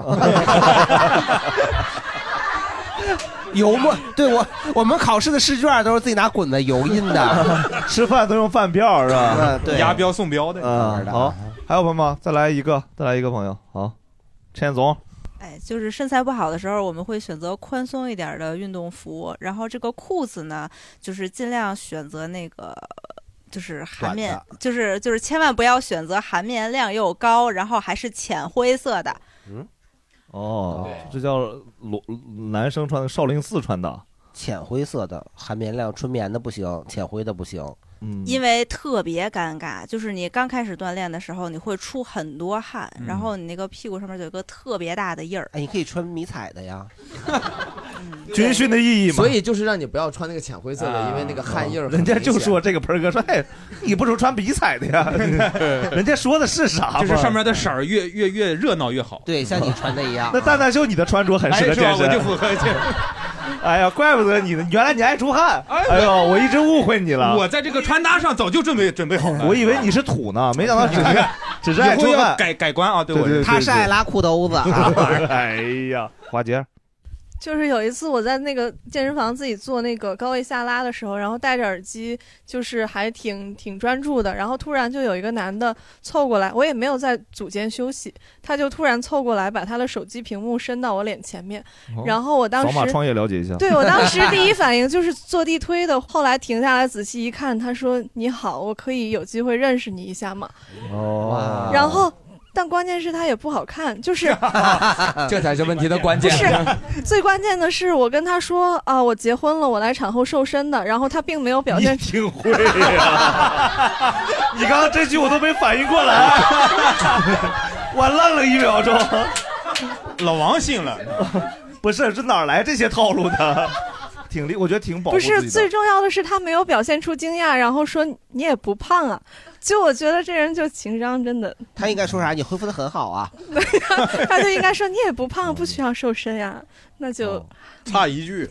D: 油墨，对我我们考试的试卷都是自己拿滚子油印的，
B: 吃饭都用饭票是吧？
D: 嗯，对，
F: 押标送标的。
B: 嗯，好，还有朋友吗？再来一个，再来一个朋友。好，陈总。
L: 哎，就是身材不好的时候，我们会选择宽松一点的运动服，然后这个裤子呢，就是尽量选择那个。就是含棉，就是就是千万不要选择含棉量又高，然后还是浅灰色的。
B: 嗯。哦，这叫裸男生穿的少林寺穿的，
D: 浅灰色的含棉量，纯棉的不行，浅灰的不行。
B: 嗯，
L: 因为特别尴尬，就是你刚开始锻炼的时候，你会出很多汗，嗯、然后你那个屁股上面有一个特别大的印儿。
D: 哎，你可以穿迷彩的呀。
B: 军训的意义嘛，
E: 所以就是让你不要穿那个浅灰色的，啊、因为那个汗印儿。
B: 人家就说这个盆哥说，哎，你不如穿迷彩的呀。人家说的是啥？
F: 就是上面的色儿越越越热闹越好。
D: 对，像你穿的一样。
B: 那蛋蛋秀你的穿着很适合健身，
F: 我就符合这。
B: 哎呀，怪不得你呢！原来你爱出汗。哎呦，我一直误会你了。
F: 我在这个穿搭上早就准备准备好了。
B: 我以为你是土呢，没想到只是只是爱出汗。
F: 改改观啊！对我，
D: 他是爱拉裤兜子。
B: 哎呀，华姐。
V: 就是有一次我在那个健身房自己做那个高位下拉的时候，然后戴着耳机，就是还挺挺专注的。然后突然就有一个男的凑过来，我也没有在组间休息，他就突然凑过来，把他的手机屏幕伸到我脸前面。哦、然后我当时
B: 扫码创业了解一下。
V: 对，我当时第一反应就是坐地推的，后来停下来仔细一看，他说：“你好，我可以有机会认识你一下吗？”
B: 哦，
V: 然后。但关键是它也不好看，就是
E: 这才是问题的关键。
V: 不是，最关键的是我跟他说啊，我结婚了，我来产后瘦身的，然后他并没有表现。
B: 你挺会呀！你刚刚这句我都没反应过来，我愣了一秒钟。
F: 老王信了，
B: 不是，这哪来这些套路的？挺厉，我觉得挺保护自己的。
V: 不是，最重要的是他没有表现出惊讶，然后说你也不胖啊。就我觉得这人就情商真的，
D: 他应该说啥？你恢复的很好啊。
V: 他就应该说你也不胖，不需要瘦身呀。那就、哦、
K: 差一句。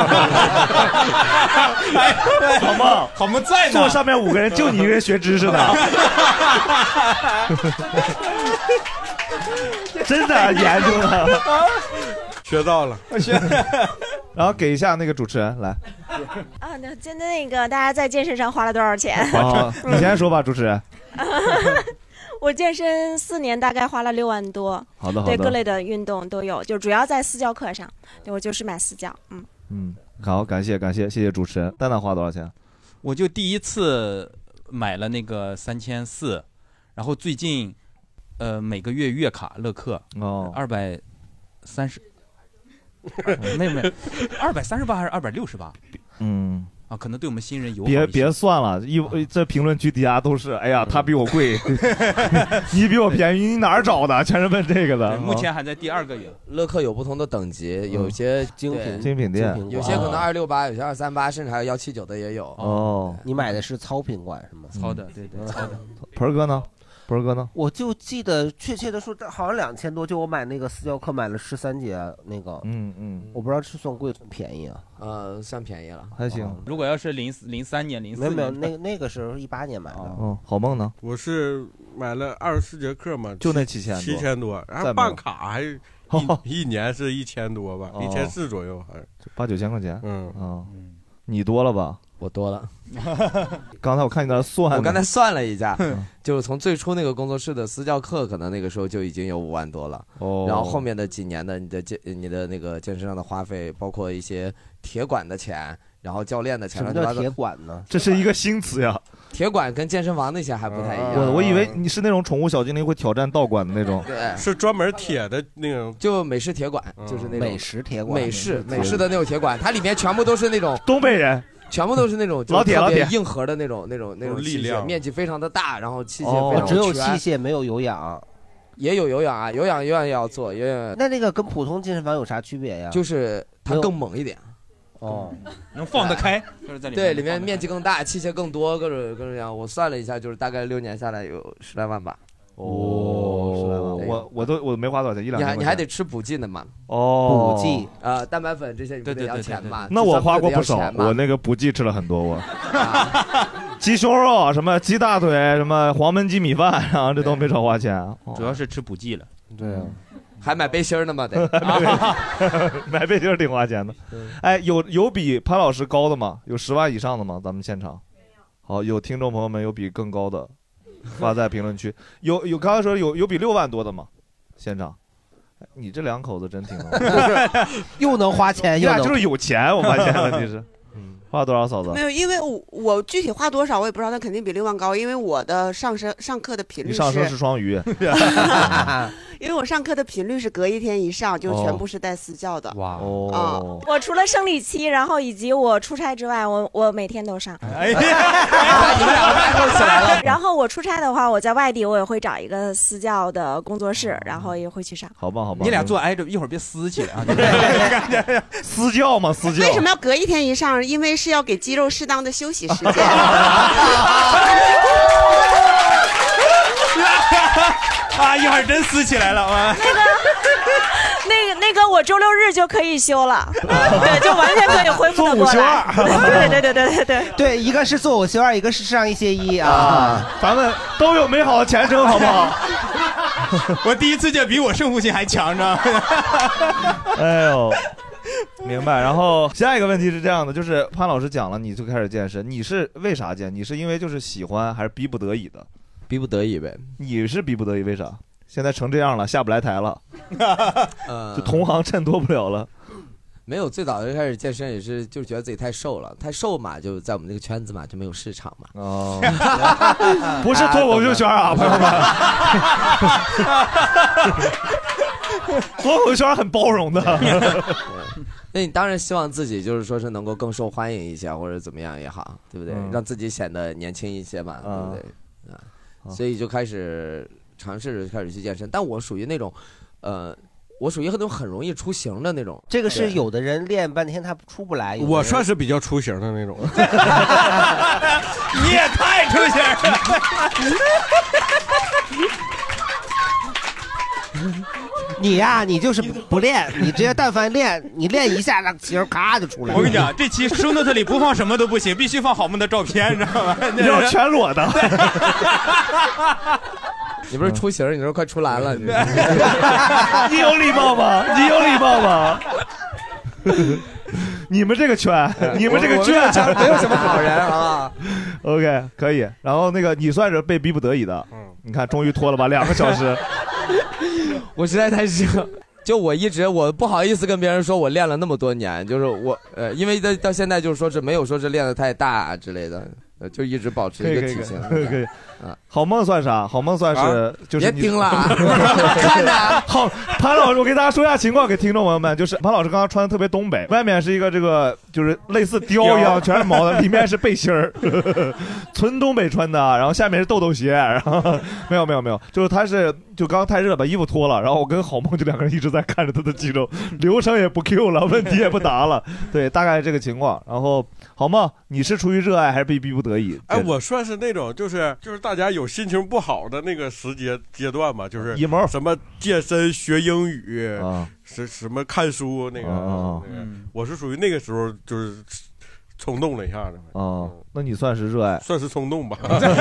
B: 好嘛，
F: 好嘛，在呢。
B: 坐上面五个人，就你一个人学知识的。真的研究了。
K: 学到了。
B: 然后给一下那个主持人来。
I: 啊，那今天那个大家在健身上花了多少钱？
B: 哦，你先说吧，主持人。
I: 我健身四年，大概花了六万多。
B: 好的，好
I: 的。对各类的运动都有，就主要在私教课上。对我就是买私教，嗯
B: 嗯，好，感谢感谢谢谢主持人。蛋蛋花多少钱？
F: 我就第一次买了那个三千四，然后最近呃每个月月卡乐课
B: 哦
F: 二百三十。没有没有，二百三十八还是二百六十八？
B: 嗯，
F: 啊，可能对我们新人友好。
B: 别别算了，一这评论区底下都是，哎呀，他比我贵，你比我便宜，你哪儿找的？全是问这个的。
F: 目前还在第二个月。
E: 乐客有不同的等级，有些
D: 精品
B: 精品店，
E: 有些可能二六八，有些二三八，甚至还有幺七九的也有。
B: 哦，
D: 你买的是糙品管是吗？
F: 糙的，对对，糙的。
B: 盆儿哥呢？盆儿哥呢？
D: 我就记得确切的说，好像两千多，就我买那个私教课买了十三节那个，
B: 嗯嗯，
D: 我不知道是算贵算便宜啊。
E: 呃，算便宜了，
B: 还行。
F: 如果要是零零三年、零四年，
D: 没有没有，那那个时候一八年买的。
B: 嗯，好梦呢？
K: 我是买了二十四节课嘛，
B: 就那七千多，
K: 七千多，然后办卡还一一年是一千多吧，一千四左右还是
B: 八九千块钱。
K: 嗯
B: 啊，你多了吧？
E: 我多了。
B: 刚才我看你在那算，
E: 我刚才算了一下，就是从最初那个工作室的私教课，可能那个时候就已经有五万多了。
B: 哦，
E: 然后后面的几年的你的健你的那个健身上的花费，包括一些铁管的钱，然后教练的钱。
D: 什么叫铁管呢？
B: 这是一个新词呀。
E: 铁管跟健身房那些还不太一样。
B: 我我以为你是那种宠物小精灵会挑战道馆的那种。
E: 对，
K: 是专门铁的那种，
E: 就美式铁管，就是那种
D: 美式铁管，
E: 美式美式的那种铁管，它里面全部都是那种
B: 东北人。
E: 全部都是那种
B: 老铁老铁
E: 硬核的那种那种那种
K: 力量，
E: 面积非常的大，然后器械非常
D: 只有器械没有有氧，
E: 也有有氧啊，有氧有氧也要做，有氧。
D: 那那个跟普通健身房有啥区别呀？
E: 就是它更猛一点。
D: 哦，
F: 能放得开，就是在里面。
E: 对，里面面积更大，器械更多，各种各种各样。我算了一下，就是大概六年下来有十来万吧。
B: 哦，十来万，我我都我没花多少钱，一两千。
E: 你还你还得吃补剂呢嘛？
B: 哦，
D: 补剂
E: 啊，蛋白粉这些你不得要钱嘛？
B: 那我花过不少，我那个补剂吃了很多，我鸡胸肉、什么鸡大腿、什么黄焖鸡米饭，然后这都没少花钱。
F: 主要是吃补剂了。
B: 对啊，
E: 还买背心呢嘛？得
B: 买背心挺花钱的。哎，有有比潘老师高的吗？有十万以上的吗？咱们现场。好，有听众朋友们有比更高的。发在评论区，有有刚才说有有比六万多的吗？现场，你这两口子真挺能，
D: 又能花钱，又
B: 能就是有钱，我发现问题是，嗯，花多少嫂子？
W: 没有，因为我我具体花多少我也不知道，但肯定比六万高，因为我的上升上课的频率是，
B: 你上升是双鱼，
W: 因为我上课的频率是隔一天一上，就全部是带私教的。
B: 哇
W: 哦，
I: 我除了生理期，然后以及我出差之外，我我每天都上。
E: 哎呀，你们两个搭够起来了。
I: 然后我出差的话，我在外地，我也会找一个私教的工作室，然后也会去上。
B: 好棒好棒！
F: 你俩坐挨着，一会儿别撕起来啊！
B: 私教嘛，私教。
W: 为什么要隔一天一上？因为是要给肌肉适当的休息时间。
F: 啊！一会儿真撕起来了啊！
I: 那个、那个、那个，我周六日就可以休了，对，就完全可以恢复的过来。对对对对对对
D: 对，一个是做五休二，一个是上一歇一啊，
B: 咱们都有美好的前程，好不好？
F: 我第一次见比我胜负心还强，知道吗？
B: 哎呦。明白，然后下一个问题是这样的，就是潘老师讲了，你就开始健身，你是为啥健？你是因为就是喜欢，还是逼不得已的？
E: 逼不得已呗。
B: 你是逼不得已，为啥？现在成这样了，下不来台了，
E: 呃，
B: 就同行衬托不了了。
E: 没有，最早就开始健身也是，就觉得自己太瘦了，太瘦嘛，就在我们这个圈子嘛，就没有市场嘛。
B: 哦，不是脱口秀圈啊，朋友们。脱口秀圈很包容的。
E: 那你当然希望自己就是说是能够更受欢迎一些，或者怎么样也好，对不对？
B: 嗯、
E: 让自己显得年轻一些嘛，对不对？啊，所以就开始尝试开始去健身，但我属于那种，呃。我属于那种很容易出型的那种，
D: 这个是有的人练半天他出不来。
K: 我算是比较出型的那种。
F: 你也太出型了。
D: 你呀、啊，你就是不练，你直接但凡练，你练一下，那型咔就出来了。
F: 我跟你讲，这期收 note 里不放什么都不行，必须放好梦的照片，你知道吗？
B: 你要全裸的。
E: 你不是出型，你说快出栏了。你,
B: 你有礼貌吗？你有礼貌吗？你们这个圈，你们这个圈
E: 没有什么好人啊。
B: OK， 可以。然后那个你算是被逼不得已的，嗯，你看终于拖了吧两个小时。
E: 我实在太行，就我一直我不好意思跟别人说我练了那么多年，就是我呃，因为到到现在就是说是没有说是练得太大之类的。 呃，就一直保持一个体型。
B: 可以可以。
E: 啊，
B: 好梦算啥？好梦算是就是
E: 别盯了，看着。
B: 好，潘老师，我给大家说一下情况，给听众朋友们，就是潘老师刚刚穿的特别东北，外面是一个这个就是类似貂一样全是毛的，里面是背心儿，纯东北穿的，然后下面是豆豆鞋，然后没有没有没有，就是他是就刚刚太热把衣服脱了，然后我跟好梦就两个人一直在看着他的肌肉，流程也不 Q 了，问题也不答了，对，大概这个情况。然后好梦，你是出于热爱还是被逼不得已？
K: 哎，我算是那种就是就是大家有心情不好的那个时节阶段嘛，就是什么健身、学英语，
B: 啊，
K: 是什么看书那个，
B: 啊
K: 那个我是属于那个时候就是冲动了一下的。
B: 哦，那你算是热爱，
K: 算是冲动吧。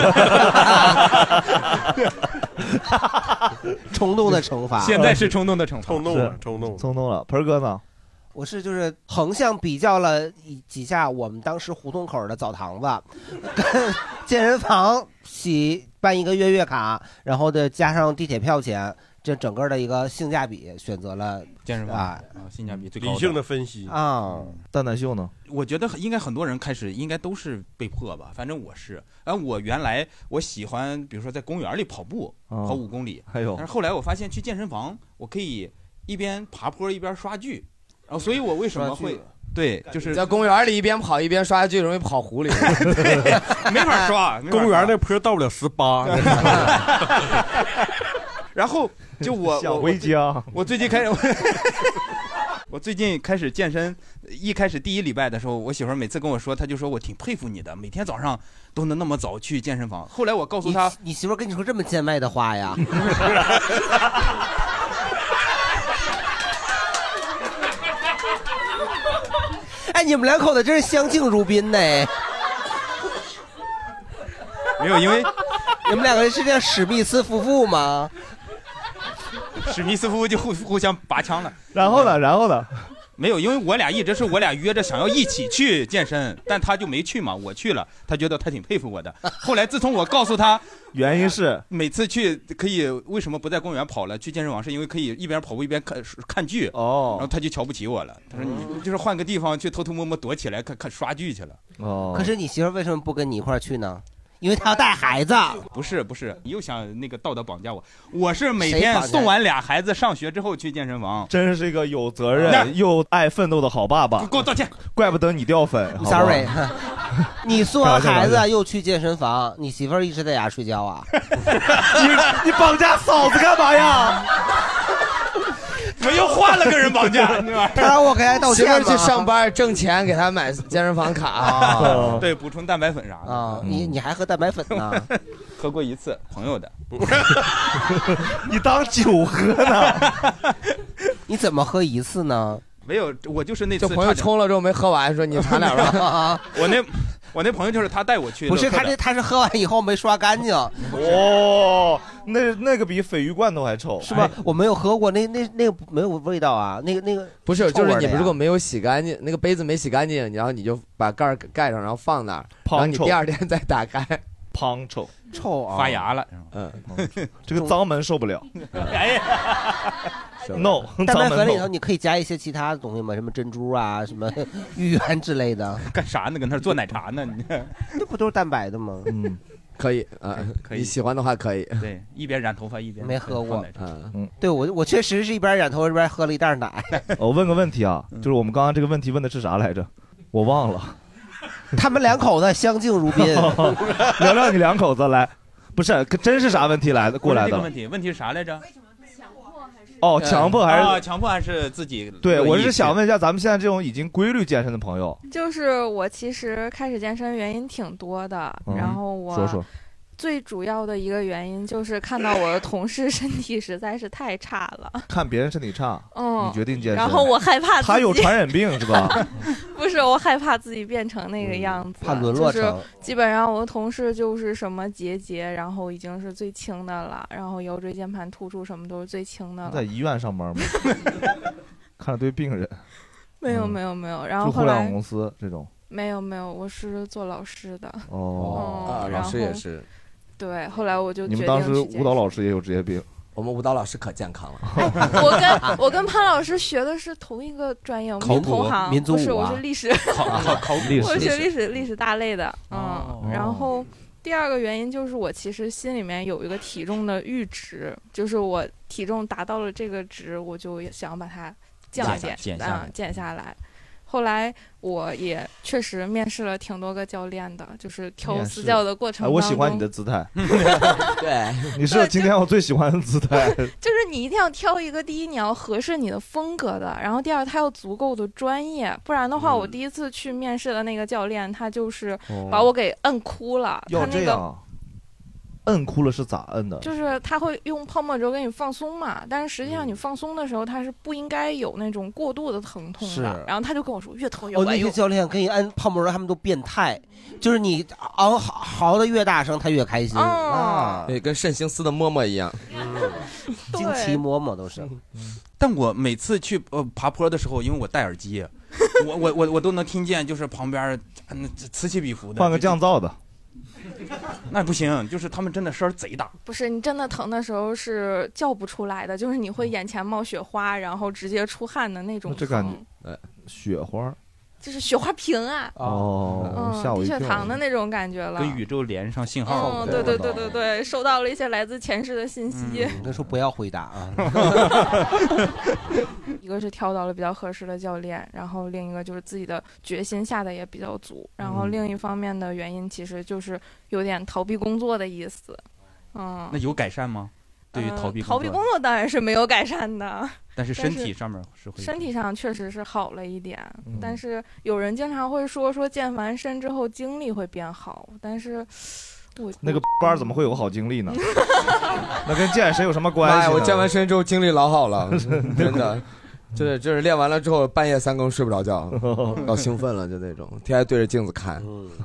D: 冲动的惩罚，
F: 现在是冲动的惩罚，
K: 冲动了，冲动，
B: 冲动了。盆儿哥呢？
D: 我是就是横向比较了几下我们当时胡同口的澡堂子，跟健身房洗办一个月月卡，然后的加上地铁票钱，这整个的一个性价比，选择了
F: 健身房
D: 啊，
F: 性价比最高的。
K: 理性的分析
D: 啊。
B: 蛋蛋秀呢？
F: 我觉得应该很多人开始应该都是被迫吧，反正我是。啊，我原来我喜欢，比如说在公园里跑步，
B: 哦、
F: 跑五公里。
B: 还有，
F: 但是后来我发现去健身房，我可以一边爬坡一边刷剧。然后，所以我为什么会对，就是
E: 在公园里一边跑一边刷剧，容易跑湖里，
F: 对，没法刷。没法刷
K: 公园那坡到不了十八。
F: 然后就我
B: 小回家，
F: 我最近开始，我最近开始健身。一开始第一礼拜的时候，我媳妇儿每次跟我说，她就说我挺佩服你的，每天早上都能那么早去健身房。后来我告诉她，
D: 你媳妇儿跟你说这么见外的话呀？哎，你们两口子真是相敬如宾呢。
F: 没有，因为
D: 你们两个人是这样史密斯夫妇吗？
F: 史密斯夫妇就互互相拔枪了。
B: 然后呢？然后呢？
F: 没有，因为我俩一直是我俩约着想要一起去健身，但他就没去嘛，我去了，他觉得他挺佩服我的。后来自从我告诉他，
B: 原因是
F: 每次去可以为什么不在公园跑了，去健身房是因为可以一边跑步一边看看剧
B: 哦，
F: 然后他就瞧不起我了，他说你就是换个地方去偷偷摸摸躲起来看看刷剧去了。
B: 哦，
D: 可是你媳妇为什么不跟你一块儿去呢？因为他要带孩子。
F: 不是不是，你又想那个道德绑架我？我是每天送完俩孩子上学之后去健身房。
B: 真是一个有责任又爱奋斗的好爸爸。
F: 给我道歉！
B: 怪不得你掉粉。
D: Sorry， 你送完孩子又去健身房，你媳妇儿一直在家睡觉啊？
B: 你你绑架嫂子干嘛呀？
F: 怎么又换了个人绑架？
D: 他让我给他道歉吗？
E: 媳妇去上班挣钱，给他买健身房卡，
F: 啊、对，补充蛋白粉啥的
D: 啊。你你还喝蛋白粉呢？
F: 喝过一次，朋友的。
B: 你当酒喝呢？
D: 你怎么喝一次呢？
F: 没有，我就是那次
E: 就朋友冲了之后没喝完，说你尝点吧。
F: 我那我那朋友就是他带我去，
D: 不是他这他是喝完以后没刷干净。
B: 哦，那那个比鲱鱼罐头还臭，
D: 是吧？我没有喝过，那那那个没有味道啊，那个那个
E: 不是，就是你们如果没有洗干净，那个杯子没洗干净，然后你就把盖盖上，然后放那儿，然后你第二天再打开，
B: 胖臭
D: 臭啊，
F: 发芽了，
E: 嗯，
B: 这个脏门受不了。
F: 哎呀。
B: no，
D: 蛋白粉里头你可以加一些其他的东西吗？什么珍珠啊，什么芋圆之类的。
F: 干啥呢？搁那儿做奶茶呢？你
D: 这不都是蛋白的吗？
B: 嗯，
E: 可以啊，
F: 可以。
E: 你喜欢的话可以。
F: 对，一边染头发一边
D: 没喝过。
B: 嗯，
D: 对我我确实是一边染头发一边喝了一袋奶。
B: 我问个问题啊，就是我们刚刚这个问题问的是啥来着？我忘了。
D: 他们两口子相敬如宾。
B: 聊聊你两口子来，不是真是啥问题来的过来的？
F: 这个问题问题是啥来着？
B: 哦，强迫还是、
F: 啊、强迫还是自己？
B: 对，我是想问一下，咱们现在这种已经规律健身的朋友，
T: 就是我其实开始健身原因挺多的，嗯、然后我
B: 说说。
T: 最主要的一个原因就是看到我的同事身体实在是太差了，
B: 看别人身体差，
T: 嗯，
B: 你决定健身，
T: 然后我害怕自己
B: 他有传染病是吧？
T: 不是，我害怕自己变成那个样子，
D: 怕沦落成。
T: 就是基本上我的同事就是什么结节，然后已经是最轻的了，然后腰椎间盘突出什么都是最轻的了。
B: 在医院上班吗？看了堆病人。
T: 没有没有没有，然后
B: 后来互联网公司这种。
T: 没有没有，我是做老师的。
B: 哦，
E: 啊，老师也是。
T: 对，后来我就
B: 你们当时舞蹈老师也有职业病。
E: 我们舞蹈老师可健康了。
T: 我跟我跟潘老师学的是同一个专业，我们同行，
D: 民族舞啊、
T: 不是，我是历史，
A: 考考考历史，
T: 我是历史历史大类的，嗯，哦、然后。第二个原因就是我其实心里面有一个体重的阈值，就是我体重达到了这个值，我就想把它降一点，
F: 减下
T: 啊，减下来。后来我也确实面试了挺多个教练的，就是挑私教的过程当中、
B: 哎、我喜欢你的姿态。
E: 对，
B: 你是今天我最喜欢的姿态。
T: 就是你一定要挑一个，第一你要合适你的风格的，然后第二他要足够的专业，不然的话，我第一次去面试的那个教练，他就是把我给摁哭了。
B: 要、
T: 哦、
B: 这样。摁哭了是咋摁的？
T: 就是他会用泡沫轴给你放松嘛，但是实际上你放松的时候，他是不应该有那种过度的疼痛的。然后他就跟我说，越疼越管用。
D: 哦，那些教练给你按泡沫轴，他们都变态，就是你嗷嚎的越大声，他越开心。
T: 哦、
D: 啊，
E: 对，跟肾星司的嬷嬷一样，
D: 惊奇嬷嬷都是。
F: 但我每次去呃爬坡的时候，因为我戴耳机，我我我我都能听见，就是旁边那此起彼伏的。
B: 换个降噪的。
F: 那不行，就是他们真的声儿贼大。
T: 不是，你真的疼的时候是叫不出来的，就是你会眼前冒雪花，然后直接出汗的那种疼。
B: 这感觉，呃，雪花。
T: 就是雪花屏啊！
B: 哦，吓、嗯、
T: 我一跳！低血糖的那种感觉了，
F: 跟宇宙连上信号。
T: 嗯，对对对对对，收到了一些来自前世的信息。
D: 嗯、那时候不要回答啊。
T: 一个是挑到了比较合适的教练，然后另一个就是自己的决心下的也比较足，然后另一方面的原因其实就是有点逃避工作的意思。嗯，
F: 那有改善吗？对于逃避工作、
T: 呃、逃避工作当然是没有改善的，
F: 但是身体上面是会，
T: 身体上确实是好了一点、
B: 嗯，
T: 但是有人经常会说说健完身之后精力会变好，但是我
B: 那个班怎么会有好精力呢？那跟健身有什么关系？
E: 我健完身之后精力老好了，真的。就是就是练完了之后半夜三更睡不着觉，老兴奋了就那种，天天对着镜子看。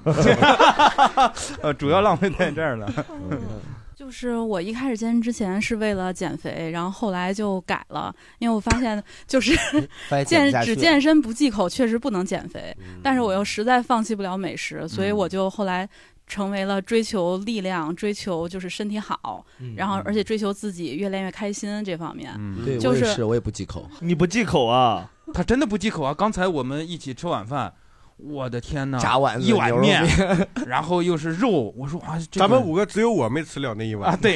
F: 呃，主要浪费在这儿了。
N: 就是我一开始健身之前是为了减肥，然后后来就改了，因为我发现就是健只健身不忌口确实不能减肥，但是我又实在放弃不了美食，所以我就后来成为了追求力量，追求就是身体好，嗯、然后而且追求自己越练越开心这方面。
E: 嗯，对，
N: 就是
E: 我也是，我也不忌口。
B: 你不忌口啊？
F: 他真的不忌口啊！刚才我们一起吃晚饭。我的天哪！
E: 炸丸子
F: 一碗面，然后又是肉。我说啊，这
K: 个、咱们五个只有我没吃了那一碗
F: 啊！对，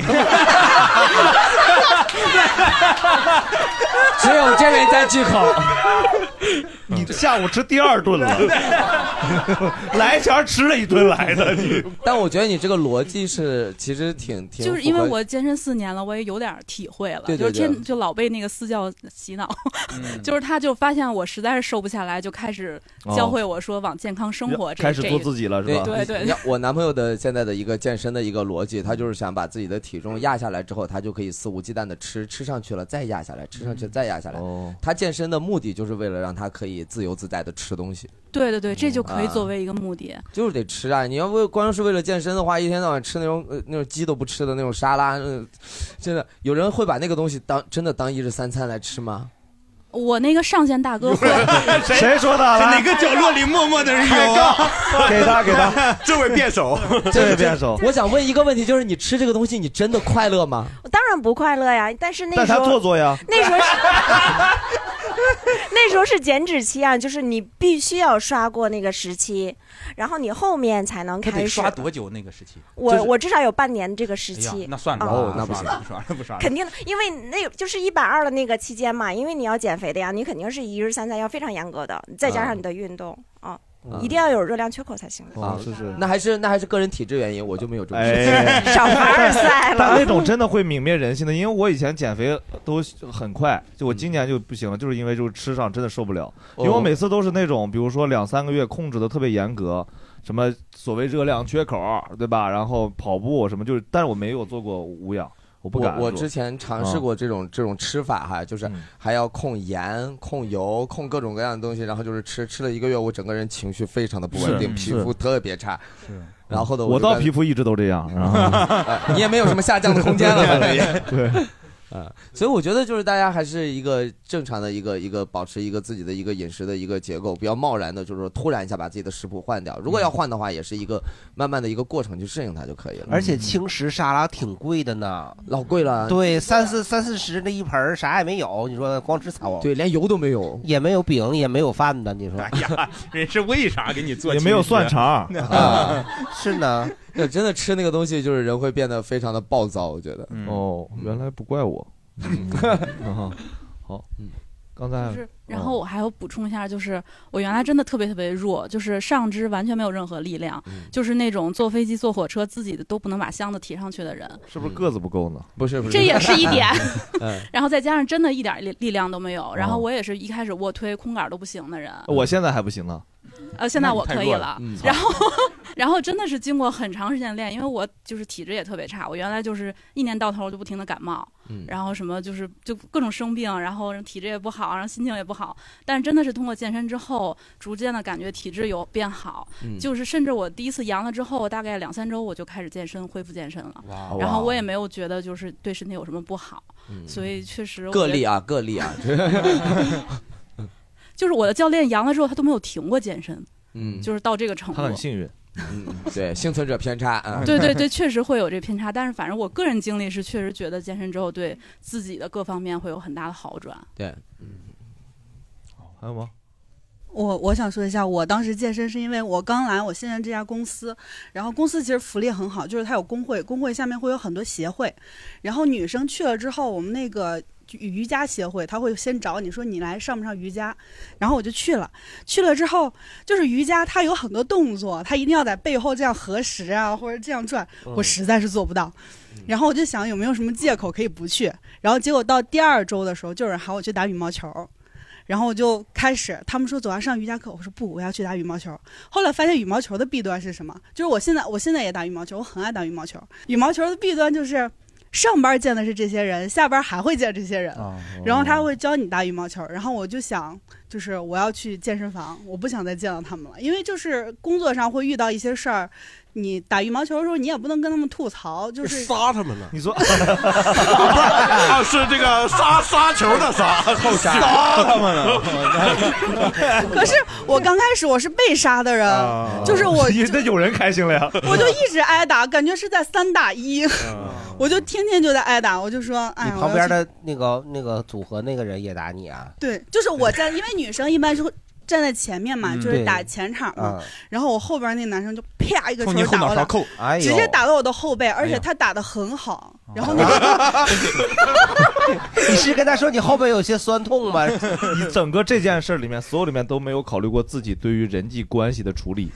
E: 只有这位在忌口。
B: 你下午吃第二顿了，来前吃了一顿来的你。
E: 但我觉得你这个逻辑是其实挺挺，
N: 就是因为我健身四年了，我也有点体会了。
E: 对对对，
N: 就是天就老被那个私教洗脑，嗯、就是他就发现我实在是瘦不下来，就开始教会我说往健康生活、哦、这
B: 开始做自己了是吧？
N: 对对对。
E: 我男朋友的现在的一个健身的一个逻辑，他就是想把自己的体重压下来之后，他就可以肆无忌惮的吃，吃上去了再压下来，吃上去再压下来。
B: 哦、
E: 他健身的目的就是为了让他可以自由自在的吃东西。
N: 对对对，这就可以作为一个目的。
E: 啊、就是得吃啊！你要为光是为了健身的话，一天到晚吃那种呃那种鸡都不吃的那种沙拉，呃、真的有人会把那个东西当真的当一日三餐来吃吗？
N: 我那个上线大哥会
B: 谁说的？
F: 哪个角落里默默的人有？
B: 给他给他，
K: 这位辩手，
B: 这位辩手。
E: 我想问一个问题，就是你吃这个东西，你真的快乐吗？
I: 我当然不快乐呀，但是那时候
B: 但他做作呀。
I: 那时候是那时候是减脂期啊，就是你必须要刷过那个时期，然后你后面才能开始。
F: 得刷多久那个时期？
I: 我、
F: 就是、
I: 我至少有半年这个时期。
F: 哎、那算了，
E: 哦，那不行，
F: 不刷了，不刷了。
I: 肯定的，因为那就是一百二的那个期间嘛，因为你要减肥的呀，你肯定是一日三餐要非常严格的，再加上你的运动啊。嗯、一定要有热量缺口才行
B: 啊！是是，
E: 那还是那还是个人体质原因，我就没有这种
B: 哎，
I: 少凡尔赛了。
B: 但那种真的会泯灭人性的，因为我以前减肥都很快，就我今年就不行了，就是因为就是吃上真的受不了，因为我每次都是那种，比如说两三个月控制的特别严格，什么所谓热量缺口，对吧？然后跑步什么，就是，但是我没有做过无氧。我不敢。
E: 我我之前尝试过这种、嗯、这种吃法哈，就是还要控盐、控油、控各种各样的东西，然后就是吃吃了一个月，我整个人情绪非常的不稳定，皮肤特别差。
B: 是。
E: 然后的
B: 我到皮肤一直都这样，然后、
E: 呃、你也没有什么下降的空间了，
B: 对。
E: 啊，所以我觉得就是大家还是一个正常的一个一个保持一个自己的一个饮食的一个结构，不要贸然的，就是说突然一下把自己的食谱换掉。如果要换的话，也是一个慢慢的一个过程去适应它就可以了。
D: 而且轻食沙拉挺贵的呢，
E: 老贵了。
D: 对，三四三四十那一盆啥也没有，你说光吃草，
E: 对，连油都没有，
D: 也没有饼，也没有饭的，你说？
F: 哎呀，人是为啥给你做？
B: 也没有蒜肠
D: 啊，是呢。
E: 那真的吃那个东西，就是人会变得非常的暴躁，我觉得。
B: 哦，原来不怪我。好，嗯，刚才
N: 就是，然后我还要补充一下，就是我原来真的特别特别弱，就是上肢完全没有任何力量，
B: 嗯、
N: 就是那种坐飞机、坐火车自己都不能把箱子提上去的人。
B: 是不是个子不够呢？
E: 不是，不是，
N: 这也是一点。
B: 嗯、
N: 然后再加上真的一点力力量都没有，然后我也是一开始卧推、空杆都不行的人。
B: 我现在还不行呢。
N: 呃，现在我可以了，
B: 了嗯、
N: 然后，然后真的是经过很长时间练，因为我就是体质也特别差，我原来就是一年到头就不停的感冒，
E: 嗯、
N: 然后什么就是就各种生病，然后体质也不好，然后心情也不好，但是真的是通过健身之后，逐渐的感觉体质有变好，
E: 嗯、
N: 就是甚至我第一次阳了之后，大概两三周我就开始健身，恢复健身了，然后我也没有觉得就是对身体有什么不好，
E: 嗯、
N: 所以确实
E: 个例啊，个例啊，
N: 就是我的教练阳了之后，他都没有停过健身。
E: 嗯，
N: 就是到这个程度，
B: 他很幸运。
E: 嗯，对，幸存者偏差啊。
N: 对对对，确实会有这偏差，但是反正我个人经历是，确实觉得健身之后对自己的各方面会有很大的好转。
E: 对，
B: 嗯。还有吗？
Q: 我我想说一下，我当时健身是因为我刚来我现在这家公司，然后公司其实福利很好，就是它有工会，工会下面会有很多协会，然后女生去了之后，我们那个瑜伽协会他会先找你说你来上不上瑜伽，然后我就去了，去了之后就是瑜伽它有很多动作，它一定要在背后这样合十啊，或者这样转，我实在是做不到。然后我就想有没有什么借口可以不去，然后结果到第二周的时候，就有人喊我去打羽毛球。然后我就开始，他们说走啊上瑜伽课，我说不，我要去打羽毛球。后来发现羽毛球的弊端是什么？就是我现在我现在也打羽毛球，我很爱打羽毛球。羽毛球的弊端就是上班见的是这些人，下班还会见这些人，
B: 哦、
Q: 然后他会教你打羽毛球。然后我就想，就是我要去健身房，我不想再见到他们了，因为就是工作上会遇到一些事儿。你打羽毛球的时候，你也不能跟他们吐槽，就是
K: 杀他们了。
B: 你说
K: 啊，是这个杀杀球的杀，后杀他们了。
Q: 可是我刚开始我是被杀的人，啊、就是我
B: 那有人开心了呀。
Q: 我就一直挨打，感觉是在三打一，啊、我就天天就在挨打，我就说，哎，
D: 你旁边的那个那个组合那个人也打你啊？
Q: 对，就是我站，因为女生一般是会站在前面嘛，嗯、就是打前场嘛。嗯、然后我后边那男生就啪一个球打我的，
B: 哎、
Q: 直接打到我的后背，而且他打得很好。哎、然后那个，
D: 你是跟他说你后背有些酸痛吗？
B: 你整个这件事里面，所有里面都没有考虑过自己对于人际关系的处理。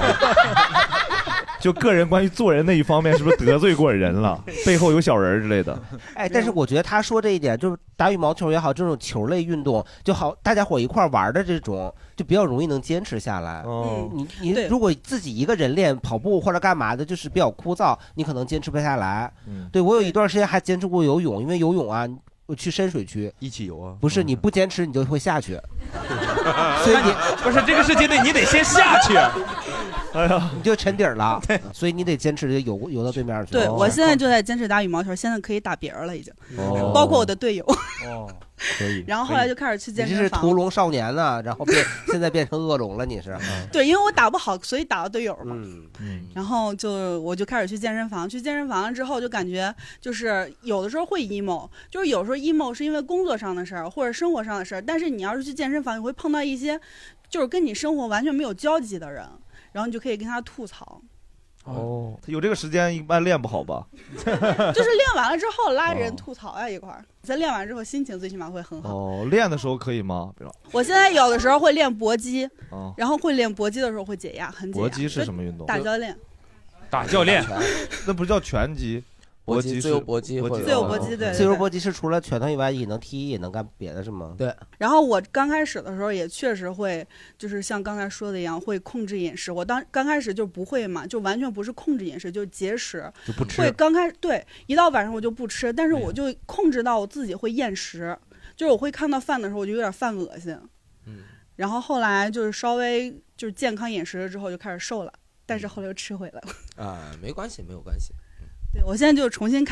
B: 就个人关于做人那一方面，是不是得罪过人了？背后有小人之类的。
D: 哎，但是我觉得他说这一点，就是打羽毛球也好，这种球类运动就好，大家伙一块玩的这种，就比较容易能坚持下来。
B: 哦，
D: 你你如果自己一个人练跑步或者干嘛的，就是比较枯燥，你可能坚持不下来。
B: 嗯，
D: 对我有一段时间还坚持过游泳，因为游泳啊，我去深水区
K: 一起游啊。
D: 不是你不坚持，你就会下去。所以你
F: 不是这个世界内，你得先下去。
D: 哎呀，你就沉底儿了，所以你得坚持游游到对面去。
Q: 对，我现在就在坚持打羽毛球，现在可以打别人了，已经，
B: 哦、
Q: 包括我的队友。
B: 哦，可以。
Q: 然后后来就开始去健身房。
D: 你是屠龙少年呢，然后变现在变成恶龙了，你是？
Q: 对，因为我打不好，所以打到队友嘛。
D: 嗯
B: 嗯。
Q: 然后就我就开始去健身房，去健身房了之后就感觉就是有的时候会 emo， 就是有时候 emo 是因为工作上的事儿或者生活上的事儿，但是你要是去健身房，你会碰到一些就是跟你生活完全没有交集的人。然后你就可以跟他吐槽。
B: 哦，有这个时间一般练不好吧？
Q: 就是练完了之后拉人吐槽呀、啊、一块儿。在练完之后心情最起码会很好。
B: 哦，练的时候可以吗？比如
Q: 我现在有的时候会练搏击，
B: 哦、
Q: 然后会练搏击的时候会解压，很解压。
B: 搏击是什么运动？
Q: 打教练。
F: 打教练，
B: 那不叫拳击。搏击、
E: 自由搏击、
Q: 自由搏击，对，
D: 自由搏击是除了拳头以外，也能踢，也能干别的，是吗？
E: 对。
Q: 然后我刚开始的时候也确实会，就是像刚才说的一样，会控制饮食。我当刚开始就不会嘛，就完全不是控制饮食，就是节食，
B: 就不吃。
Q: 会刚开对，一到晚上我就不吃，但是我就控制到我自己会厌食，就是我会看到饭的时候我就有点犯恶心。
E: 嗯。
Q: 然后后来就是稍微就是健康饮食了之后就开始瘦了，但是后来又吃回来了。
E: 啊，没关系，没有关系。
Q: 对，我现在就重新开始，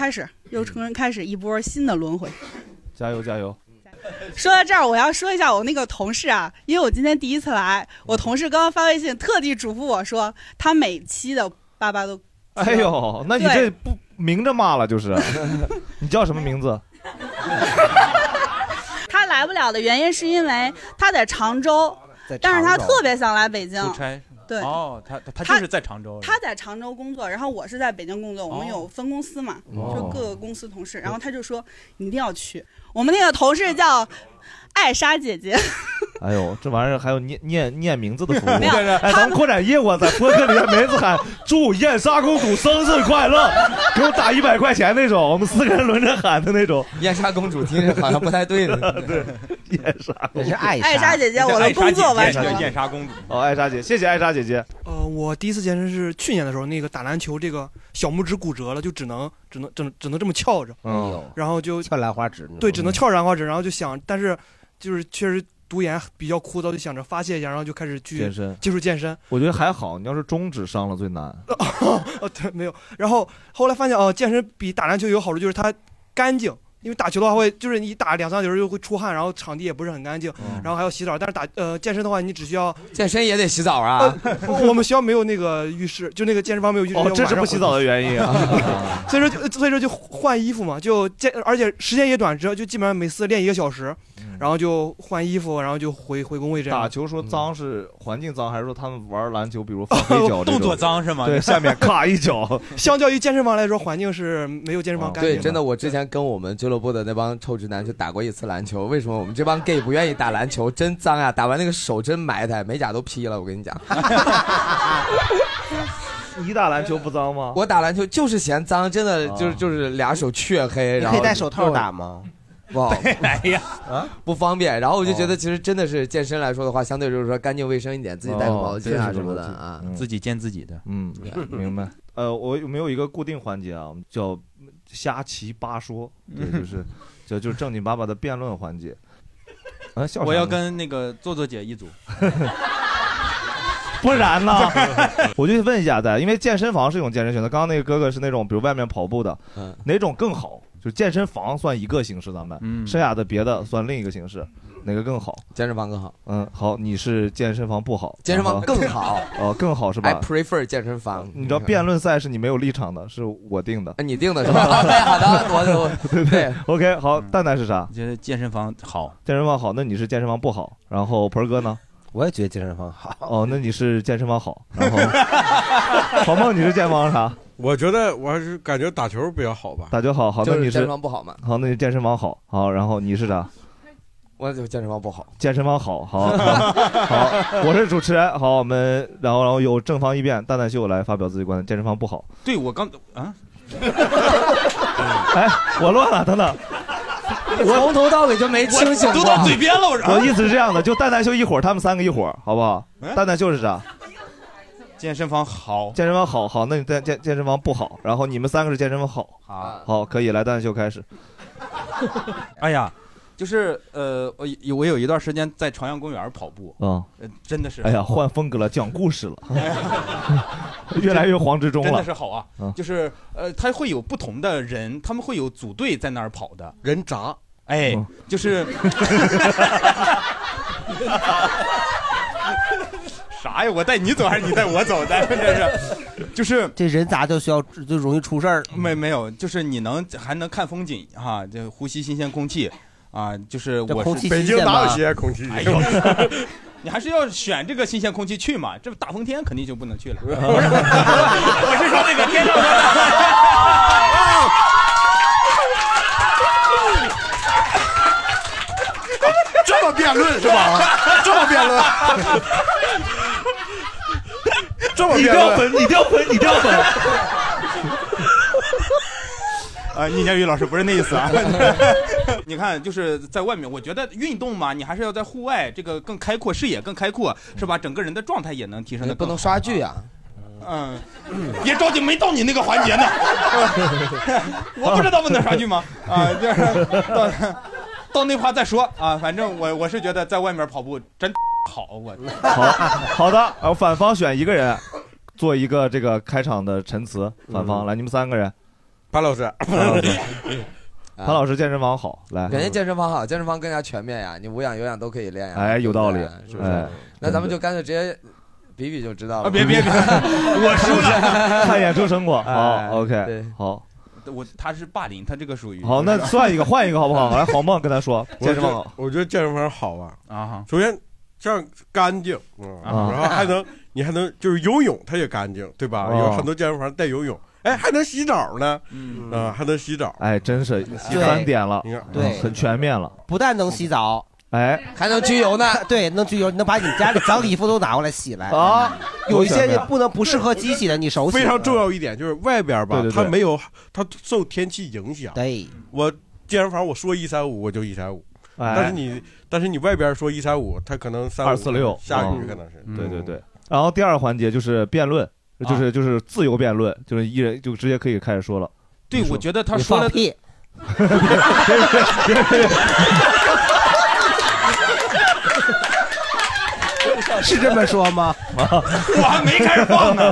Q: 又重新开始一波新的轮回。
B: 加油加油！
Q: 说到这儿，我要说一下我那个同事啊，因为我今天第一次来，我同事刚刚发微信特地嘱咐我说，他每期的爸爸都。
B: 哎呦，那你这不明着骂了就是？你叫什么名字？
Q: 他来不了的原因是因为他在常州，但是他特别想来北京
F: 出差。
Q: 对，
F: 哦，他他就是在常州。
Q: 他在常州工作，然后我是在北京工作，我们有分公司嘛，
F: 哦、
Q: 就各个公司同事。然后他就说你一定要去。我们那个同事叫艾莎姐姐。
B: 哎呦，这玩意儿还有念念念名字的服务。
Q: 哎，
B: 咱们扩展业务，在播客里面每次喊祝燕莎公主生日快乐，给我打一百块钱那种，我们四个人轮着喊的那种。
E: 燕莎公主听着好像不太对呢。
B: 对，燕莎公主
D: 是艾
Q: 艾莎姐姐，我的工作完成了。
F: 燕莎公主。
B: 哦，艾莎姐，谢谢艾莎姐姐。
P: 呃，我第一次健身是去年的时候，那个打篮球这个小拇指骨折了，就只能只能只能只能这么翘着。
B: 嗯。
P: 然后就
D: 翘兰花指。
P: 对，只能翘兰花指，然后就想，但是就是确实。读研比较枯燥，就想着发泄一下，然后就开始去
B: 健身，
P: 接触健身。
B: 我觉得还好，你要是中指伤了最难。
P: 哦，对，没有。然后后来发现哦，健身比打篮球有好处，就是它干净。因为打球的话会，就是你打两三个小时就会出汗，然后场地也不是很干净，嗯、然后还要洗澡。但是打呃健身的话，你只需要
E: 健身也得洗澡啊。
P: 呃、我们学校没有那个浴室，就那个健身房没有浴室。
B: 哦，这是不洗澡的原因啊。
P: 所以说就所以说就换衣服嘛，就健，而且时间也短，只要就基本上每次练一个小时，然后就换衣服，然后就回回工位这样。
B: 打球说脏是环境脏，还是说他们玩篮球，比如放黑脚
F: 动作脏是吗？
B: 对，下面咔一脚。
P: 相较于健身房来说，环境是没有健身房干净。
E: 对，真的，我之前跟我们俱乐部的那帮臭直男去打过一次篮球，为什么我们这帮 gay 不愿意打篮球？真脏啊！打完那个手真埋汰，美甲都劈了。我跟你讲，
B: 你打篮球不脏吗？
E: 我打篮球就是嫌脏，真的就是就是俩手黢黑。然后
D: 可以戴手套打吗？
E: 不好，哎呀，啊，不方便。然后我就觉得，其实真的是健身来说的话，相对就是说干净卫生一点，自己带个毛巾啊什么的啊，
F: 自己见自己的。
B: 嗯，明白。呃，我有没有一个固定环节啊？叫瞎奇八说，对，就是就就是正经八百的辩论环节。啊，
F: 我要跟那个做做姐一组。
B: 不然呢？我就问一下大家，因为健身房是一种健身选择，刚刚那个哥哥是那种比如外面跑步的，嗯、哪种更好？就健身房算一个形式，咱们，嗯、剩下的别的算另一个形式，哪个更好？
E: 健身房更好。
B: 嗯，好，你是健身房不好，
E: 健身房更好。
B: 哦，更好是吧
E: ？I prefer 健身房。
B: 你知道辩论赛是你没有立场的，是我定的。
E: 你定的是吧？好的，好的，我我
B: 对对 ，OK， 好，蛋蛋是啥？
F: 觉得健身房好，
B: 健身房好，那你是健身房不好。然后盆哥呢？
D: 我也觉得健身房好。
B: 哦，那你是健身房好。然后黄梦你是健身房啥？
K: 我觉得我还是感觉打球比较好吧。
B: 打球好，好，那你是
E: 健身房不好嘛？
B: 好，那你健身房好，好，然后你是啥？
E: 我就健身房不好。
B: 健身房好，好，好，我是主持人，好，我们然后然后有正方一辩，蛋蛋秀来发表自己观点。健身房不好。
F: 对，我刚啊，
B: 哎，我乱了，等等。
E: 我从头到尾就没清醒过，
F: 都到嘴边了。我
B: 我意思是这样的，就蛋蛋秀一伙，他们三个一伙，好不好？蛋蛋秀是啥？
F: 健身房好，
B: 健身房好，好，那你健健健身房不好，然后你们三个是健身房好，
F: 好，
B: 好，可以来蛋蛋秀开始。
F: 哎呀，就是呃，我我有一段时间在朝阳公园跑步，
B: 嗯，
F: 呃，真的是，
B: 哎呀，换风格了，讲故事了，越来越黄执中了，
F: 真的是好啊，嗯、就是呃，他会有不同的人，他们会有组队在那儿跑的，
K: 人闸，
F: 哎，嗯、就是。啥呀？我带你走还是你带我走？咱这是，就是
D: 这人咋就需要就容易出事儿？
F: 没没有，就是你能还能看风景哈，就呼吸新鲜空气啊，就是我是
K: 北京哪有新鲜空气？
F: 哎呦，你还是要选这个新鲜空气去嘛，这大风天肯定就不能去了。不是，我是说那个天上的。
K: 这么辩论是吧？这么辩论，这么辩论，
B: 你掉粉，你掉粉，你掉粉。
F: 啊，聂家宇老师不是那意思啊。你看，就是在外面，我觉得运动嘛，你还是要在户外，这个更开阔，视野更开阔，是吧？整个人的状态也能提升的。
E: 不能刷剧啊。
F: 嗯，别着急，没到你那个环节呢。我不知道不能刷剧吗？啊，就是到到那块再说啊。反正我我是觉得在外面跑步真好，我
B: 好好的。然后反方选一个人做一个这个开场的陈词，反方来，你们三个人。
K: 潘老师，
B: 潘老师，潘老师健身房好，来，
E: 人家健身房好，健身房更加全面呀，你无氧有氧都可以练呀。
B: 哎，有道理，
E: 是不是？
B: 哎，
E: 那咱们就干脆直接比比就知道了。
F: 别别别，我输了，
B: 看演出成果。好
E: 哎
B: ，OK，好。
F: 我他是霸凌，他这个属于
B: 好，那算一个，换一个好不好？来，黄梦跟他说，健身房好。
K: 我觉得健身房好啊
F: 啊！
K: 首先这样干净，嗯，然后还能你还能就是游泳，它也干净，对吧？有很多健身房带游泳，哎，还能洗澡呢，嗯啊，还能洗澡，
B: 哎，真是三点了，
D: 对，
B: 很全面了。
D: 不但能洗澡，
B: 哎，
E: 还能焗油呢。
D: 对，能焗油，能把你家里脏衣服都拿过来洗来啊。有一些不能不适合机洗的，你手洗。
K: 非常重要一点就是外边吧，
B: 对对对
K: 它没有，它受天气影响。
D: 对，
K: 我健身房我说一三五我就一三五，但是你但是你外边说一三五，它可能三
B: 二四六，
K: 下雨可能是。
B: 对对对。然后第二个环节就是辩论，就是就是自由辩论，就是一人就直接可以开始说了。
F: 对，我觉得他说了
D: 屁。是这么说吗？
F: 我还没开始放呢。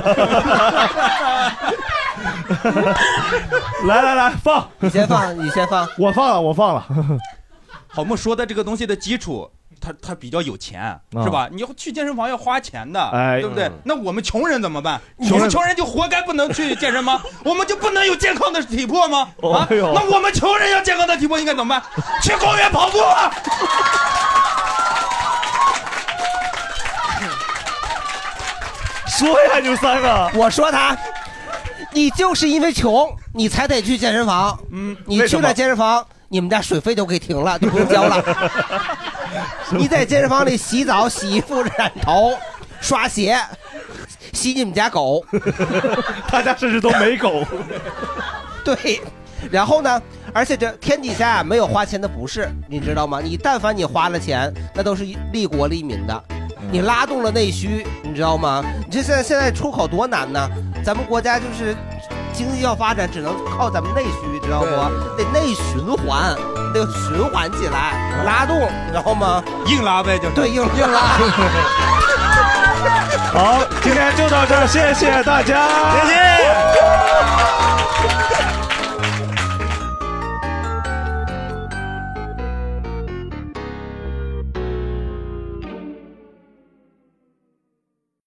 B: 来来来，放，
D: 你先放，你先放，
B: 我放了，我放了。
F: 好，我们说的这个东西的基础，他他比较有钱，
B: 啊、
F: 是吧？你要去健身房要花钱的，
B: 哎，
F: 对不对？嗯、那我们穷人怎么办？
B: 穷
F: 我们穷人就活该不能去健身吗？我们就不能有健康的体魄吗？啊，
B: 哎、
F: 那我们穷人要健康的体魄应该怎么办？去公园跑步啊！
B: 说呀，你们三个，
D: 我说他，你就是因为穷，你才得去健身房。嗯，你去了健身房，你们家水费就给停了，就不用交了。你在健身房里洗澡、洗衣服、染头、刷鞋，洗你们家狗。
B: 他家甚至都没狗。
D: 对，然后呢？而且这天底下没有花钱的不是，你知道吗？你但凡你花了钱，那都是利国利民的。你拉动了内需，你知道吗？你这现在现在出口多难呢？咱们国家就是经济要发展，只能靠咱们内需，知道不？得内循环，得循环起来，拉动，你知道吗？
F: 硬拉呗，就是
D: 对，硬硬拉。
B: 好，今天就到这儿，谢谢大家，
F: 谢谢。